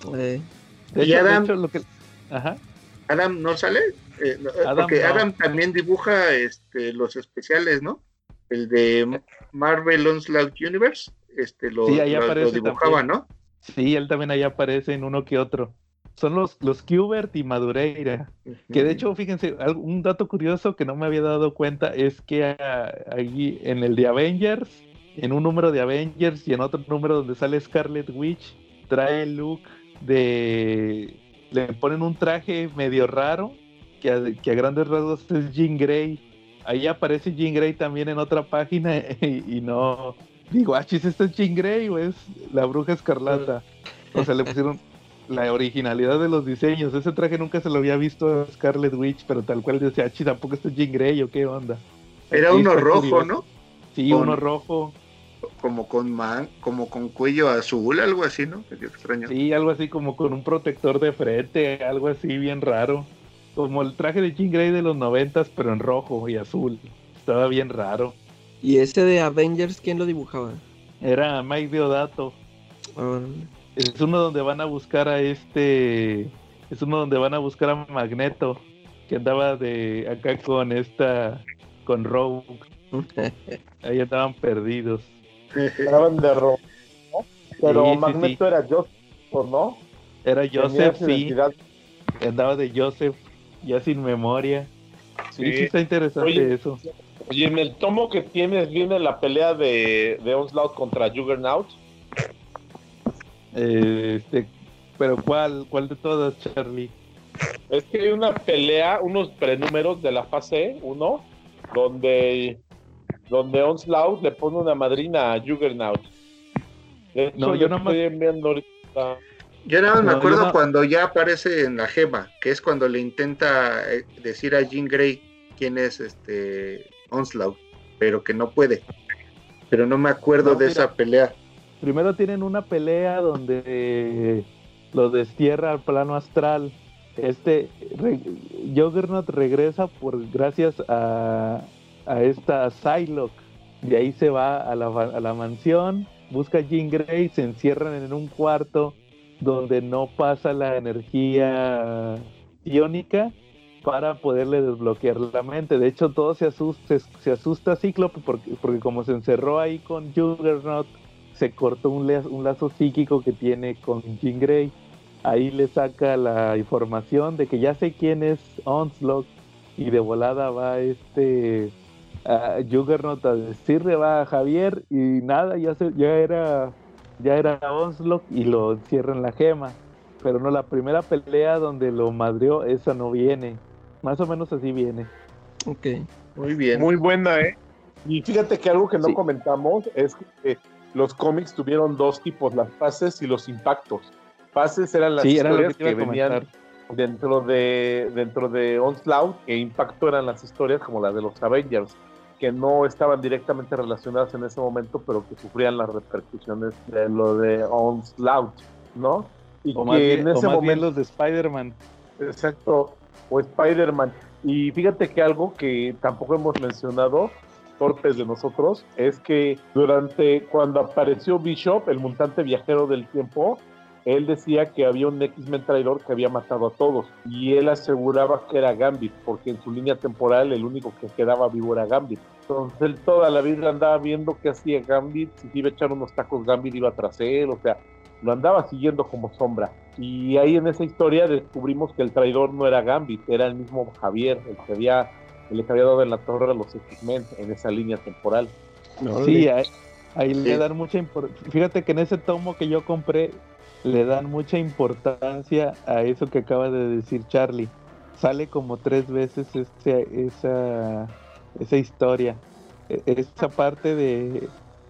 ¿Y Adam? De hecho, Ajá. ¿Adam no sale? Porque Adam también dibuja los especiales, ¿no? El de Marvel Onslaught Universe, lo dibujaba, también, ¿no? Sí, él también ahí aparece en uno que otro. Son los Kubert y Madureira. Que de hecho, fíjense, un dato curioso que no me había dado cuenta es que ahí en el de Avengers, en un número de Avengers y en otro número donde sale Scarlet Witch, trae el look le ponen un traje medio raro que a grandes rasgos es Jean Grey. Ahí aparece Jean Grey también en otra página y no digo, ¿esta es Jean Grey o es la Bruja Escarlata? O sea, le pusieron la originalidad de los diseños. Ese traje nunca se lo había visto a Scarlet Witch, pero tal cual decía, ¿tampoco es Jean Grey o qué onda? Era uno rojo, curioso, ¿no? Sí, uno rojo. Como con cuello azul, algo así, ¿no? Qué extraño. Sí, algo así como con un protector de frente, algo así bien raro. Como el traje de Jean Grey de los 90s, pero en rojo y azul. Estaba bien raro. ¿Y ese de Avengers quién lo dibujaba? Era Mike Deodato. Es uno donde van a buscar a Magneto, que andaba acá con Rogue. Ahí andaban perdidos. Estaban de rojo, ¿no? Pero sí, Magneto era Joseph, ¿no? Era Joseph, sí. Andaba de Joseph, ya sin memoria. Sí, está interesante eso. Oye, en el tomo que tienes viene la pelea de Onslaught contra Juggernaut. Pero ¿cuál de todas, Charlie? Es que hay una pelea, unos prenúmeros de la fase 1, donde Onslaught le pone una madrina a Juggernaut. De hecho, yo no estoy enviando ahorita. Yo nada más me acuerdo cuando ya aparece en la gema, que es cuando le intenta decir a Jean Grey quién es Onslaught, pero que no puede. Pero no me acuerdo de esa pelea. Primero tienen una pelea donde lo destierra al plano astral. Juggernaut regresa gracias a esta Psylocke. De ahí se va a la mansión, busca a Jean Grey, se encierran en un cuarto donde no pasa la energía iónica para poderle desbloquear la mente. De hecho, todo se asusta Cíclope porque como se encerró ahí con Juggernaut, se cortó un lazo psíquico que tiene con Jean Grey. Ahí le saca la información de que ya sé quién es Onslaught y de volada va a Juggernaut a decirle, va a Javier y nada, ya era Onslaught y lo encierra en la gema. Pero no, la primera pelea donde lo madreó, esa no viene. Más o menos así viene. Ok. Muy bien. Muy buena, ¿eh? Y fíjate que algo que no comentamos es que los cómics tuvieron dos tipos, las fases y los impactos. Fases eran las historias que venían dentro de Onslaught, e impacto eran las historias como las de los Avengers, que no estaban directamente relacionadas en ese momento, pero que sufrían las repercusiones de lo de Onslaught, ¿no? Y o que más bien, en ese momento los de Spider-Man. Exacto, o Spider-Man. Y fíjate que algo que tampoco hemos mencionado, torpes de nosotros, es que cuando apareció Bishop, el mutante viajero del tiempo, él decía que había un X-Men traidor que había matado a todos, y él aseguraba que era Gambit, porque en su línea temporal el único que quedaba vivo era Gambit. Entonces él toda la vida andaba viendo qué hacía Gambit, si se iba a echar unos tacos Gambit iba tras él, o sea, lo andaba siguiendo como sombra. Y ahí en esa historia descubrimos que el traidor no era Gambit, era el mismo Javier, el que le había dado en la torre a los X-Men en esa línea temporal. Sí, ahí le dan mucha importancia. Fíjate que en ese tomo que yo compré le dan mucha importancia a eso que acaba de decir Charlie. Sale como 3 veces esa historia, esa parte de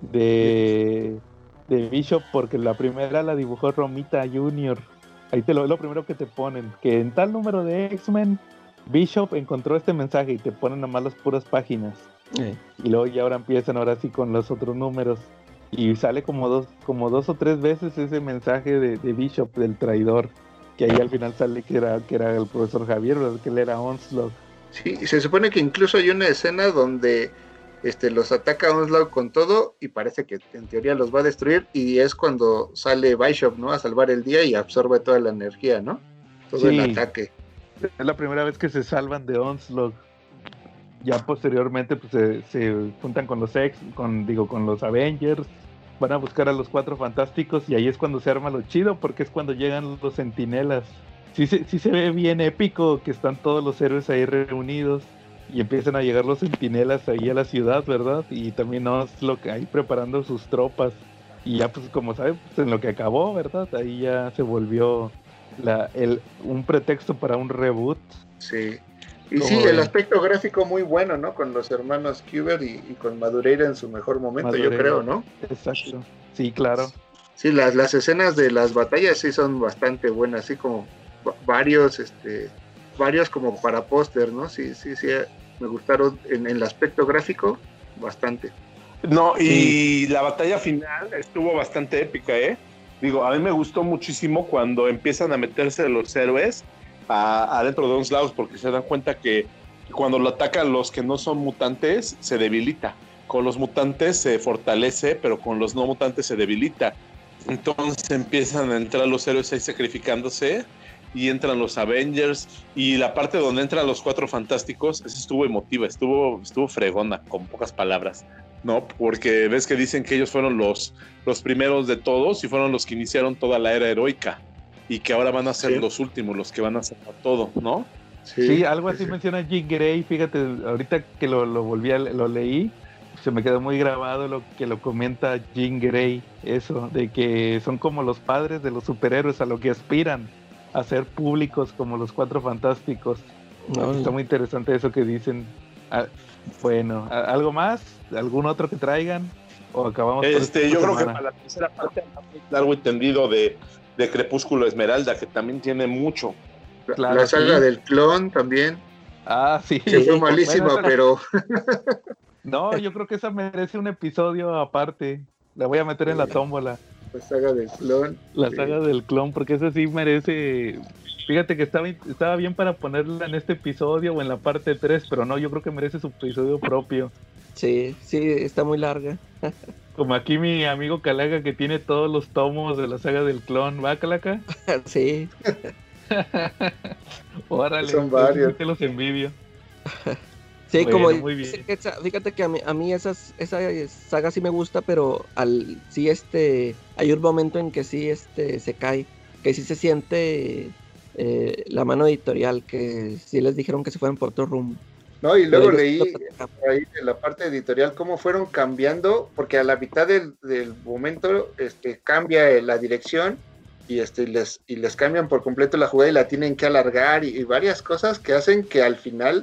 Bishop, porque la primera la dibujó Romita Jr. Ahí es lo primero que te ponen, que en tal número de X-Men Bishop encontró este mensaje, y te ponen nomás las puras páginas. Y luego ya ahora empiezan sí con los otros números, y sale como dos o 3 veces ese mensaje de Bishop, del traidor, que ahí al final sale que era el profesor Javier, ¿verdad? Que él era Onslaught. Sí, y se supone que incluso hay una escena donde los ataca Onslaught con todo, y parece que en teoría los va a destruir, y es cuando sale Bishop, ¿no? A salvar el día y absorbe toda la energía, ¿no? Todo el ataque. Es la primera vez que se salvan de Onslaught. Ya posteriormente pues se juntan con los con los Avengers, van a buscar a los 4 Fantásticos, y ahí es cuando se arma lo chido, porque es cuando llegan los Centinelas. Sí se ve bien épico que están todos los héroes ahí reunidos, y empiezan a llegar los Centinelas ahí a la ciudad, ¿verdad? Y también Onslaught ahí preparando sus tropas, y ya pues como saben, pues en lo que acabó, ¿verdad? Ahí ya se volvió un pretexto para un reboot. Sí. Y sí, el aspecto gráfico muy bueno, ¿no? Con los hermanos Kubert y con Madureira en su mejor momento, yo creo, ¿no? Exacto. Sí, claro. Sí, las escenas de las batallas sí son bastante buenas, así como varios como para póster, ¿no? Sí, me gustaron en el aspecto gráfico bastante. No, y la batalla final estuvo bastante épica, ¿eh? Digo, a mí me gustó muchísimo cuando empiezan a meterse los héroes adentro de Onslaught, porque se dan cuenta que cuando lo atacan los que no son mutantes, se debilita. Con los mutantes se fortalece, pero con los no mutantes se debilita. Entonces empiezan a entrar los héroes ahí sacrificándose, y entran los Avengers, y la parte donde entran los 4 Fantásticos, esa estuvo emotiva, estuvo fregona, con pocas palabras, ¿no? Porque ves que dicen que ellos fueron los primeros de todos, y fueron los que iniciaron toda la era heroica, y que ahora van a ser los últimos, los que van a hacer todo, ¿no? Sí, algo así menciona Jean Grey. Fíjate, ahorita que lo leí, se me quedó muy grabado lo que lo comenta Jean Grey, eso, de que son como los padres de los superhéroes, a lo que aspiran a ser públicos como los 4 Fantásticos. Está muy interesante eso que dicen. Bueno, ¿algo más? ¿Algún otro que traigan? ¿O acabamos? Yo creo que para la tercera parte, largo y tendido de Crepúsculo Esmeralda, que también tiene mucho. La saga del clon también. Sí. Que fue malísima, pero... No, yo creo que esa merece un episodio aparte. La voy a meter en la tómbola. La saga del clon. La saga del clon, porque esa sí merece... Fíjate que estaba bien para ponerla en este episodio o en la parte 3, pero no, yo creo que merece su episodio propio. Sí, está muy larga. Como aquí mi amigo Calaca, que tiene todos los tomos de la saga del clon. ¿Va, Calaca? Sí. Órale, son varios. Te los envidio. Sí, bueno, como muy bien. Fíjate que a mí esa saga sí me gusta, pero hay un momento en que sí se cae, que sí se siente la mano editorial, que sí les dijeron que se fueran por otro rumbo. No, y luego leí ahí en la parte editorial cómo fueron cambiando, porque a la mitad del momento cambia la dirección y les cambian por completo la jugada y la tienen que alargar y varias cosas que hacen que al final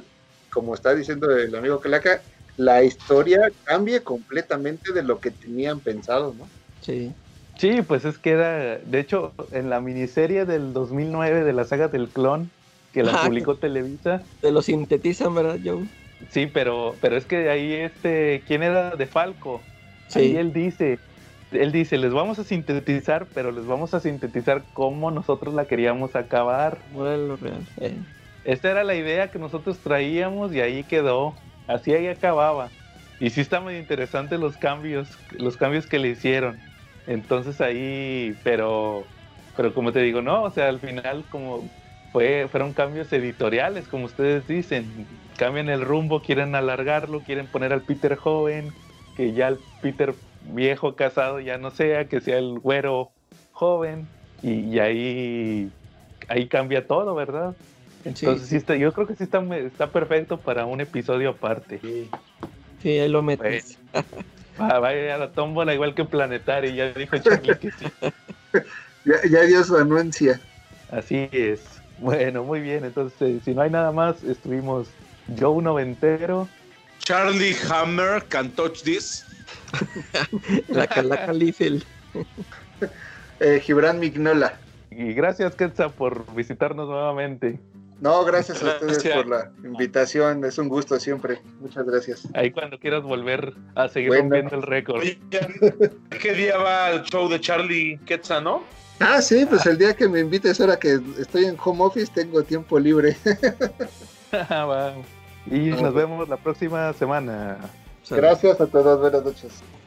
como está diciendo el amigo Calaca, la historia cambie completamente de lo que tenían pensado, ¿no? Sí. Sí, pues es que era, de hecho, en la miniserie del 2009 de la saga del clon, que la publicó Televisa. Te lo sintetizan, ¿verdad, Joe? Sí, pero es que ahí ¿quién era de Falco? Sí. Ahí él dice, les vamos a sintetizar, pero les vamos a sintetizar como nosotros la queríamos acabar. Bueno, real. Esta era la idea que nosotros traíamos y ahí quedó, así ahí acababa. Y sí está muy interesante los cambios que le hicieron. Entonces ahí, pero como te digo, no, o sea, al final como fueron cambios editoriales, como ustedes dicen, cambian el rumbo, quieren alargarlo, quieren poner al Peter joven, que ya el Peter viejo casado ya no sea, que sea el güero joven, y ahí cambia todo, ¿verdad? Entonces sí está, yo creo que sí está perfecto para un episodio aparte. Sí, ahí lo metes. Vaya a la tómbola igual que Planetario, ya dijo Charlie que sí. ya dio su anuncia. Así es. Bueno, muy bien, entonces si no hay nada más, estuvimos Joe Noventero, Charlie Hammer Can Touch This, la Calaca Liefeld, Gibran Mignola. Y gracias, Quetzal, por visitarnos nuevamente. No, gracias a ustedes por la invitación, es un gusto siempre. Muchas gracias. Ahí cuando quieras volver a seguir rompiendo el récord. ¿Qué día va el show de Charlie Quetzal, no? Ah, sí, pues el día que me invites, ahora que estoy en home office, tengo tiempo libre. Y nos vemos la próxima semana. Gracias a todos, buenas noches.